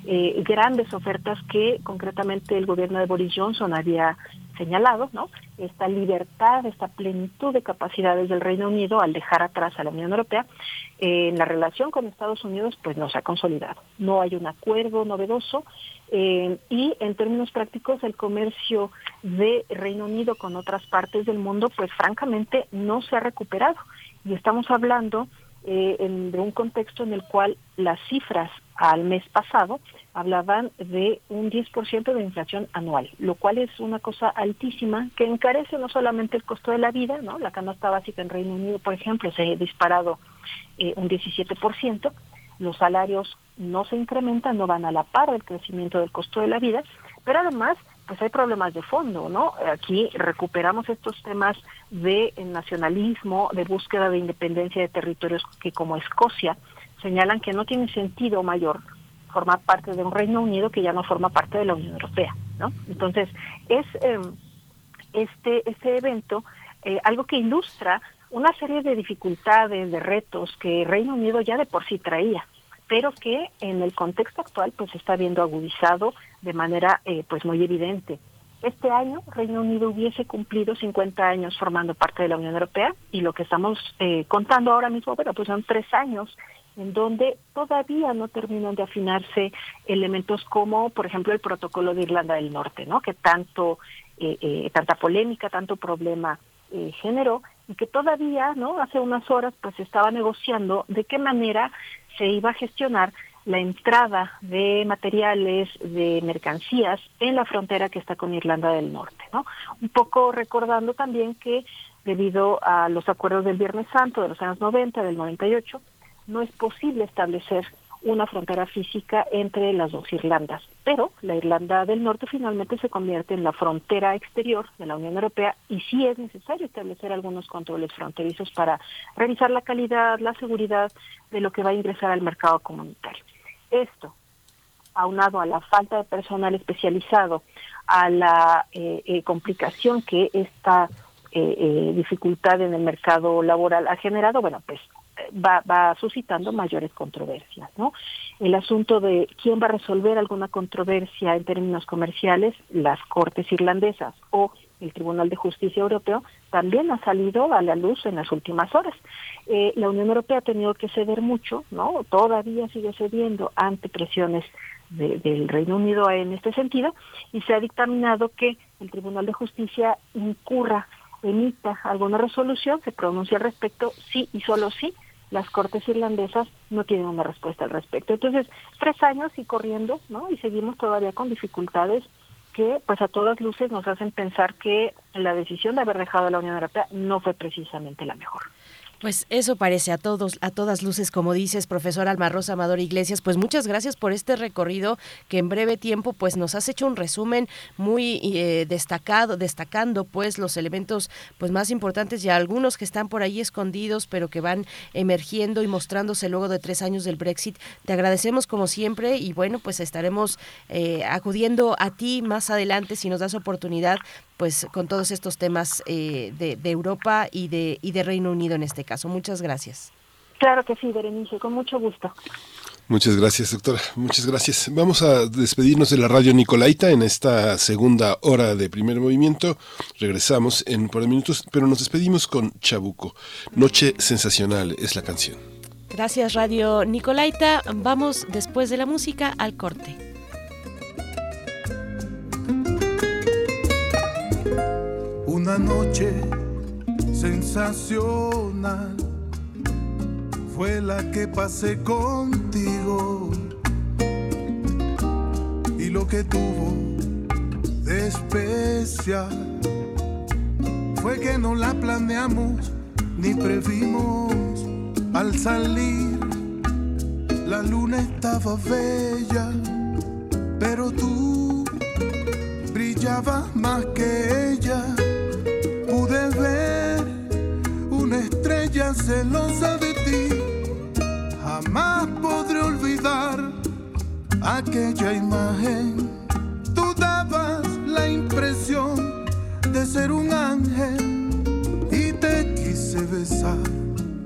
eh, grandes ofertas que concretamente el gobierno de Boris Johnson había señalado, ¿no? Esta libertad, esta plenitud de capacidades del Reino Unido al dejar atrás a la Unión Europea, eh, en la relación con Estados Unidos pues no se ha consolidado. No hay un acuerdo novedoso eh, y en términos prácticos el comercio de Reino Unido con otras partes del mundo pues francamente no se ha recuperado. Y estamos hablando eh, en, de un contexto en el cual las cifras al mes pasado hablaban de un diez por ciento de inflación anual, lo cual es una cosa altísima que encarece no solamente el costo de la vida, ¿no? La canasta básica en Reino Unido, por ejemplo, se ha disparado eh, un diecisiete por ciento, los salarios no se incrementan, no van a la par del crecimiento del costo de la vida, pero además pues hay problemas de fondo, ¿no? Aquí recuperamos estos temas de nacionalismo, de búsqueda de independencia de territorios que como Escocia señalan que no tiene sentido mayor formar parte de un Reino Unido que ya no forma parte de la Unión Europea, ¿no? Entonces, es eh, este, este evento eh, algo que ilustra una serie de dificultades, de retos que Reino Unido ya de por sí traía, pero que en el contexto actual pues se está viendo agudizado de manera eh, pues muy evidente. Este año Reino Unido hubiese cumplido cincuenta años formando parte de la Unión Europea y lo que estamos eh, contando ahora mismo, bueno, pues son tres años en donde todavía no terminan de afinarse elementos como, por ejemplo, el protocolo de Irlanda del Norte, ¿no? Que tanto eh, eh, tanta polémica, tanto problema eh, generó y que todavía, ¿no? Hace unas horas, pues se estaba negociando de qué manera se iba a gestionar la entrada de materiales, de mercancías en la frontera que está con Irlanda del Norte, ¿no? Un poco recordando también que debido a los acuerdos del Viernes Santo de los años noventa, del noventa y ocho, no es posible establecer una frontera física entre las dos Irlandas, pero la Irlanda del Norte finalmente se convierte en la frontera exterior de la Unión Europea y sí es necesario establecer algunos controles fronterizos para revisar la calidad, la seguridad de lo que va a ingresar al mercado comunitario. Esto, aunado a la falta de personal especializado, a la eh, eh, complicación que esta eh, eh, dificultad en el mercado laboral ha generado, bueno, pues Va, va suscitando mayores controversias, ¿no? El asunto de quién va a resolver alguna controversia en términos comerciales, las Cortes irlandesas o el Tribunal de Justicia Europeo, también ha salido a la luz en las últimas horas. Eh, la Unión Europea ha tenido que ceder mucho, ¿no? Todavía sigue cediendo ante presiones de, del Reino Unido en este sentido, y se ha dictaminado que el Tribunal de Justicia incurra, emita alguna resolución, se pronuncia al respecto, sí y solo sí, las Cortes irlandesas no tienen una respuesta al respecto. Entonces, tres años y corriendo, ¿no? Y seguimos todavía con dificultades que, pues a todas luces, nos hacen pensar que la decisión de haber dejado a la Unión Europea no fue precisamente la mejor. Pues eso parece a todos, a todas luces, como dices, profesor Alma Rosa Amador Iglesias. Pues muchas gracias por este recorrido que en breve tiempo pues nos has hecho un resumen muy eh, destacado, destacando pues los elementos pues más importantes y algunos que están por ahí escondidos, pero que van emergiendo y mostrándose luego de tres años del Brexit. Te agradecemos como siempre y bueno, pues estaremos eh, acudiendo a ti más adelante si nos das oportunidad, pues con todos estos temas eh, de, de Europa y de y de Reino Unido en este caso. Muchas gracias. Claro que sí, Berenice, con mucho gusto. Muchas gracias, doctora. Muchas gracias. Vamos a despedirnos de la Radio Nicolaita en esta segunda hora de Primer Movimiento. Regresamos en un par de minutos, pero nos despedimos con Chabuco. Noche sensacional es la canción. Gracias, Radio Nicolaita. Vamos después de la música al corte. Una noche sensacional fue la que pasé contigo, y lo que tuvo de especial fue que no la planeamos ni previmos. Al salir la luna estaba bella, pero tú brillabas más que ella. Pude ver una estrella celosa de ti. Jamás podré olvidar aquella imagen. Tú dabas la impresión de ser un ángel y te quise besar.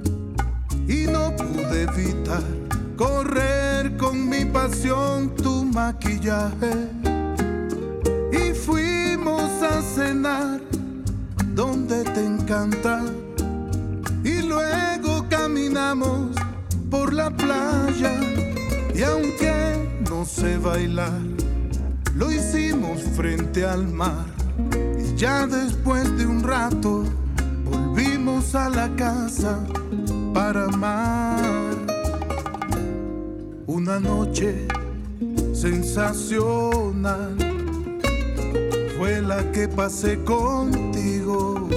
Y no pude evitar correr con mi pasión tu maquillaje y fuimos a cenar donde te encanta y luego caminamos por la playa y aunque no sé bailar lo hicimos frente al mar y ya después de un rato volvimos a la casa para amar. Una noche sensacional fue la que pasé contigo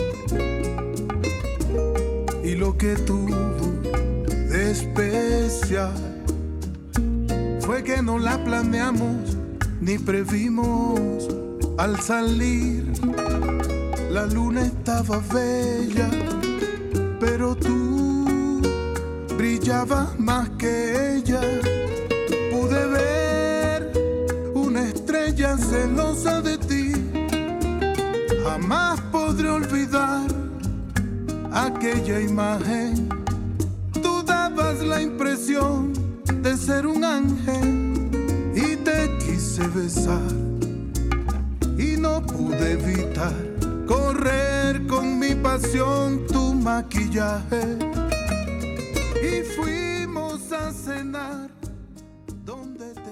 y lo que tuvo de especial fue que no la planeamos ni previmos. Al salir la luna estaba bella, pero tú brillabas más que ella. Pude ver una estrella celosa de ti. Jamás podré olvidar aquella imagen. Tú dabas la impresión de ser un ángel y te quise besar y no pude evitar correr con mi pasión tu maquillaje y fuimos a cenar donde te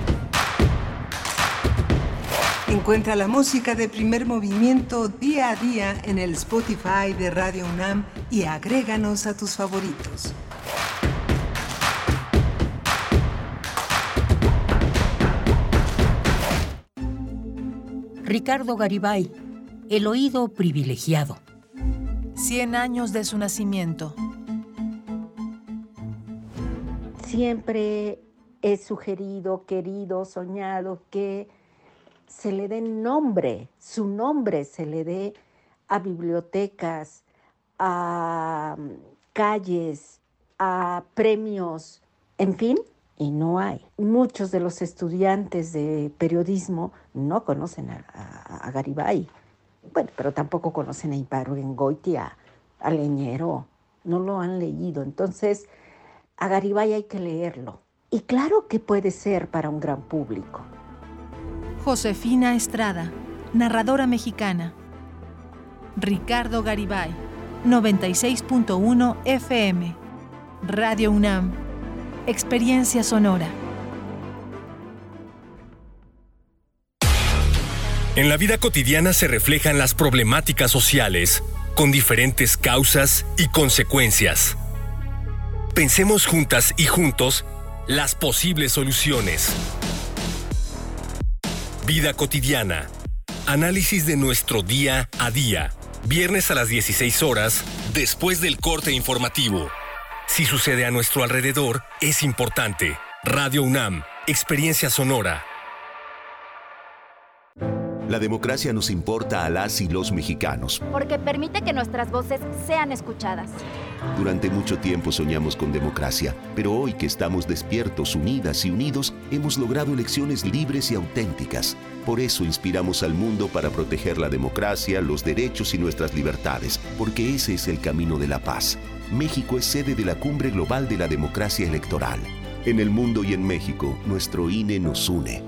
Encuentra la música de Primer Movimiento día a día en el Spotify de Radio UNAM y agréganos a tus favoritos. Ricardo Garibay, El oído privilegiado. Cien años de su nacimiento. Siempre he sugerido, querido, soñado que se le dé nombre, su nombre se le dé a bibliotecas, a calles, a premios, en fin, y no hay. Muchos de los estudiantes de periodismo no conocen a, a, a Garibay, bueno, pero tampoco conocen a Ibargüengoitia, a Leñero, no lo han leído. Entonces, a Garibay hay que leerlo. Y claro que puede ser para un gran público. Josefina Estrada, narradora mexicana. Ricardo Garibay, noventa y seis punto uno F M. Radio UNAM. Experiencia sonora. En la vida cotidiana se reflejan las problemáticas sociales, con diferentes causas y consecuencias. Pensemos juntas y juntos las posibles soluciones. Vida cotidiana. Análisis de nuestro día a día. Viernes a las dieciséis horas, después del corte informativo. Si sucede a nuestro alrededor, es importante. Radio UNAM, Experiencia sonora. La democracia nos importa a las y los mexicanos. Porque permite que nuestras voces sean escuchadas. Durante mucho tiempo soñamos con democracia, pero hoy que estamos despiertos, unidas y unidos, hemos logrado elecciones libres y auténticas. Por eso inspiramos al mundo para proteger la democracia, los derechos y nuestras libertades, porque ese es el camino de la paz. México es sede de la Cumbre Global de la Democracia Electoral. En el mundo y en México, nuestro I N E nos une.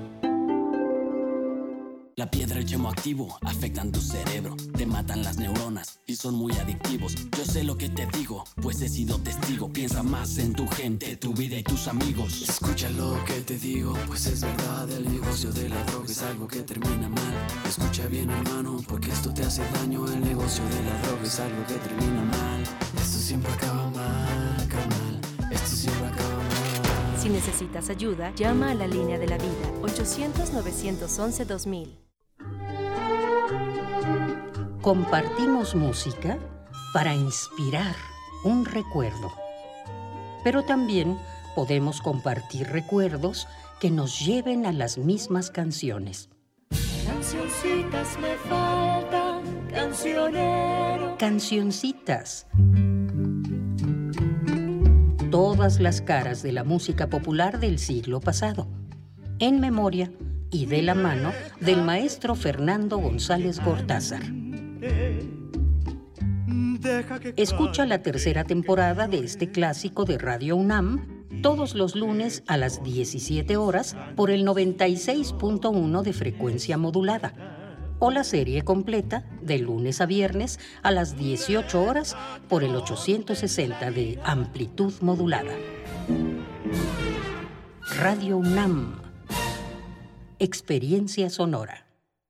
La piedra y el yemo activo afectan tu cerebro, te matan las neuronas y son muy adictivos. Yo sé lo que te digo, pues he sido testigo. Piensa más en tu gente, tu vida y tus amigos. Escucha lo que te digo, pues es verdad. El negocio de la droga es algo que termina mal. Escucha bien, hermano, porque esto te hace daño. El negocio de la droga es algo que termina mal. Esto siempre acaba mal, carnal. Esto siempre acaba mal. Si necesitas ayuda, llama a la línea de la vida ochocientos, novecientos once, dos mil. Compartimos música para inspirar un recuerdo. Pero también podemos compartir recuerdos que nos lleven a las mismas canciones. Cancioncitas me faltan, cancionero. Cancioncitas. Todas las caras de la música popular del siglo pasado, en memoria y de la mano del maestro Fernando González Gortázar. Escucha la tercera temporada de este clásico de Radio UNAM todos los lunes a las diecisiete horas por el noventa y seis punto uno de frecuencia modulada, o la serie completa de lunes a viernes a las dieciocho horas por el ochocientos sesenta de amplitud modulada. Radio UNAM. Experiencia sonora.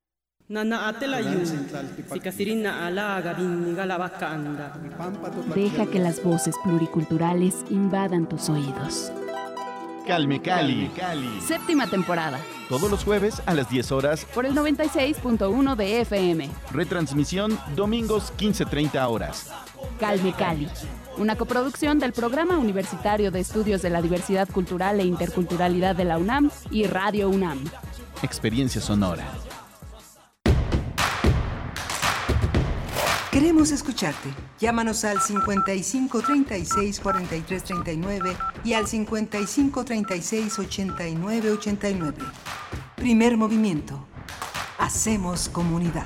Deja que las voces pluriculturales invadan tus oídos. Calme Cali. Séptima temporada. Todos los jueves a las diez horas por el noventa y seis punto uno de F M. Retransmisión domingos quince treinta horas. Calme Cali. Una coproducción del Programa Universitario de Estudios de la Diversidad Cultural e Interculturalidad de la UNAM y Radio UNAM. Experiencia sonora. Queremos escucharte. Llámanos al cincuenta y cinco treinta y seis cuarenta y tres treinta y nueve y al cincuenta y cinco treinta y seis ochenta y nueve ochenta y nueve. Primer movimiento. Hacemos comunidad.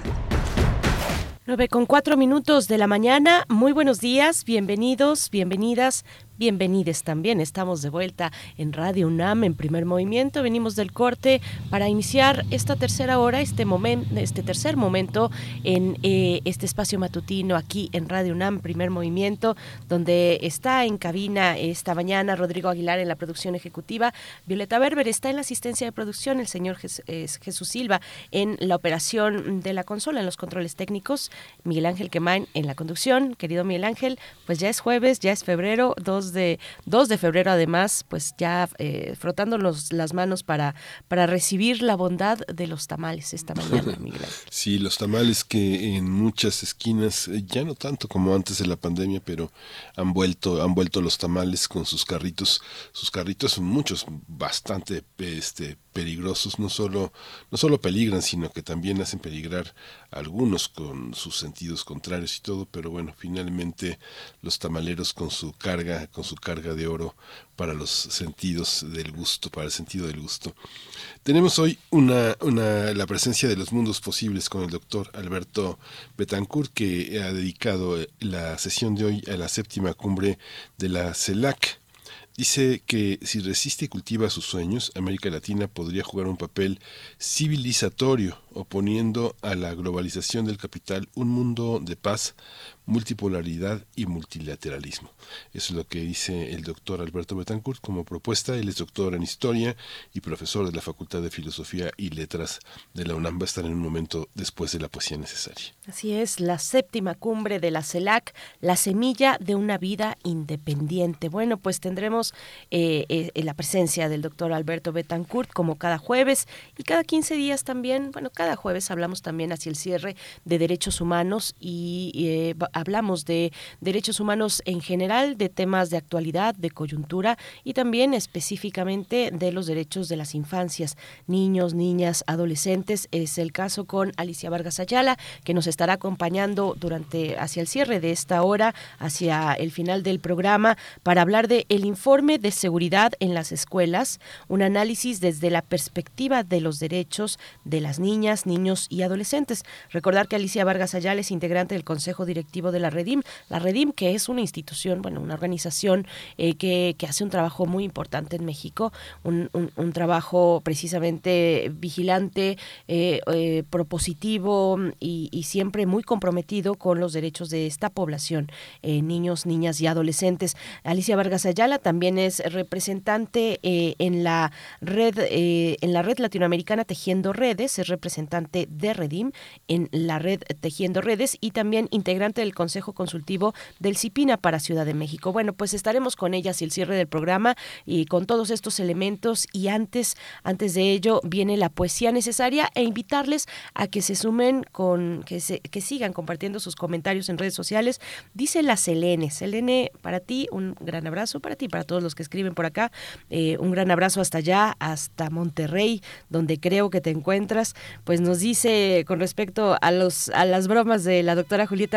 nueve con cuatro minutos de la mañana. Muy buenos días, bienvenidos, bienvenidas, bienvenides también. Estamos de vuelta en Radio UNAM en Primer Movimiento. Venimos del corte para iniciar esta tercera hora, este momento, este tercer momento en eh, este espacio matutino aquí en Radio UNAM Primer Movimiento, donde está en cabina esta mañana Rodrigo Aguilar en la producción ejecutiva, Violeta Berber está en la asistencia de producción, el señor Jes- eh, Jesús Silva en la operación de la consola, en los controles técnicos, Miguel Ángel Quemain en la conducción. Querido Miguel Ángel, pues ya es jueves, ya es febrero, dos de dos de febrero, además, pues ya eh, frotándonos las manos para, para recibir la bondad de los tamales esta mañana, Miguel Ángel. Sí, los tamales que en muchas esquinas, ya no tanto como antes de la pandemia, pero han vuelto, han vuelto los tamales con sus carritos, sus carritos son muchos, bastante este peligrosos, no solo, no solo peligran, sino que también hacen peligrar a algunos con sus sentidos contrarios y todo, pero bueno, finalmente los tamaleros con su carga, con su carga de oro para los sentidos del gusto, para el sentido del gusto. Tenemos hoy una, una, la presencia de los mundos posibles con el doctor Alberto Betancourt, que ha dedicado la sesión de hoy a la séptima cumbre de la CELAC. Dice que si resiste y cultiva sus sueños, América Latina podría jugar un papel civilizatorio, oponiendo a la globalización del capital un mundo de paz, multipolaridad y multilateralismo. Eso es lo que dice el doctor Alberto Betancourt como propuesta. Él es doctor en Historia y profesor de la Facultad de Filosofía y Letras de la UNAM. Va a estar en un momento después de la poesía necesaria. Así es, la séptima cumbre de la CELAC, la semilla de una vida independiente. Bueno, pues tendremos eh, eh, la presencia del doctor Alberto Betancourt como cada jueves y cada quince días también. Bueno, cada jueves hablamos también hacia el cierre de derechos humanos y eh, hablamos de derechos humanos en general, de temas de actualidad, de coyuntura y también específicamente de los derechos de las infancias, niños, niñas, adolescentes. Es el caso con Alicia Vargas Ayala, que nos estará acompañando durante hacia el cierre de esta hora, hacia el final del programa, para hablar de el informe de seguridad en las escuelas, un análisis desde la perspectiva de los derechos de las niñas, niños y adolescentes. Recordar que Alicia Vargas Ayala es integrante del Consejo Directivo de la Redim, la Redim, que es una institución, bueno, una organización eh, que, que hace un trabajo muy importante en México, un, un, un trabajo precisamente vigilante, eh, eh, propositivo y, y siempre muy comprometido con los derechos de esta población, eh, niños, niñas y adolescentes. Alicia Vargas Ayala también es representante eh, en la red, eh, en la red latinoamericana Tejiendo Redes, es representante de Redim en la red Tejiendo Redes y también integrante del Consejo Consultivo del CIPINA para Ciudad de México. Bueno, pues estaremos con ellas y el cierre del programa y con todos estos elementos, y antes, antes de ello viene la poesía necesaria, e invitarles a que se sumen con, que se, que sigan compartiendo sus comentarios en redes sociales. Dice la Selene, Selene, para ti un gran abrazo, para ti, para todos los que escriben por acá, eh, un gran abrazo hasta allá, hasta Monterrey, donde creo que te encuentras. Pues nos dice con respecto a los a las bromas de la doctora Julieta Fierro, dice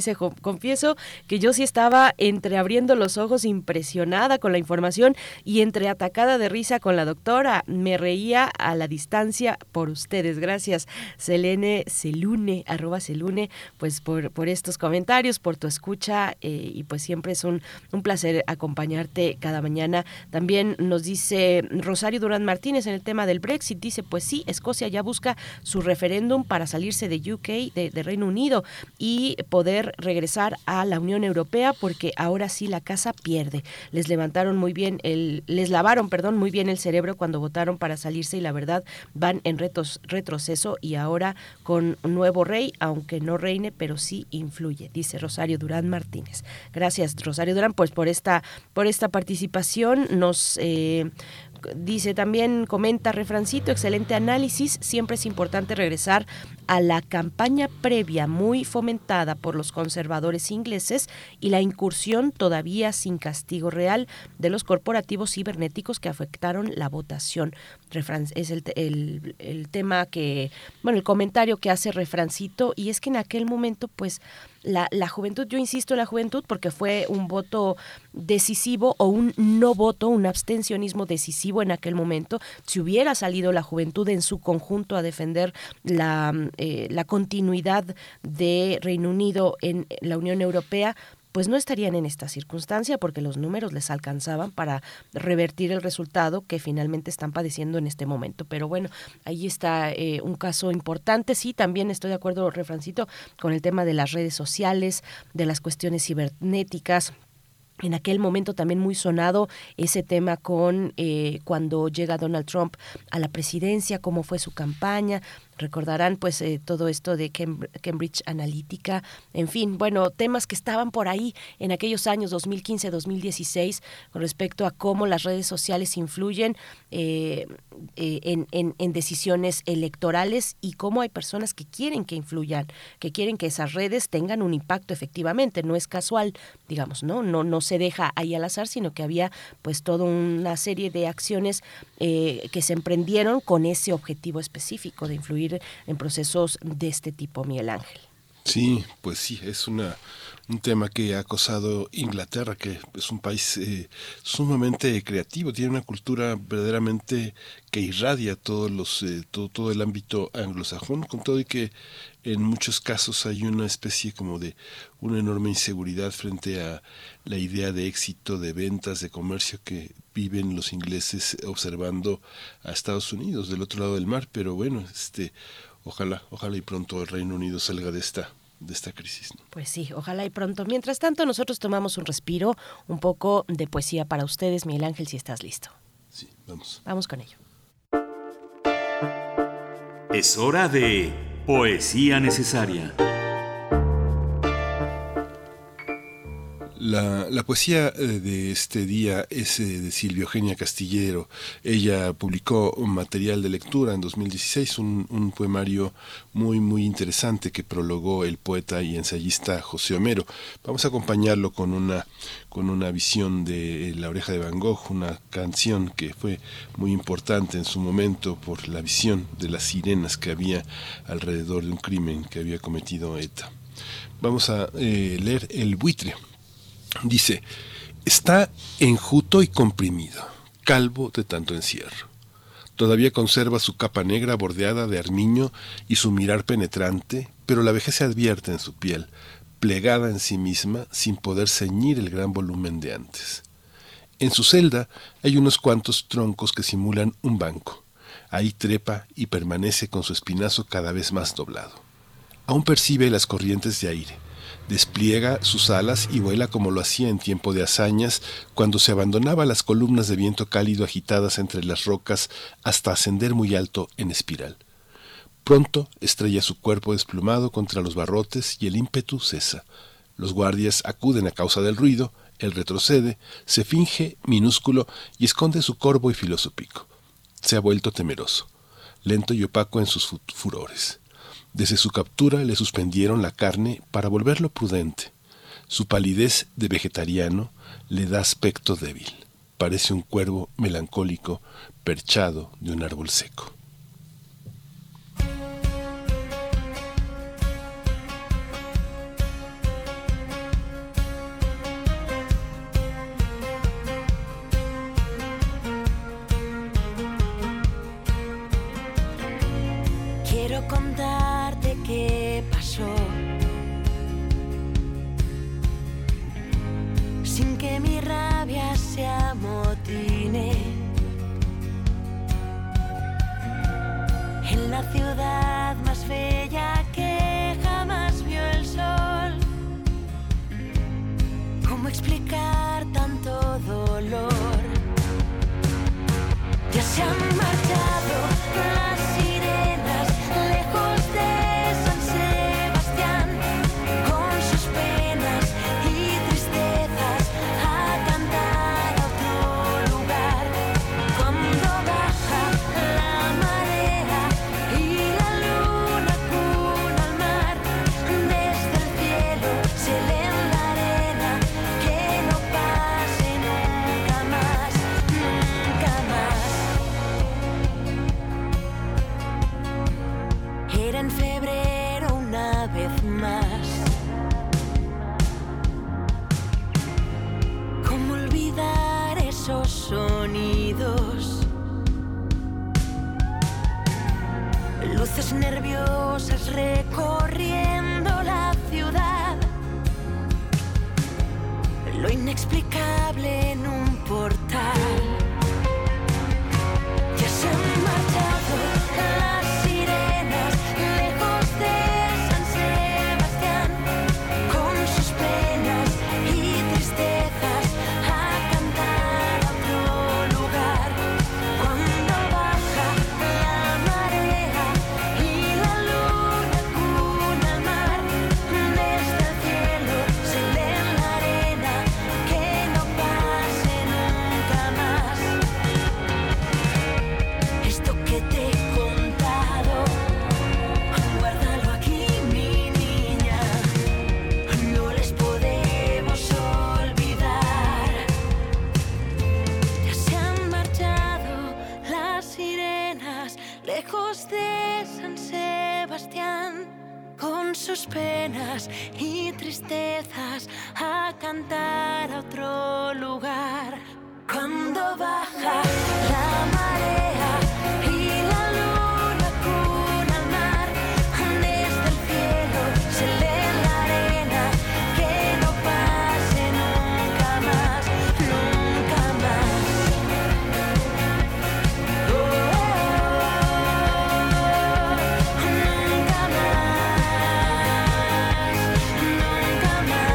dice, confieso que yo sí estaba entreabriendo los ojos, impresionada con la información y entre atacada de risa con la doctora. Me reía a la distancia por ustedes. Gracias, Selene, Selune, arroba Selune, pues por, por estos comentarios, por tu escucha eh, y pues siempre es un, un placer acompañarte cada mañana. También nos dice Rosario Durán Martínez en el tema del Brexit, dice, pues sí, Escocia ya busca su referéndum para salirse de U K, de, de Reino Unido, y poder regresar a la Unión Europea, porque ahora sí la casa pierde. Les levantaron muy bien el, les lavaron, perdón, muy bien el cerebro cuando votaron para salirse y la verdad van en retos, retroceso y ahora con un nuevo rey, aunque no reine, pero sí influye, dice Rosario Durán Martínez. Gracias, Rosario Durán, pues por esta, por esta participación. Nos eh, dice también, comenta Refrancito, excelente análisis, siempre es importante regresar a la campaña previa muy fomentada por los conservadores ingleses y la incursión todavía sin castigo real de los corporativos cibernéticos que afectaron la votación. Refran- es el, el, el tema que, bueno, el comentario que hace Refrancito, y es que en aquel momento pues La, la juventud, yo insisto en la juventud porque fue un voto decisivo o un no voto, un abstencionismo decisivo en aquel momento. Si hubiera salido la juventud en su conjunto a defender la, eh, la continuidad de Reino Unido en la Unión Europea, pues no estarían en esta circunstancia porque los números les alcanzaban para revertir el resultado que finalmente están padeciendo en este momento. Pero bueno, ahí está eh, un caso importante. Sí, también estoy de acuerdo, Refrancito, con el tema de las redes sociales, de las cuestiones cibernéticas. En aquel momento también muy sonado ese tema con eh, cuando llega Donald Trump a la presidencia, cómo fue su campaña. Recordarán pues eh, todo esto de Cambridge Analytica, en fin, bueno, temas que estaban por ahí en aquellos años dos mil quince, dos mil dieciséis con respecto a cómo las redes sociales influyen eh, eh, en, en, en decisiones electorales y cómo hay personas que quieren que influyan, que quieren que esas redes tengan un impacto efectivamente, no es casual, digamos, no, no, no se deja ahí al azar, sino que había pues toda una serie de acciones eh, que se emprendieron con ese objetivo específico de influir en procesos de este tipo, Miguel Ángel. Sí, pues sí, es una un tema que ha acosado Inglaterra, que es un país eh, sumamente creativo, tiene una cultura verdaderamente que irradia todos los eh, todo todo el ámbito anglosajón, con todo y que en muchos casos hay una especie como de una enorme inseguridad frente a la idea de éxito, de ventas, de comercio que viven los ingleses observando a Estados Unidos del otro lado del mar, pero bueno, este ojalá, ojalá y pronto el Reino Unido salga de esta de esta crisis, ¿no? Pues sí, ojalá y pronto. Mientras tanto, nosotros tomamos un respiro, un poco de poesía para ustedes, Miguel Ángel, si estás listo. Sí, vamos. Vamos con ello. Es hora de Poesía Necesaria. La, la poesía de este día es de Silvia Eugenia Castillero. Ella publicó un material de lectura en dos mil dieciséis, un, un poemario muy muy interesante que prologó el poeta y ensayista José Homero. Vamos a acompañarlo con una con una visión de La Oreja de Van Gogh, una canción que fue muy importante en su momento por la visión de las sirenas que había alrededor de un crimen que había cometido ETA. Vamos a eh, leer El buitre. Dice, está enjuto y comprimido, calvo de tanto encierro. Todavía conserva su capa negra bordeada de armiño y su mirar penetrante, pero la vejez se advierte en su piel, plegada en sí misma sin poder ceñir el gran volumen de antes. En su celda hay unos cuantos troncos que simulan un banco. Ahí trepa y permanece con su espinazo cada vez más doblado. Aún percibe las corrientes de aire. Despliega sus alas y vuela como lo hacía en tiempo de hazañas, cuando se abandonaba las columnas de viento cálido agitadas entre las rocas hasta ascender muy alto en espiral. Pronto estrella su cuerpo desplumado contra los barrotes y el ímpetu cesa. Los guardias acuden a causa del ruido, él retrocede, se finge minúsculo y esconde su corvo y filoso pico. Se ha vuelto temeroso, lento y opaco en sus furores. Desde su captura le suspendieron la carne para volverlo prudente. Su palidez de vegetariano le da aspecto débil. Parece un cuervo melancólico perchado de un árbol seco. contarte qué pasó, sin que mi rabia se amotine. En la ciudad más bella que jamás vio el sol, ¿cómo explicar tanto dolor? Ya se han marchado las sirenas lejos de San Sebastián, con sus penas y tristezas a cantar a otro lugar. Cuando baja la marea y la luna cuna al mar, desde el cielo se lee en la arena que no pase nunca más, nunca más. Era en febrero una vez más. ¿Cómo olvidar esos sonidos? Luces nerviosas recorriendo la ciudad, lo inexplicable en un portal. Ya se han marchado las sirenas lejos de San Sebastián, con sus penas y tristezas a cantar a otro lugar. Cuando baja la marea y la luna cuna al mar, desde el cielo se lee en la arena que no pase nunca más. Esto que te he contado, guárdalo aquí, mi niña, no les podemos olvidar. Ya se han marchado las sirenas lejos de San Sebastián, con sus penas y tristezas a cantar a otro lugar. Cuando baja la marea y la luna cuna al mar, desde el cielo se lee en la arena que no pase nunca más, nunca más. Oh, oh, oh, nunca más, nunca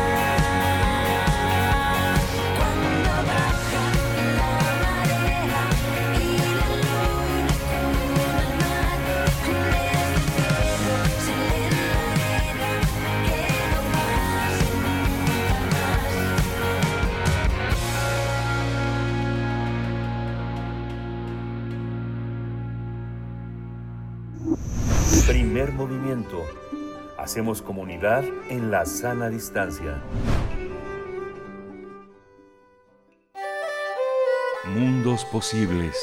más. Cuando baja la marea y la luna cuna al mar, desde el cielo se lee en la arena que no pase nunca más. Primer movimiento. Hacemos comunidad en la sana distancia. Mundos posibles.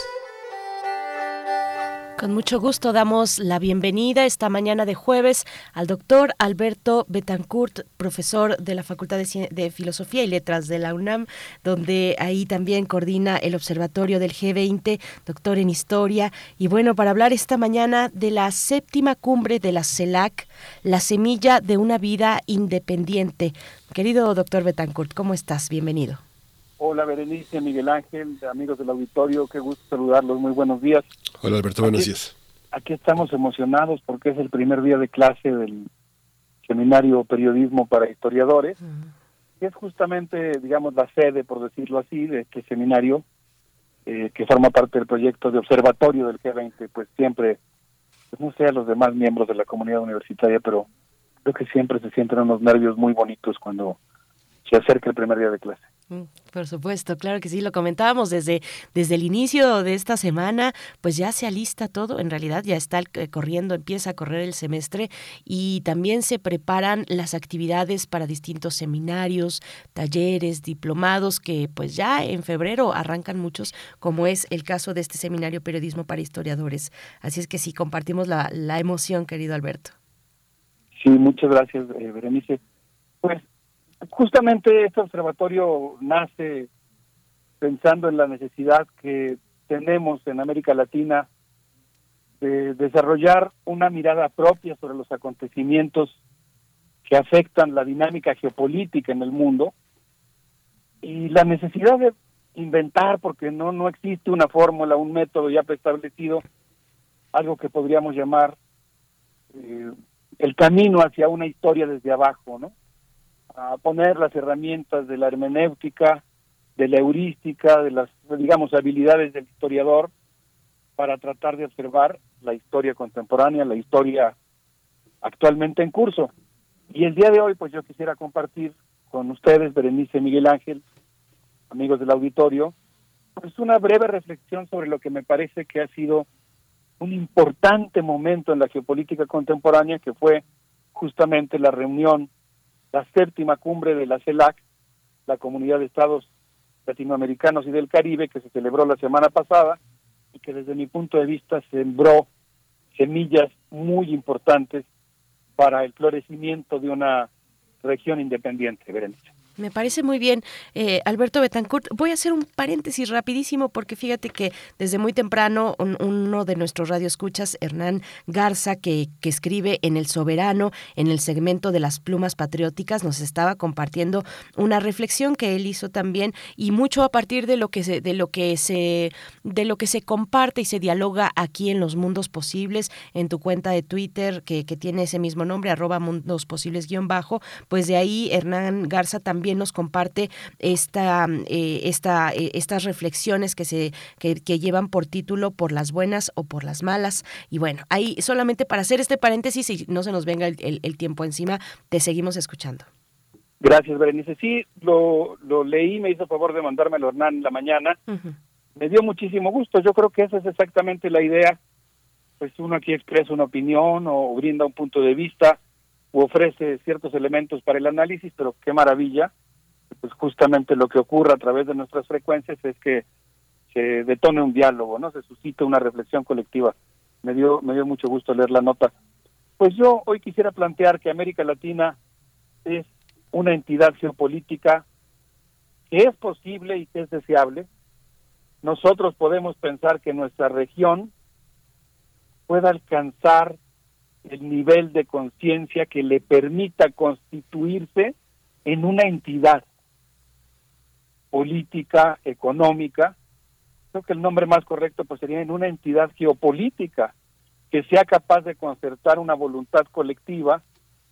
Con mucho gusto damos la bienvenida esta mañana de jueves al doctor Alberto Betancourt, profesor de la Facultad de, Cien- de Filosofía y Letras de la UNAM, donde ahí también coordina el Observatorio del G veinte, doctor en Historia. Y bueno, para hablar esta mañana de la séptima cumbre de la CELAC, la semilla de una vida independiente. Querido doctor Betancourt, ¿cómo estás? Bienvenido. Hola Berenice, Miguel Ángel, amigos del auditorio, qué gusto saludarlos, muy buenos días. Hola Alberto, buenos Aquí- días. Aquí estamos emocionados porque es el primer día de clase del seminario Periodismo para Historiadores, que es justamente, digamos, la sede, por decirlo así, de este seminario, eh, que forma parte del proyecto de observatorio del G veinte, pues siempre, pues no sé a los demás miembros de la comunidad universitaria, pero creo que siempre se sienten unos nervios muy bonitos cuando se acerca el primer día de clase. Mm, Por supuesto, claro que sí, lo comentábamos desde, desde el inicio de esta semana, pues ya se alista todo, en realidad ya está eh, corriendo, empieza a correr el semestre y también se preparan las actividades para distintos seminarios, talleres, diplomados que pues ya en febrero arrancan muchos, como es el caso de este seminario Periodismo para Historiadores. Así es que sí, compartimos la, la emoción, querido Alberto. Sí, muchas gracias, eh, Berenice. Pues justamente este observatorio nace pensando en la necesidad que tenemos en América Latina de desarrollar una mirada propia sobre los acontecimientos que afectan la dinámica geopolítica en el mundo y la necesidad de inventar, porque no, no existe una fórmula, un método ya preestablecido, algo que podríamos llamar eh, el camino hacia una historia desde abajo, ¿no? A poner las herramientas de la hermenéutica, de la heurística, de las, digamos, habilidades del historiador para tratar de observar la historia contemporánea, la historia actualmente en curso. Y el día de hoy, pues yo quisiera compartir con ustedes, Berenice, Miguel Ángel, amigos del auditorio, pues una breve reflexión sobre lo que me parece que ha sido un importante momento en la geopolítica contemporánea, que fue justamente la reunión, la séptima cumbre de la CELAC, la Comunidad de Estados Latinoamericanos y del Caribe, que se celebró la semana pasada y que desde mi punto de vista sembró semillas muy importantes para el florecimiento de una región independiente, Berenice. Me parece muy bien, eh, Alberto Betancourt. Voy a hacer un paréntesis rapidísimo porque fíjate que desde muy temprano un, uno de nuestros radioescuchas, Hernán Garza, que, que escribe en El Soberano, en el segmento de las plumas patrióticas, nos estaba compartiendo una reflexión que él hizo también, y mucho a partir de lo que se, de lo que se, de lo que se comparte y se dialoga aquí en Los Mundos Posibles, en tu cuenta de Twitter que, que tiene ese mismo nombre, arroba mundos posibles guión bajo. Pues de ahí Hernán Garza también También nos comparte esta, eh, esta, eh, estas reflexiones que se que, que llevan por título Por las buenas o por las malas. Y bueno, ahí solamente para hacer este paréntesis y no se nos venga el, el, el tiempo encima, te seguimos escuchando. Gracias, Berenice. Sí, lo, lo leí, me hizo favor de mandármelo Hernán en la mañana. Uh-huh. Me dio muchísimo gusto. Yo creo que esa es exactamente la idea. Pues uno aquí expresa una opinión o brinda un punto de vista, u ofrece ciertos elementos para el análisis, pero qué maravilla, pues justamente lo que ocurre a través de nuestras frecuencias es que se detone un diálogo, ¿no? Se suscita una reflexión colectiva. Me dio, me dio mucho gusto leer la nota. Pues yo hoy quisiera plantear que América Latina es una entidad geopolítica que es posible y que es deseable. Nosotros podemos pensar que nuestra región pueda alcanzar el nivel de conciencia que le permita constituirse en una entidad política, económica. Creo que el nombre más correcto pues sería en una entidad geopolítica que sea capaz de concertar una voluntad colectiva,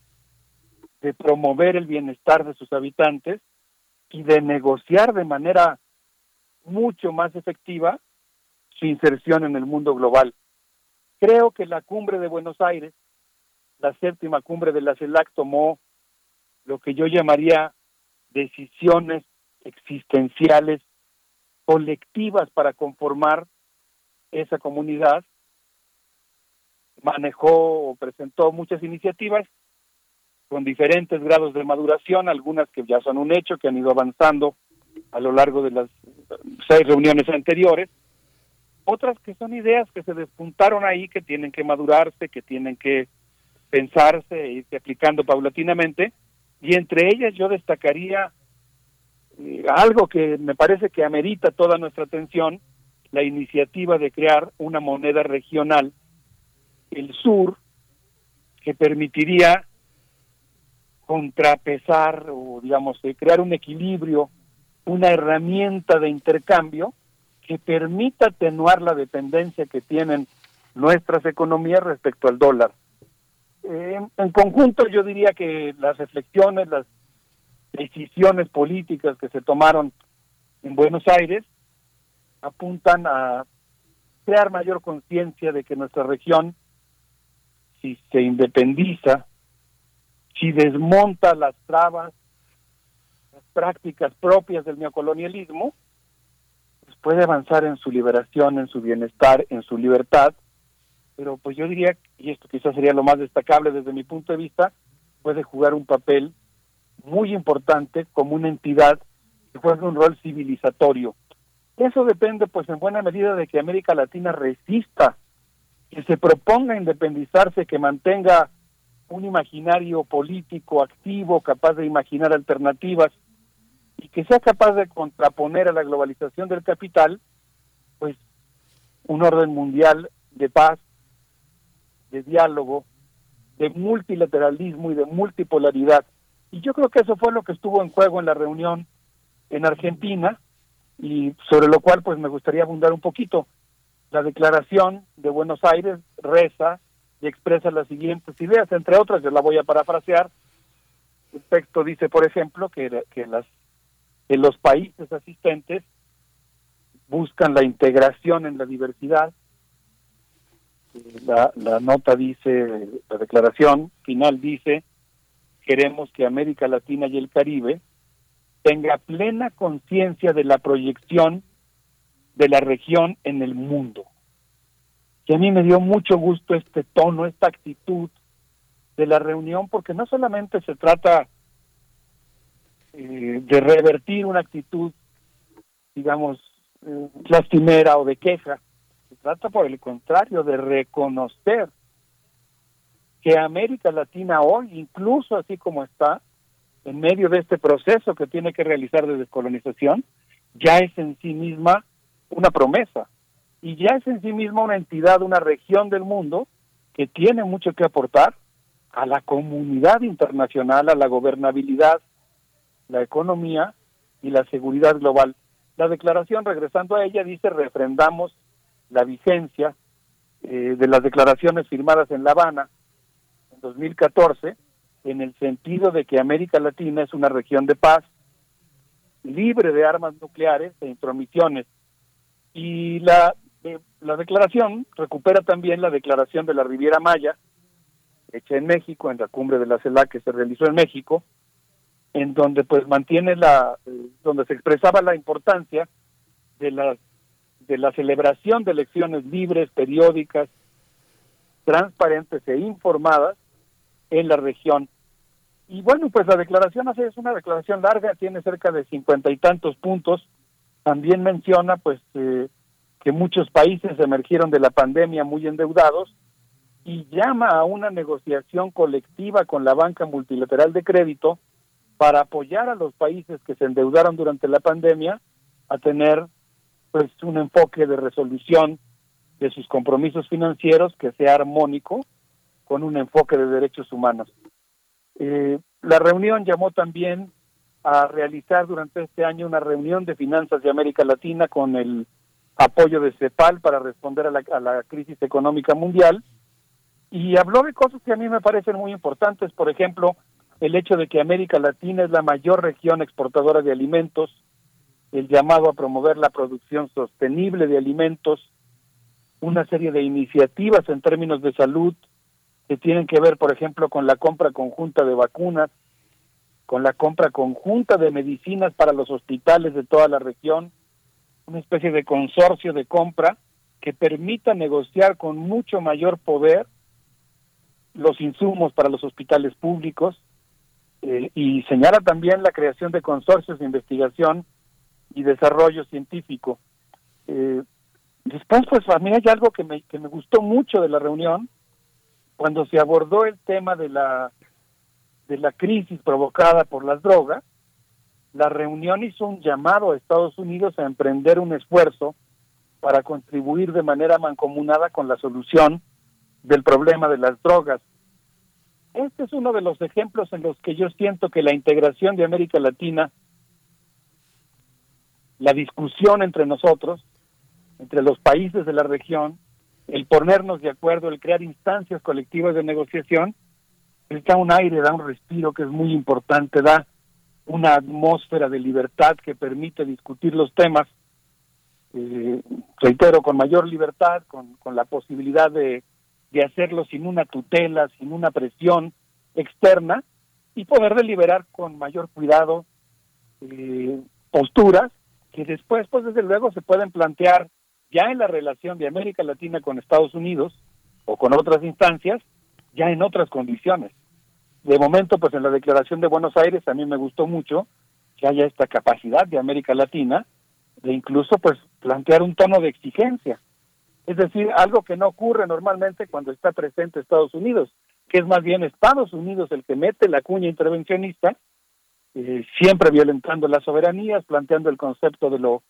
de promover el bienestar de sus habitantes y de negociar de manera mucho más efectiva su inserción en el mundo global. Creo que la cumbre de Buenos Aires, la séptima cumbre de la CELAC, tomó lo que yo llamaría decisiones existenciales colectivas para conformar esa comunidad. Manejó o presentó muchas iniciativas con diferentes grados de maduración, algunas que ya son un hecho, que han ido avanzando a lo largo de las seis reuniones anteriores, otras que son ideas que se despuntaron ahí, que tienen que madurarse, que tienen que pensarse e irse aplicando paulatinamente, y entre ellas yo destacaría eh, algo que me parece que amerita toda nuestra atención, la iniciativa de crear una moneda regional, el sur, que permitiría contrapesar o, digamos, eh, crear un equilibrio, una herramienta de intercambio que permita atenuar la dependencia que tienen nuestras economías respecto al dólar. Eh, en conjunto yo diría que las reflexiones, las decisiones políticas que se tomaron en Buenos Aires apuntan a crear mayor conciencia de que nuestra región, si se independiza, si desmonta las trabas, las prácticas propias del neocolonialismo, pues puede avanzar en su liberación, en su bienestar, en su libertad. Pero pues yo diría, y esto quizás sería lo más destacable desde mi punto de vista, puede jugar un papel muy importante como una entidad que juegue un rol civilizatorio. Eso depende pues en buena medida de que América Latina resista, que se proponga independizarse, que mantenga un imaginario político activo, capaz de imaginar alternativas, y que sea capaz de contraponer a la globalización del capital, pues un orden mundial de paz, de diálogo, de multilateralismo y de multipolaridad. Y yo creo que eso fue lo que estuvo en juego en la reunión en Argentina, y sobre lo cual pues me gustaría abundar un poquito. La declaración de Buenos Aires reza y expresa las siguientes ideas, entre otras, yo la voy a parafrasear. El texto dice, por ejemplo, que, que, las, que los países asistentes buscan la integración en la diversidad. La, la nota dice, la declaración final dice, queremos que América Latina y el Caribe tenga plena conciencia de la proyección de la región en el mundo. Y a mí me dio mucho gusto este tono, esta actitud de la reunión, porque no solamente se trata eh, de revertir una actitud, digamos, eh, lastimera o de queja, se trata por el contrario de reconocer que América Latina hoy, incluso así como está, en medio de este proceso que tiene que realizar de descolonización, ya es en sí misma una promesa, y ya es en sí misma una entidad, una región del mundo que tiene mucho que aportar a la comunidad internacional, a la gobernabilidad, la economía y la seguridad global. La declaración, regresando a ella, dice, refrendamos la vigencia eh, de las declaraciones firmadas en La Habana en dos mil catorce, en el sentido de que América Latina es una región de paz, libre de armas nucleares e intromisiones. Y la, eh, la declaración recupera también la declaración de la Riviera Maya, hecha en México, en la cumbre de la CELAC que se realizó en México, en donde pues mantiene la, eh, donde se expresaba la importancia de la, de la celebración de elecciones libres, periódicas, transparentes e informadas en la región. Y bueno, pues la declaración hace, es una declaración larga, tiene cerca de cincuenta y tantos puntos. También menciona pues eh, que muchos países emergieron de la pandemia muy endeudados y llama a una negociación colectiva con la banca multilateral de crédito para apoyar a los países que se endeudaron durante la pandemia a tener pues un enfoque de resolución de sus compromisos financieros que sea armónico con un enfoque de derechos humanos. Eh, la reunión llamó también a realizar durante este año una reunión de finanzas de América Latina con el apoyo de CEPAL para responder a la, a la crisis económica mundial, y habló de cosas que a mí me parecen muy importantes, por ejemplo, el hecho de que América Latina es la mayor región exportadora de alimentos, el llamado a promover la producción sostenible de alimentos, una serie de iniciativas en términos de salud que tienen que ver, por ejemplo, con la compra conjunta de vacunas, con la compra conjunta de medicinas para los hospitales de toda la región, una especie de consorcio de compra que permita negociar con mucho mayor poder los insumos para los hospitales públicos, eh, y señala también la creación de consorcios de investigación y desarrollo científico. Eh, después, pues a mí hay algo que me, que me gustó mucho de la reunión, cuando se abordó el tema de la de la crisis provocada por las drogas. La reunión hizo un llamado a Estados Unidos a emprender un esfuerzo para contribuir de manera mancomunada con la solución del problema de las drogas. Este es uno de los ejemplos en los que yo siento que la integración de América Latina, la discusión entre nosotros, entre los países de la región, el ponernos de acuerdo, el crear instancias colectivas de negociación, da un aire, da un respiro que es muy importante, da una atmósfera de libertad que permite discutir los temas, eh, reitero, con mayor libertad, con, con la posibilidad de, de hacerlo sin una tutela, sin una presión externa, y poder deliberar con mayor cuidado eh, posturas que después, pues desde luego, se pueden plantear ya en la relación de América Latina con Estados Unidos o con otras instancias, ya en otras condiciones. De momento, pues en la Declaración de Buenos Aires a mí me gustó mucho que haya esta capacidad de América Latina de incluso pues plantear un tono de exigencia. Es decir, algo que no ocurre normalmente cuando está presente Estados Unidos, que es más bien Estados Unidos el que mete la cuña intervencionista, eh, siempre violentando las soberanías, planteando el concepto de lo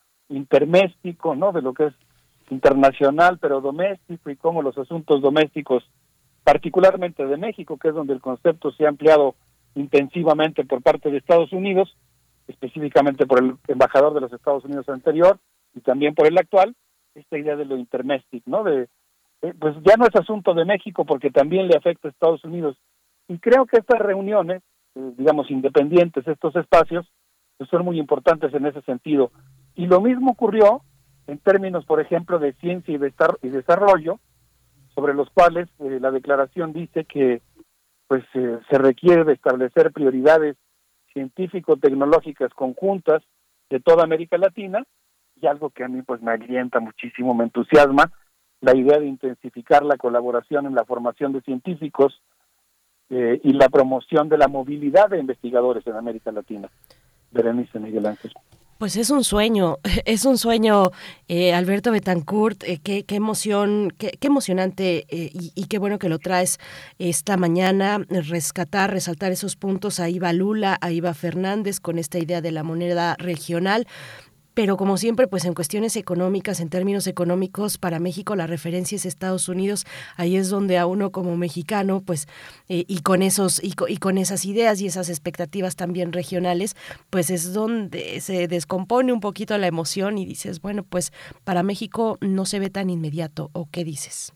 interméstico, ¿no? De lo que es internacional pero doméstico, y cómo los asuntos domésticos particularmente de México, que es donde el concepto se ha ampliado intensivamente por parte de Estados Unidos, específicamente por el embajador de los Estados Unidos anterior y también por el actual, esta idea de lo intermestic, ¿no? De, eh, pues ya no es asunto de México porque también le afecta a Estados Unidos. Y creo que estas reuniones, eh, digamos, independientes, estos espacios, pues son muy importantes en ese sentido. Y lo mismo ocurrió en términos, por ejemplo, de ciencia y, de y desarrollo, sobre los cuales eh, la declaración dice que pues eh, se requiere de establecer prioridades científico-tecnológicas conjuntas de toda América Latina, y algo que a mí pues me alienta muchísimo, me entusiasma, la idea de intensificar la colaboración en la formación de científicos eh, y la promoción de la movilidad de investigadores en América Latina. Berenice, Miguel Ángel. Pues es un sueño, es un sueño, eh, Alberto Betancourt, eh, qué, qué emoción, qué, qué emocionante eh, y, y qué bueno que lo traes esta mañana, rescatar, resaltar esos puntos. Ahí va Lula, ahí va Fernández con esta idea de la moneda regional. Pero como siempre, pues en cuestiones económicas, en términos económicos, para México la referencia es Estados Unidos. Ahí es donde a uno como mexicano, pues, eh, y con esos y con, y con esas ideas y esas expectativas también regionales, pues es donde se descompone un poquito la emoción y dices, bueno, pues para México no se ve tan inmediato. ¿O qué dices?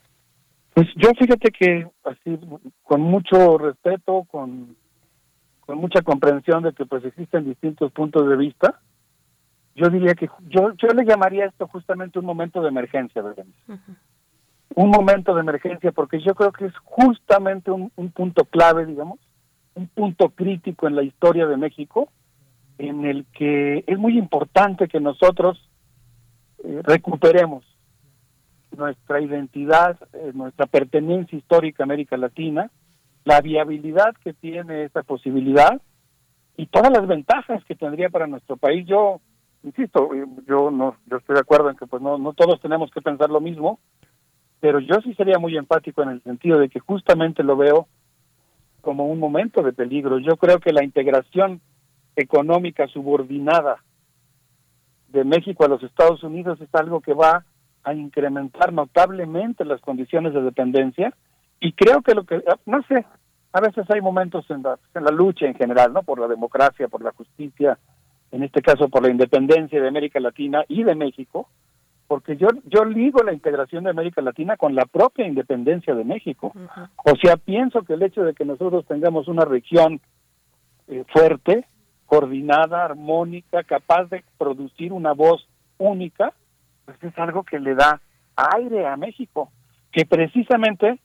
Pues yo fíjate que así, con mucho respeto, con, con mucha comprensión de que pues existen distintos puntos de vista, yo diría que yo yo le llamaría esto justamente un momento de emergencia, ¿verdad? Uh-huh. Un momento de emergencia, porque yo creo que es justamente un, un punto clave, digamos, un punto crítico en la historia de México, en el que es muy importante que nosotros eh, recuperemos nuestra identidad, eh, nuestra pertenencia histórica a América Latina, la viabilidad que tiene esta posibilidad y todas las ventajas que tendría para nuestro país. Yo Insisto, yo no, yo estoy de acuerdo en que pues no, no todos tenemos que pensar lo mismo, pero yo sí sería muy empático en el sentido de que justamente lo veo como un momento de peligro. Yo creo que la integración económica subordinada de México a los Estados Unidos es algo que va a incrementar notablemente las condiciones de dependencia, y creo que lo que, no sé, a veces hay momentos en la, en la lucha en general, ¿no? Por la democracia, por la justicia, en este caso por la independencia de América Latina y de México, porque yo yo ligo la integración de América Latina con la propia independencia de México. Uh-huh. O sea, pienso que el hecho de que nosotros tengamos una región eh, fuerte, coordinada, armónica, capaz de producir una voz única, pues es algo que le da aire a México, que precisamente,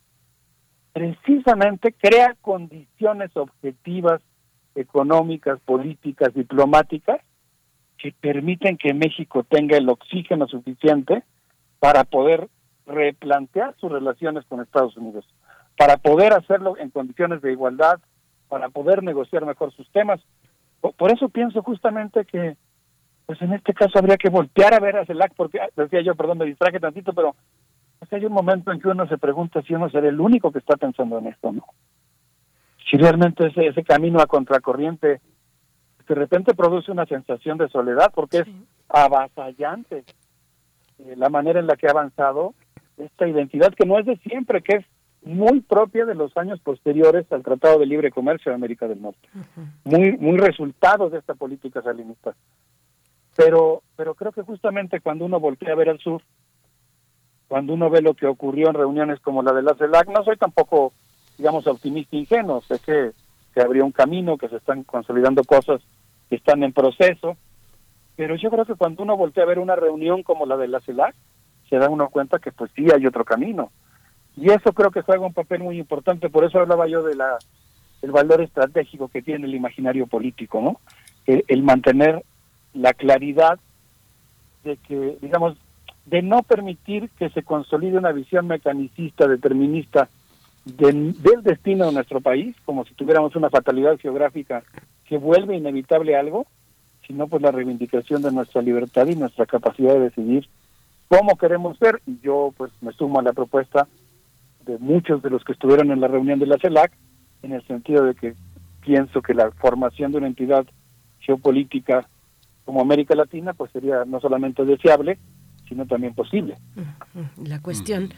precisamente crea condiciones objetivas económicas, políticas, diplomáticas, que permiten que México tenga el oxígeno suficiente para poder replantear sus relaciones con Estados Unidos, para poder hacerlo en condiciones de igualdad, para poder negociar mejor sus temas. Por eso pienso justamente que, pues en este caso habría que voltear a ver a CELAC, porque, decía yo, perdón, me distraje tantito, pero pues, hay un momento en que uno se pregunta si uno será el único que está pensando en esto, ¿no? Si realmente ese, ese camino a contracorriente de repente produce una sensación de soledad, porque sí. Es avasallante eh, la manera en la que ha avanzado esta identidad, que no es de siempre, que es muy propia de los años posteriores al Tratado de Libre Comercio de América del Norte, uh-huh. muy muy resultado de esta política salinista. Pero pero creo que justamente cuando uno voltea a ver al sur, cuando uno ve lo que ocurrió en reuniones como la de la CELAC, no soy tampoco, digamos, optimista ingenuo, sé que, que habría un camino, que se están consolidando cosas que están en proceso, pero yo creo que cuando uno voltea a ver una reunión como la de la CELAC, se da uno cuenta que pues sí hay otro camino, y eso creo que juega un papel muy importante. Por eso hablaba yo de la el valor estratégico que tiene el imaginario político, ¿no? El, el mantener la claridad de que, digamos, de no permitir que se consolide una visión mecanicista, determinista, De, del destino de nuestro país, como si tuviéramos una fatalidad geográfica que vuelve inevitable algo, sino pues la reivindicación de nuestra libertad y nuestra capacidad de decidir cómo queremos ser. Y yo pues me sumo a la propuesta de muchos de los que estuvieron en la reunión de la CELAC, en el sentido de que pienso que la formación de una entidad geopolítica como América Latina pues sería no solamente deseable, sino también posible. La cuestión...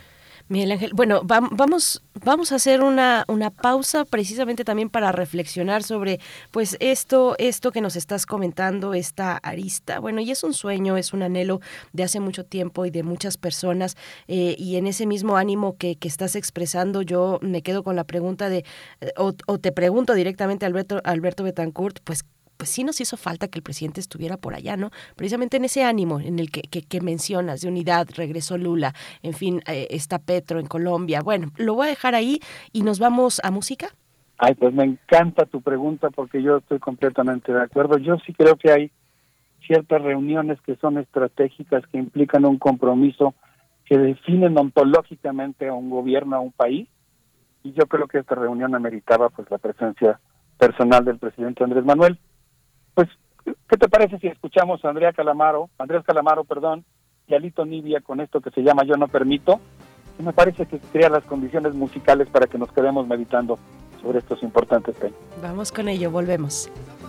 Miguel Ángel, bueno, va, vamos vamos a hacer una una pausa precisamente también para reflexionar sobre pues esto esto que nos estás comentando, esta arista. Bueno, y es un sueño, es un anhelo de hace mucho tiempo y de muchas personas, eh, y en ese mismo ánimo que, que estás expresando, yo me quedo con la pregunta de, eh, o, o te pregunto directamente, Alberto, Alberto Betancourt, pues pues sí nos hizo falta que el presidente estuviera por allá, ¿no? Precisamente en ese ánimo en el que, que, que mencionas, de unidad, regresó Lula, en fin, eh, está Petro en Colombia. Bueno, lo voy a dejar ahí y nos vamos a música. Ay, pues me encanta tu pregunta porque yo estoy completamente de acuerdo. Yo sí creo que hay ciertas reuniones que son estratégicas, que implican un compromiso, que definen ontológicamente a un gobierno, a un país, y yo creo que esta reunión ameritaba pues la presencia personal del presidente Andrés Manuel. Pues, ¿qué te parece si escuchamos a Andrea Calamaro, Andrés Calamaro, perdón, y Alito Nibia con esto que se llama Yo no permito? Y me parece que crea las condiciones musicales para que nos quedemos meditando sobre estos importantes temas. Vamos con ello, volvemos.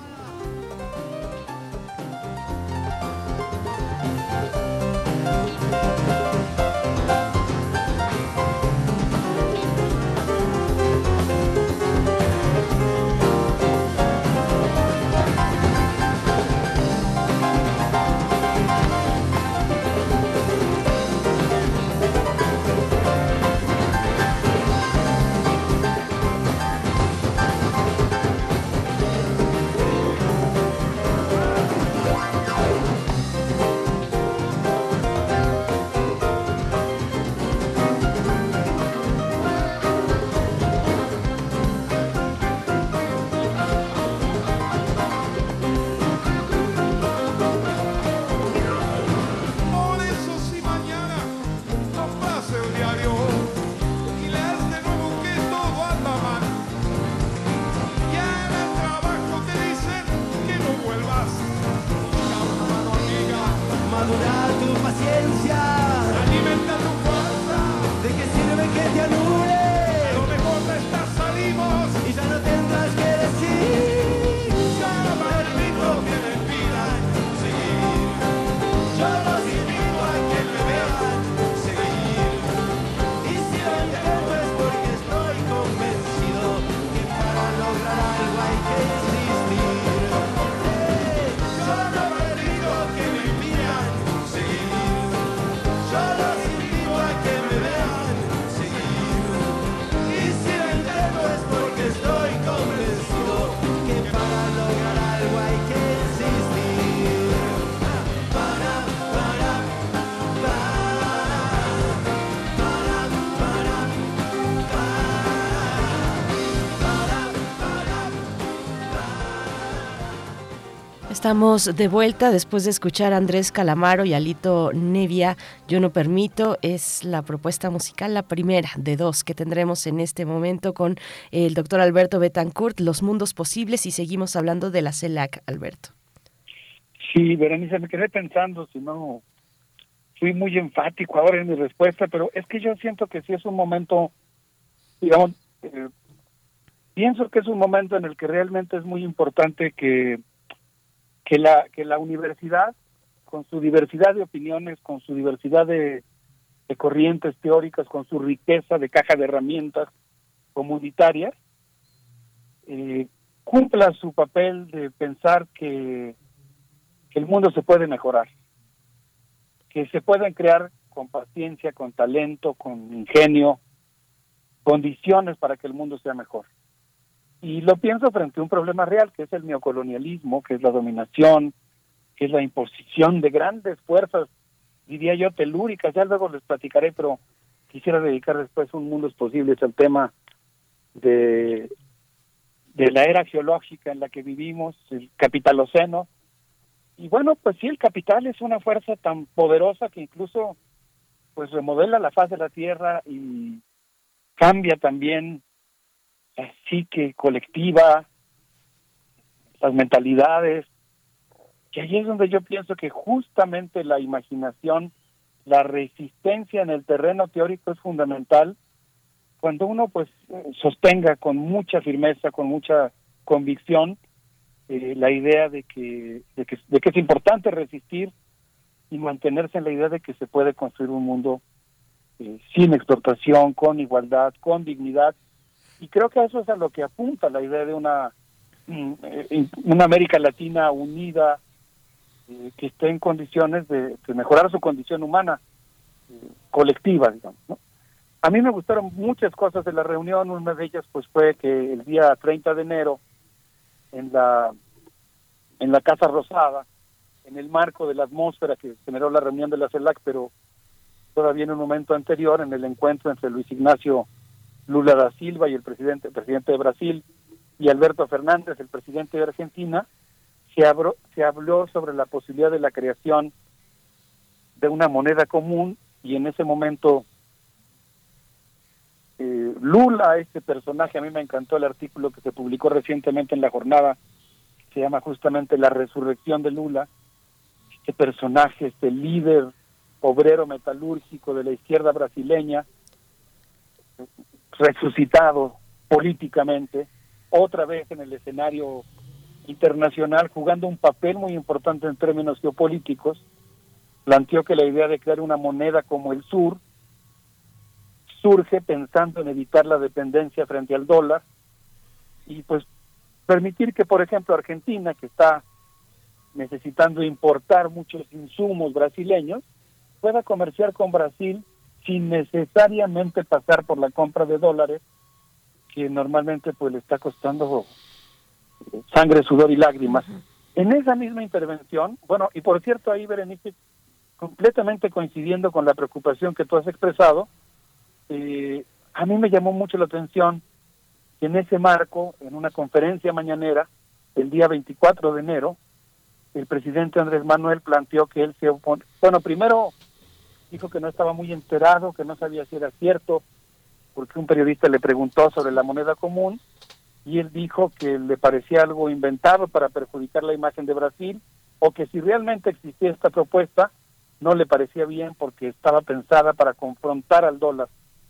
Estamos de vuelta después de escuchar a Andrés Calamaro y Alito Nibia. Yo no permito, es la propuesta musical, la primera de dos que tendremos en este momento con el doctor Alberto Betancourt, Los Mundos Posibles, y seguimos hablando de la CELAC, Alberto. Sí, Berenice, me quedé pensando, si no, fui muy enfático ahora en mi respuesta, pero es que yo siento que sí es un momento, digamos, eh, pienso que es un momento en el que realmente es muy importante que que la que la universidad, con su diversidad de opiniones, con su diversidad de, de corrientes teóricas, con su riqueza de caja de herramientas comunitarias, eh, cumpla su papel de pensar que, que el mundo se puede mejorar, que se pueden crear con paciencia, con talento, con ingenio, condiciones para que el mundo sea mejor. Y lo pienso frente a un problema real, que es el neocolonialismo, que es la dominación, que es la imposición de grandes fuerzas, diría yo, telúricas. Ya luego les platicaré, pero quisiera dedicar después un Mundos Posibles al tema de, de la era geológica en la que vivimos, el capitaloceno. Y bueno, pues sí, el capital es una fuerza tan poderosa que incluso pues remodela la faz de la Tierra y cambia también la psique colectiva, las mentalidades, que ahí es donde yo pienso que justamente la imaginación, la resistencia en el terreno teórico es fundamental, cuando uno pues sostenga con mucha firmeza, con mucha convicción, eh, la idea de que, de que de que es importante resistir y mantenerse en la idea de que se puede construir un mundo eh, sin explotación, con igualdad, con dignidad, y creo que eso es a lo que apunta la idea de una, una América Latina unida, eh, que esté en condiciones de, de mejorar su condición humana, eh, colectiva, digamos, ¿no? A mí me gustaron muchas cosas de la reunión. Una de ellas pues fue que el día treinta de enero, en la en la Casa Rosada, en el marco de la atmósfera que generó la reunión de la CELAC, pero todavía en un momento anterior, en el encuentro entre Luis Ignacio Lula da Silva y el presidente, el presidente de Brasil, y Alberto Fernández, el presidente de Argentina, se habló, se habló sobre la posibilidad de la creación de una moneda común, y en ese momento eh, Lula, este personaje, a mí me encantó el artículo que se publicó recientemente en La Jornada, se llama justamente La Resurrección de Lula, este personaje, este líder obrero metalúrgico de la izquierda brasileña, resucitado políticamente, otra vez en el escenario internacional, jugando un papel muy importante en términos geopolíticos. Planteó que la idea de crear una moneda como el sur surge pensando en evitar la dependencia frente al dólar y pues permitir que, por ejemplo, Argentina, que está necesitando importar muchos insumos brasileños, pueda comerciar con Brasil sin necesariamente pasar por la compra de dólares, que normalmente pues le está costando sangre, sudor y lágrimas. Uh-huh. En esa misma intervención, bueno, y por cierto ahí, Berenice, completamente coincidiendo con la preocupación que tú has expresado, eh, a mí me llamó mucho la atención que en ese marco, en una conferencia mañanera, el día veinticuatro de enero, el presidente Andrés Manuel planteó que él se opone. Bueno, primero dijo que no estaba muy enterado, que no sabía si era cierto, porque un periodista le preguntó sobre la moneda común, y él dijo que le parecía algo inventado para perjudicar la imagen de Brasil, o que si realmente existía esta propuesta, no le parecía bien porque estaba pensada para confrontar al dólar.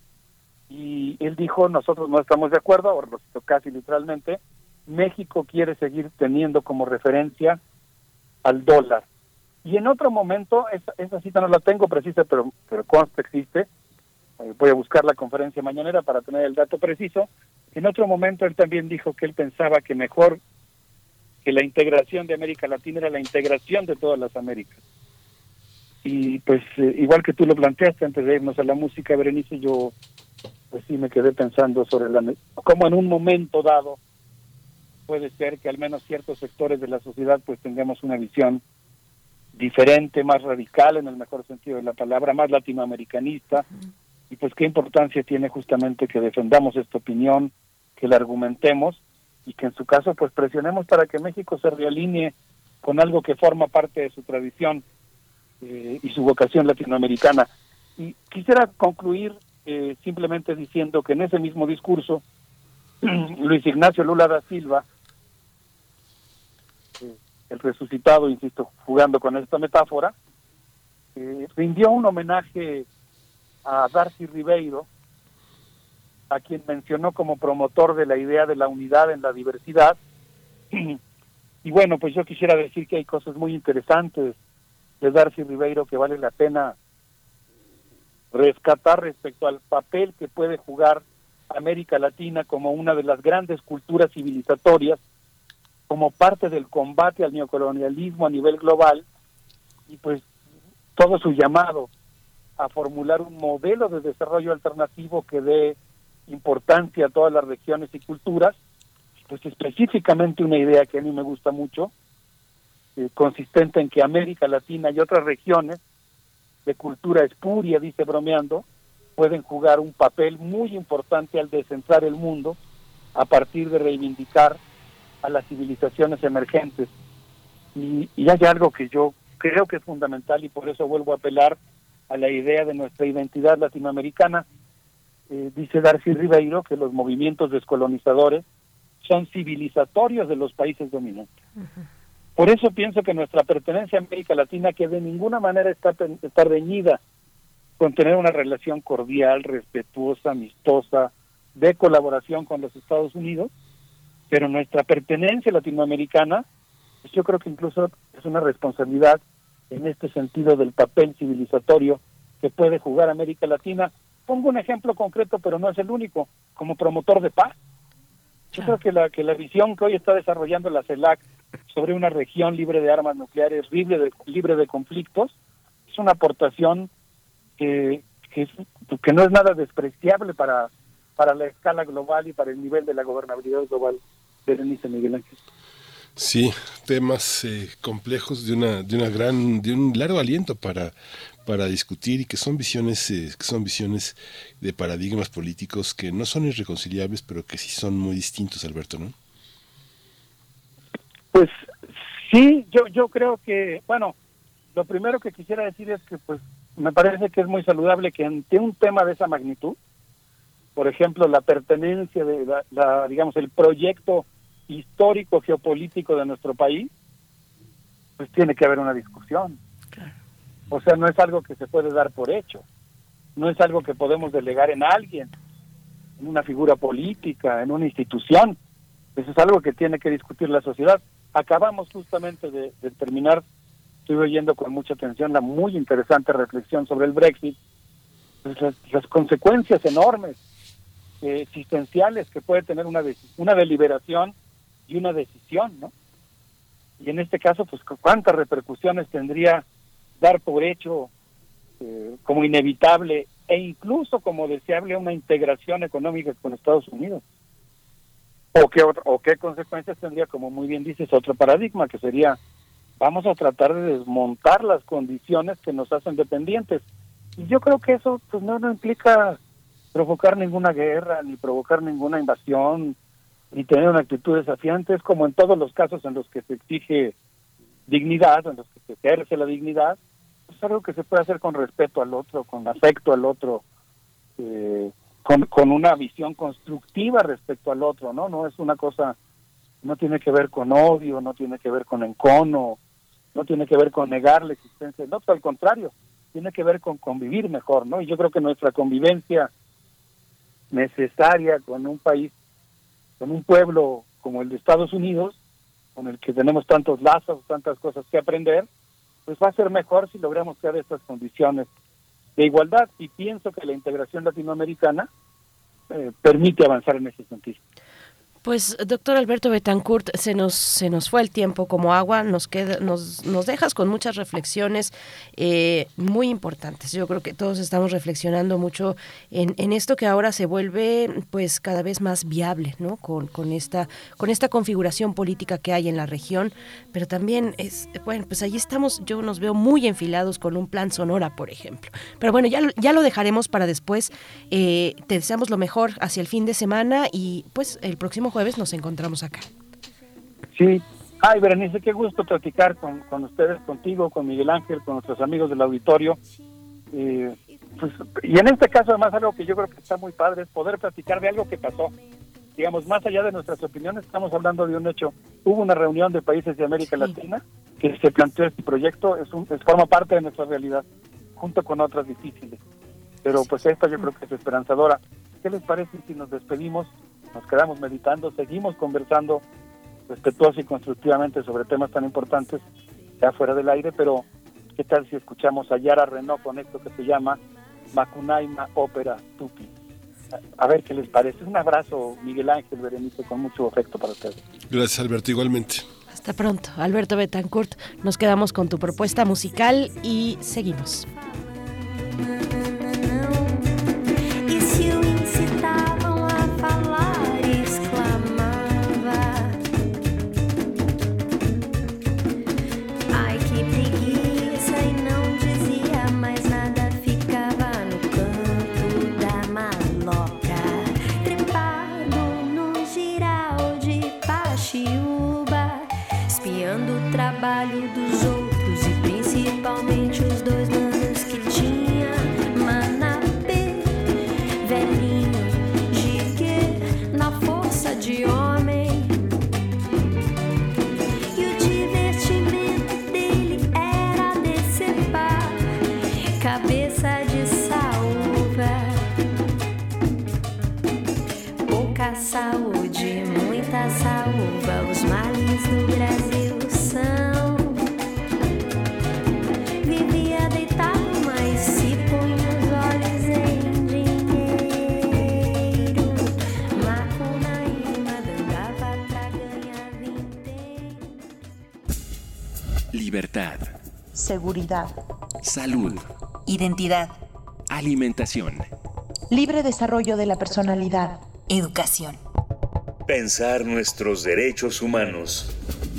Y él dijo, nosotros no estamos de acuerdo, ahora lo cito casi literalmente, México quiere seguir teniendo como referencia al dólar. Y en otro momento, esa, esa cita no la tengo precisa, pero, pero consta, existe, eh, voy a buscar la conferencia mañanera para tener el dato preciso. En otro momento él también dijo que él pensaba que mejor que la integración de América Latina era la integración de todas las Américas. Y pues eh, igual que tú lo planteaste antes de irnos a la música, Berenice, yo pues sí me quedé pensando sobre la cómo en un momento dado puede ser que al menos ciertos sectores de la sociedad pues tengamos una visión diferente, más radical en el mejor sentido de la palabra, más latinoamericanista, uh-huh. Y pues qué importancia tiene justamente que defendamos esta opinión, que la argumentemos y que en su caso pues presionemos para que México se realinee con algo que forma parte de su tradición eh, y su vocación latinoamericana. Y quisiera concluir eh, simplemente diciendo que en ese mismo discurso Luis Ignacio Lula da Silva, eh, el resucitado, insisto, jugando con esta metáfora, eh, rindió un homenaje a Darcy Ribeiro, a quien mencionó como promotor de la idea de la unidad en la diversidad. Y bueno, pues yo quisiera decir que hay cosas muy interesantes de Darcy Ribeiro que vale la pena rescatar respecto al papel que puede jugar América Latina como una de las grandes culturas civilizatorias, como parte del combate al neocolonialismo a nivel global, y pues todo su llamado a formular un modelo de desarrollo alternativo que dé importancia a todas las regiones y culturas, pues específicamente una idea que a mí me gusta mucho, eh, consistente en que América Latina y otras regiones de cultura espuria, dice bromeando, pueden jugar un papel muy importante al descentrar el mundo a partir de reivindicar a las civilizaciones emergentes. Y, y hay algo que yo creo que es fundamental y por eso vuelvo a apelar a la idea de nuestra identidad latinoamericana. Eh, dice Darcy Ribeiro que los movimientos descolonizadores son civilizatorios de los países dominantes. Uh-huh. Por eso pienso que nuestra pertenencia a América Latina, que de ninguna manera está, está reñida con tener una relación cordial, respetuosa, amistosa, de colaboración con los Estados Unidos, pero nuestra pertenencia latinoamericana, pues yo creo que incluso es una responsabilidad en este sentido del papel civilizatorio que puede jugar América Latina, pongo un ejemplo concreto, pero no es el único, como promotor de paz. Yo creo que la que la visión que hoy está desarrollando la CELAC sobre una región libre de armas nucleares, libre de, libre de conflictos, es una aportación que, que, es, que no es nada despreciable para, para la escala global y para el nivel de la gobernabilidad global. Berenice, Miguel Ángel. Sí, temas eh, complejos de una de una gran de un largo aliento para para discutir y que son visiones eh, que son visiones de paradigmas políticos que no son irreconciliables, pero que sí son muy distintos, Alberto, ¿no? Pues sí, yo yo creo que, bueno, lo primero que quisiera decir es que pues me parece que es muy saludable que ante un tema de esa magnitud, por ejemplo, la pertenencia de la, la digamos el proyecto histórico geopolítico de nuestro país, pues tiene que haber una discusión. Claro. O sea, no es algo que se puede dar por hecho, no es algo que podemos delegar en alguien, en una figura política, en una institución. Eso es algo que tiene que discutir la sociedad. Acabamos justamente de, de terminar, estoy oyendo con mucha atención la muy interesante reflexión sobre el Brexit, pues las, las consecuencias enormes, eh, existenciales que puede tener una, de, una deliberación y una decisión, ¿no? Y en este caso, pues, ¿cuántas repercusiones tendría dar por hecho eh, como inevitable e incluso como deseable una integración económica con Estados Unidos? ¿O qué, otro, o qué consecuencias tendría, como muy bien dices, otro paradigma, que sería, vamos a tratar de desmontar las condiciones que nos hacen dependientes? Y yo creo que eso pues no, no implica provocar ninguna guerra, ni provocar ninguna invasión, ni tener una actitud desafiante. Es como en todos los casos en los que se exige dignidad, en los que se ejerce la dignidad, es algo que se puede hacer con respeto al otro, con afecto al otro, eh, con, con una visión constructiva respecto al otro, ¿no? No es una cosa, no tiene que ver con odio, no tiene que ver con encono, no tiene que ver con negar la existencia, no, al contrario, tiene que ver con convivir mejor, ¿no? Y yo creo que nuestra convivencia necesaria con un país, con un pueblo como el de Estados Unidos, con el que tenemos tantos lazos, tantas cosas que aprender, pues va a ser mejor si logramos crear estas condiciones de igualdad, y pienso que la integración latinoamericana eh, permite avanzar en ese sentido. Pues, doctor Alberto Betancourt, se nos se nos fue el tiempo como agua, nos queda, nos nos dejas con muchas reflexiones eh, muy importantes. Yo creo que todos estamos reflexionando mucho en, en esto que ahora se vuelve pues cada vez más viable, ¿no? Con, con esta con esta configuración política que hay en la región, pero también es bueno, pues ahí estamos, yo nos veo muy enfilados con un plan Sonora, por ejemplo. Pero bueno, ya ya lo dejaremos para después. Eh, te deseamos lo mejor hacia el fin de semana y pues el próximo jueves nos encontramos acá. Sí. Ay, Berenice, qué gusto platicar con, con ustedes, contigo, con Miguel Ángel, con nuestros amigos del auditorio. Eh, pues, y en este caso, además, algo que yo creo que está muy padre es poder platicar de algo que pasó. Digamos, más allá de nuestras opiniones, estamos hablando de un hecho. Hubo una reunión de países de América sí. Latina que se planteó este proyecto, es, un, es forma parte de nuestra realidad, junto con otras difíciles. Pero pues esta yo creo que es esperanzadora. ¿Qué les parece si nos despedimos? Nos quedamos meditando, seguimos conversando respetuoso y constructivamente sobre temas tan importantes ya fuera del aire, pero ¿qué tal si escuchamos a Yara Renaud con esto que se llama Macunaíma Ópera Tupi? A ver qué les parece. Un abrazo, Miguel Ángel, Berenice, con mucho afecto para ustedes. Gracias, Alberto, igualmente. Hasta pronto. Alberto Betancourt, nos quedamos con tu propuesta musical y seguimos. O trabalho dos outros e principalmente os dois manos que tinha. Manapê, velhinho, gigue na força de homem. E o divertimento dele era decepar cabeça de saúva. Pouca saúde, muita saúva, os males do Brasil. Vivia deitado, mas se punha os olhos em seguridad, salud, identidad, alimentación, libre desarrollo de la personalidad, educación. Pensar nuestros derechos humanos.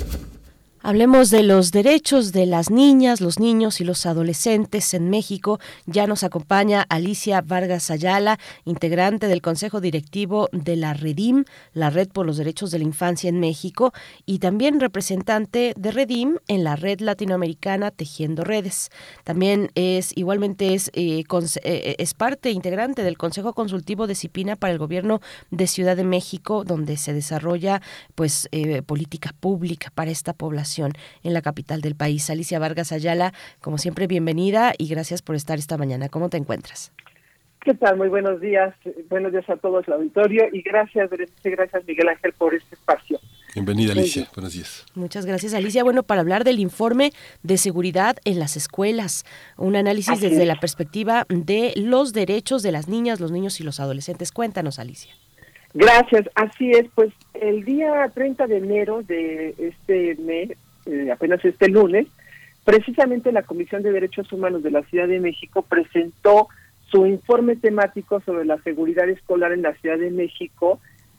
Hablemos de los derechos de las niñas, los niños y los adolescentes en México. Ya nos acompaña Alicia Vargas Ayala, integrante del Consejo Directivo de la REDIM, la Red por los Derechos de la Infancia en México, y también representante de REDIM en la Red Latinoamericana Tejiendo Redes. También es, igualmente es, eh, cons- eh, es parte integrante del Consejo Consultivo de CIPINA para el Gobierno de Ciudad de México, donde se desarrolla pues eh, política pública para esta población en la capital del país. Alicia Vargas Ayala, como siempre, bienvenida y gracias por estar esta mañana. ¿Cómo te encuentras? ¿Qué tal? Muy buenos días. Buenos días a todos el auditorio y gracias, gracias Miguel Ángel por este espacio. Bienvenida, Alicia. Buenos días. Muchas gracias, Alicia. Bueno, para hablar del informe de seguridad en las escuelas, un análisis Así desde es. la perspectiva de los derechos de las niñas, los niños y los adolescentes. Cuéntanos, Alicia. Gracias, así es, pues el día treinta de enero de este mes, eh, apenas este lunes, precisamente la Comisión de Derechos Humanos de la Ciudad de México presentó su informe temático sobre la seguridad escolar en la Ciudad de México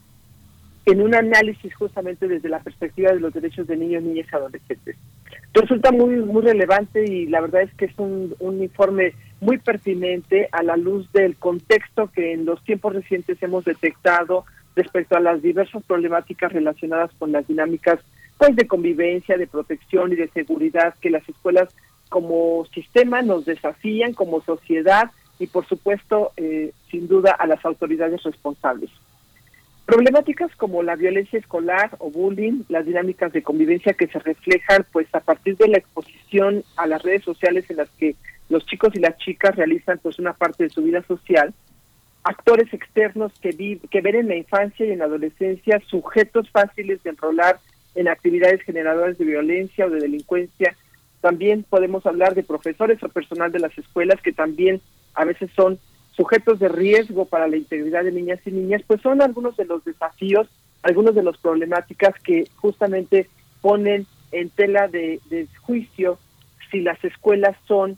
en un análisis justamente desde la perspectiva de los derechos de niños, niñas y adolescentes. Resulta muy muy relevante y la verdad es que es un, un informe muy pertinente a la luz del contexto que en los tiempos recientes hemos detectado respecto a las diversas problemáticas relacionadas con las dinámicas pues de convivencia, de protección y de seguridad que las escuelas como sistema nos desafían como sociedad y por supuesto eh, sin duda a las autoridades responsables. Problemáticas como la violencia escolar o bullying, las dinámicas de convivencia que se reflejan pues a partir de la exposición a las redes sociales en las que los chicos y las chicas realizan pues una parte de su vida social, actores externos que, vi, que ven en la infancia y en la adolescencia sujetos fáciles de enrolar en actividades generadoras de violencia o de delincuencia. También podemos hablar de profesores o personal de las escuelas que también a veces son sujetos de riesgo para la integridad de niñas y niñas, pues son algunos de los desafíos, algunos de las problemáticas que justamente ponen en tela de, de juicio si las escuelas son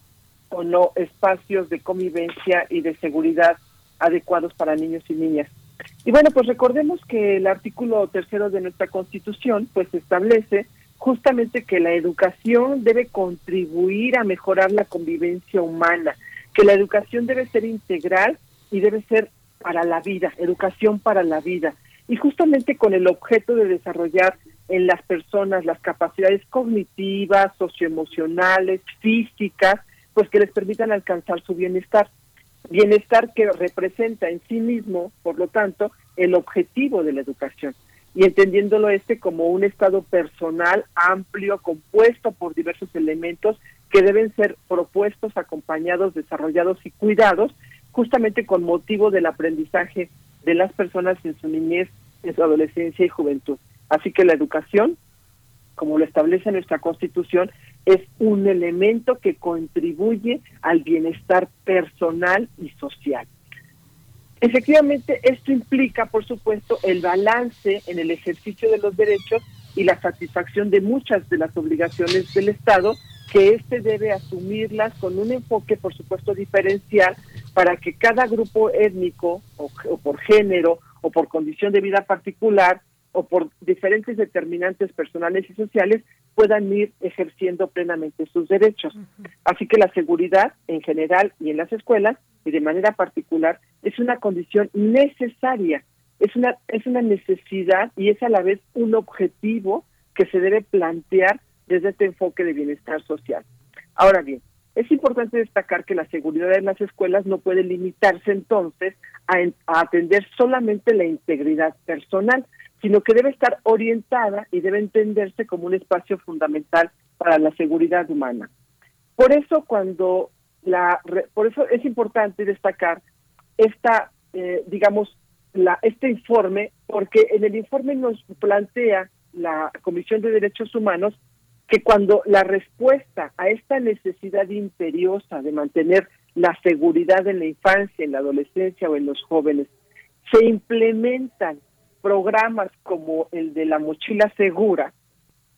o no espacios de convivencia y de seguridad adecuados para niños y niñas. Y bueno, pues recordemos que el artículo tercero de nuestra Constitución pues establece justamente que la educación debe contribuir a mejorar la convivencia humana, que la educación debe ser integral y debe ser para la vida, educación para la vida, y justamente con el objeto de desarrollar en las personas las capacidades cognitivas, socioemocionales, físicas, pues que les permitan alcanzar su bienestar. Bienestar que representa en sí mismo, por lo tanto, el objetivo de la educación. Y entendiéndolo este como un estado personal amplio, compuesto por diversos elementos que deben ser propuestos, acompañados, desarrollados y cuidados, justamente con motivo del aprendizaje de las personas en su niñez, en su adolescencia y juventud. Así que la educación, como lo establece nuestra Constitución, es un elemento que contribuye al bienestar personal y social. Efectivamente, esto implica, por supuesto, el balance en el ejercicio de los derechos y la satisfacción de muchas de las obligaciones del Estado, que éste debe asumirlas con un enfoque, por supuesto, diferencial para que cada grupo étnico o, o por género o por condición de vida particular o por diferentes determinantes personales y sociales puedan ir ejerciendo plenamente sus derechos. Uh-huh. Así que la seguridad en general y en las escuelas y de manera particular es una condición necesaria, es una es una necesidad y es a la vez un objetivo que se debe plantear desde este enfoque de bienestar social. Ahora bien, es importante destacar que la seguridad en las escuelas no puede limitarse entonces a, a atender solamente la integridad personal, sino que debe estar orientada y debe entenderse como un espacio fundamental para la seguridad humana. Por eso cuando la por eso es importante destacar esta eh, digamos la este informe, porque en el informe nos plantea la Comisión de Derechos Humanos que cuando la respuesta a esta necesidad imperiosa de mantener la seguridad en la infancia, en la adolescencia o en los jóvenes, se implementan programas como el de la mochila segura,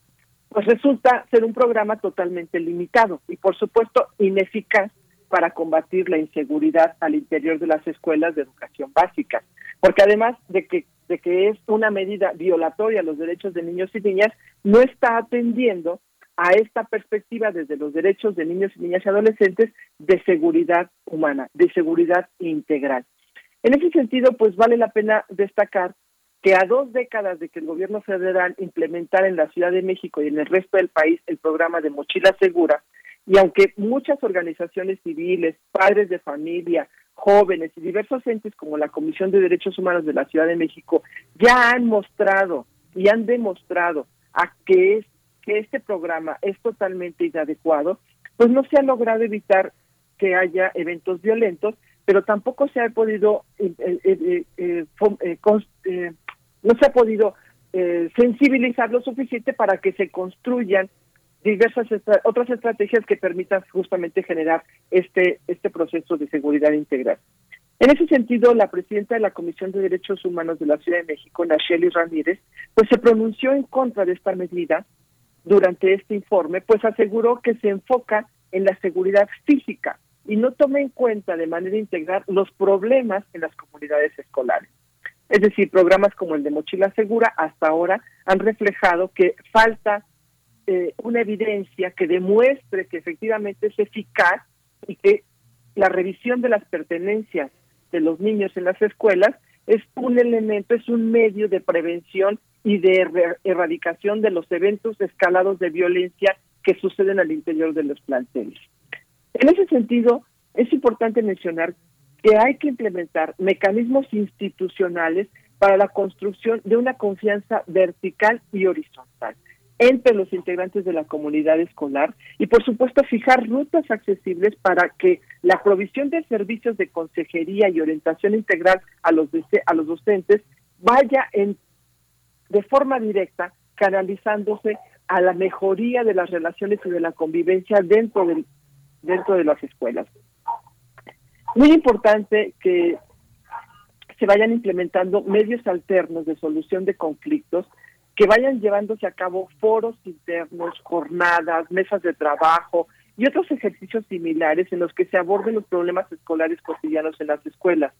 pues resulta ser un programa totalmente limitado y por supuesto ineficaz para combatir la inseguridad al interior de las escuelas de educación básica, porque además de que de que es una medida violatoria a los derechos de niños y niñas, no está atendiendo a esta perspectiva desde los derechos de niños y niñas y adolescentes de seguridad humana, de seguridad integral. En ese sentido, pues vale la pena destacar que a dos décadas de que el gobierno federal implementara en la Ciudad de México y en el resto del país el programa de Mochila Segura, y aunque muchas organizaciones civiles, padres de familia, jóvenes y diversos entes como la Comisión de Derechos Humanos de la Ciudad de México ya han mostrado y han demostrado a que, es, que este programa es totalmente inadecuado, pues no se ha logrado evitar que haya eventos violentos, pero tampoco se ha podido eh, eh, eh, eh, eh, eh, no se ha podido eh, sensibilizar lo suficiente para que se construyan diversas estra- otras estrategias que permitan justamente generar este este proceso de seguridad integral. En ese sentido, la presidenta de la Comisión de Derechos Humanos de la Ciudad de México, Nacheli Ramírez, pues se pronunció en contra de esta medida durante este informe, pues aseguró que se enfoca en la seguridad física y no toma en cuenta de manera integral los problemas en las comunidades escolares. Es decir, programas como el de Mochila Segura hasta ahora han reflejado que falta eh, una evidencia que demuestre que efectivamente es eficaz y que la revisión de las pertenencias de los niños en las escuelas es un elemento, es un medio de prevención y de er- erradicación de los eventos escalados de violencia que suceden al interior de los planteles. En ese sentido, es importante mencionar que hay que implementar mecanismos institucionales para la construcción de una confianza vertical y horizontal entre los integrantes de la comunidad escolar y, por supuesto, fijar rutas accesibles para que la provisión de servicios de consejería y orientación integral a los de, a los docentes vaya en de forma directa canalizándose a la mejoría de las relaciones y de la convivencia dentro del dentro de las escuelas. Muy importante que se vayan implementando medios alternos de solución de conflictos, que vayan llevándose a cabo foros internos, jornadas, mesas de trabajo y otros ejercicios similares en los que se aborden los problemas escolares cotidianos en las escuelas.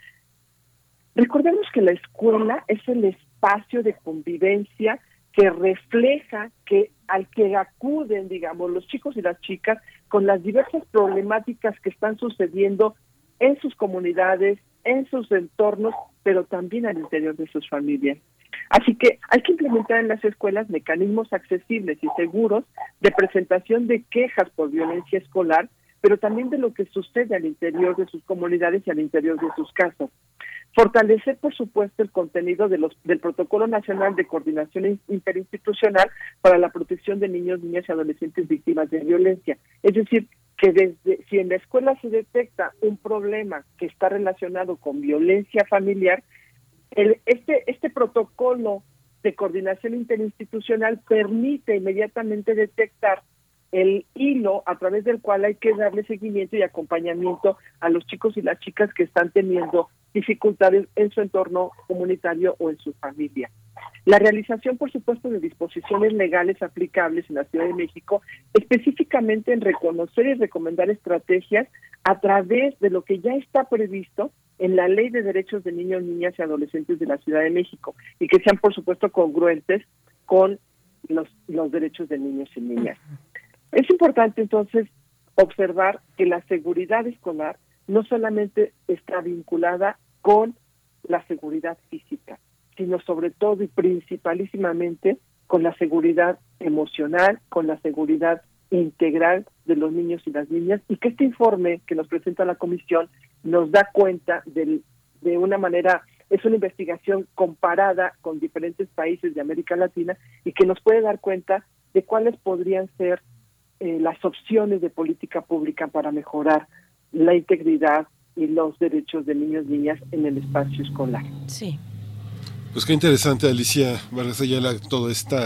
Recordemos que la escuela es el espacio de convivencia que refleja que al que acuden, digamos, los chicos y las chicas con las diversas problemáticas que están sucediendo en sus comunidades, en sus entornos, pero también al interior de sus familias. Así que hay que implementar en las escuelas mecanismos accesibles y seguros de presentación de quejas por violencia escolar, pero también de lo que sucede al interior de sus comunidades y al interior de sus casas. Fortalecer, por supuesto, el contenido de los, del Protocolo Nacional de Coordinación Interinstitucional para la Protección de Niños, Niñas y Adolescentes Víctimas de Violencia. Es decir, que desde si en la escuela se detecta un problema que está relacionado con violencia familiar, el, este, este protocolo de coordinación interinstitucional permite inmediatamente detectar el hilo a través del cual hay que darle seguimiento y acompañamiento a los chicos y las chicas que están teniendo dificultades en su entorno comunitario o en su familia. La realización, por supuesto, de disposiciones legales aplicables en la Ciudad de México, específicamente en reconocer y recomendar estrategias a través de lo que ya está previsto en la Ley de Derechos de Niños, Niñas y Adolescentes de la Ciudad de México y que sean, por supuesto, congruentes con los, los derechos de niños y niñas. Es importante, entonces, observar que la seguridad escolar no solamente está vinculada con la seguridad física, sino sobre todo y principalísimamente con la seguridad emocional, con la seguridad integral de los niños y las niñas, y que este informe que nos presenta la Comisión nos da cuenta de, de una manera, es una investigación comparada con diferentes países de América Latina y que nos puede dar cuenta de cuáles podrían ser eh, las opciones de política pública para mejorar la integridad y los derechos de niños y niñas en el espacio escolar. Sí. Pues qué interesante, Alicia Vargas Ayala, toda esta,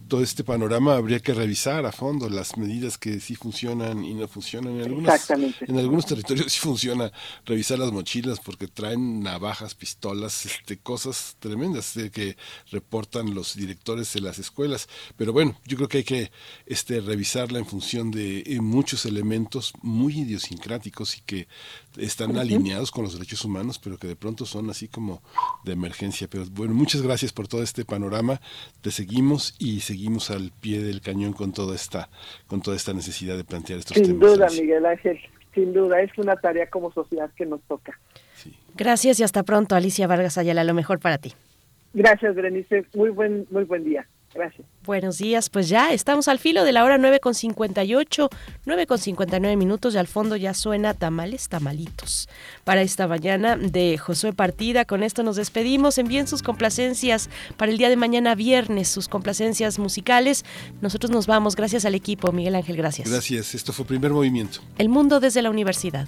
todo este panorama habría que revisar a fondo las medidas que sí funcionan y no funcionan. En algunos, en algunos territorios sí funciona revisar las mochilas porque traen navajas, pistolas, este, cosas tremendas de que reportan los directores de las escuelas. Pero bueno, yo creo que hay que este, revisarla en función de eh, muchos elementos muy idiosincráticos y que están uh-huh. alineados con los derechos humanos, pero que de pronto son así como de emergencia. Pero bueno, muchas gracias por todo este panorama. Te seguimos y seguimos al pie del cañón con toda esta, con toda esta necesidad de plantear estos sin temas. Sin duda, Miguel Ángel, sin duda, es una tarea como sociedad que nos toca. Sí. Gracias y hasta pronto, Alicia Vargas Ayala, lo mejor para ti. Gracias, Berenice, muy buen, muy buen día. Gracias. Buenos días, pues ya estamos al filo de la hora nueve con cincuenta y ocho, nueve con cincuenta y nueve minutos y al fondo ya suena Tamales, Tamalitos. Para esta mañana de Josué Partida, con esto nos despedimos. Envíen sus complacencias para el día de mañana viernes, sus complacencias musicales. Nosotros nos vamos, gracias al equipo. Miguel Ángel, gracias. Gracias, esto fue Primer Movimiento. El mundo desde la universidad.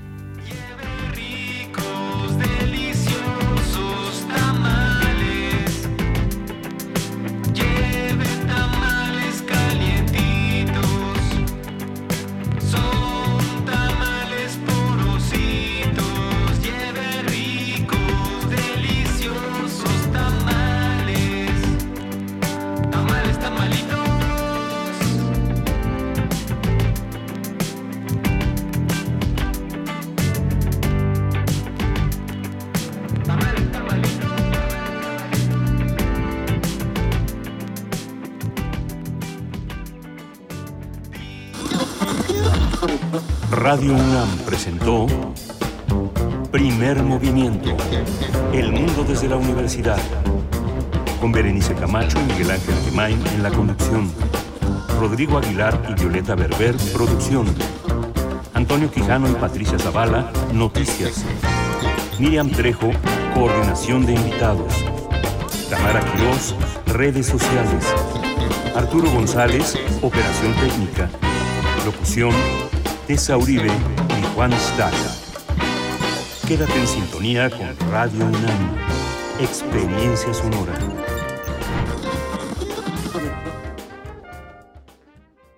Radio UNAM presentó Primer Movimiento, El mundo desde la universidad, con Berenice Camacho y Miguel Ángel Gemain en la conducción, Rodrigo Aguilar y Violeta Berber, producción, Antonio Quijano y Patricia Zavala, noticias, Miriam Trejo, coordinación de invitados, Tamara Quirós, redes sociales, Arturo González, operación técnica, locución, Tessa Uribe y Juan Staca. Quédate en sintonía con Radio UNAM. Experiencia sonora.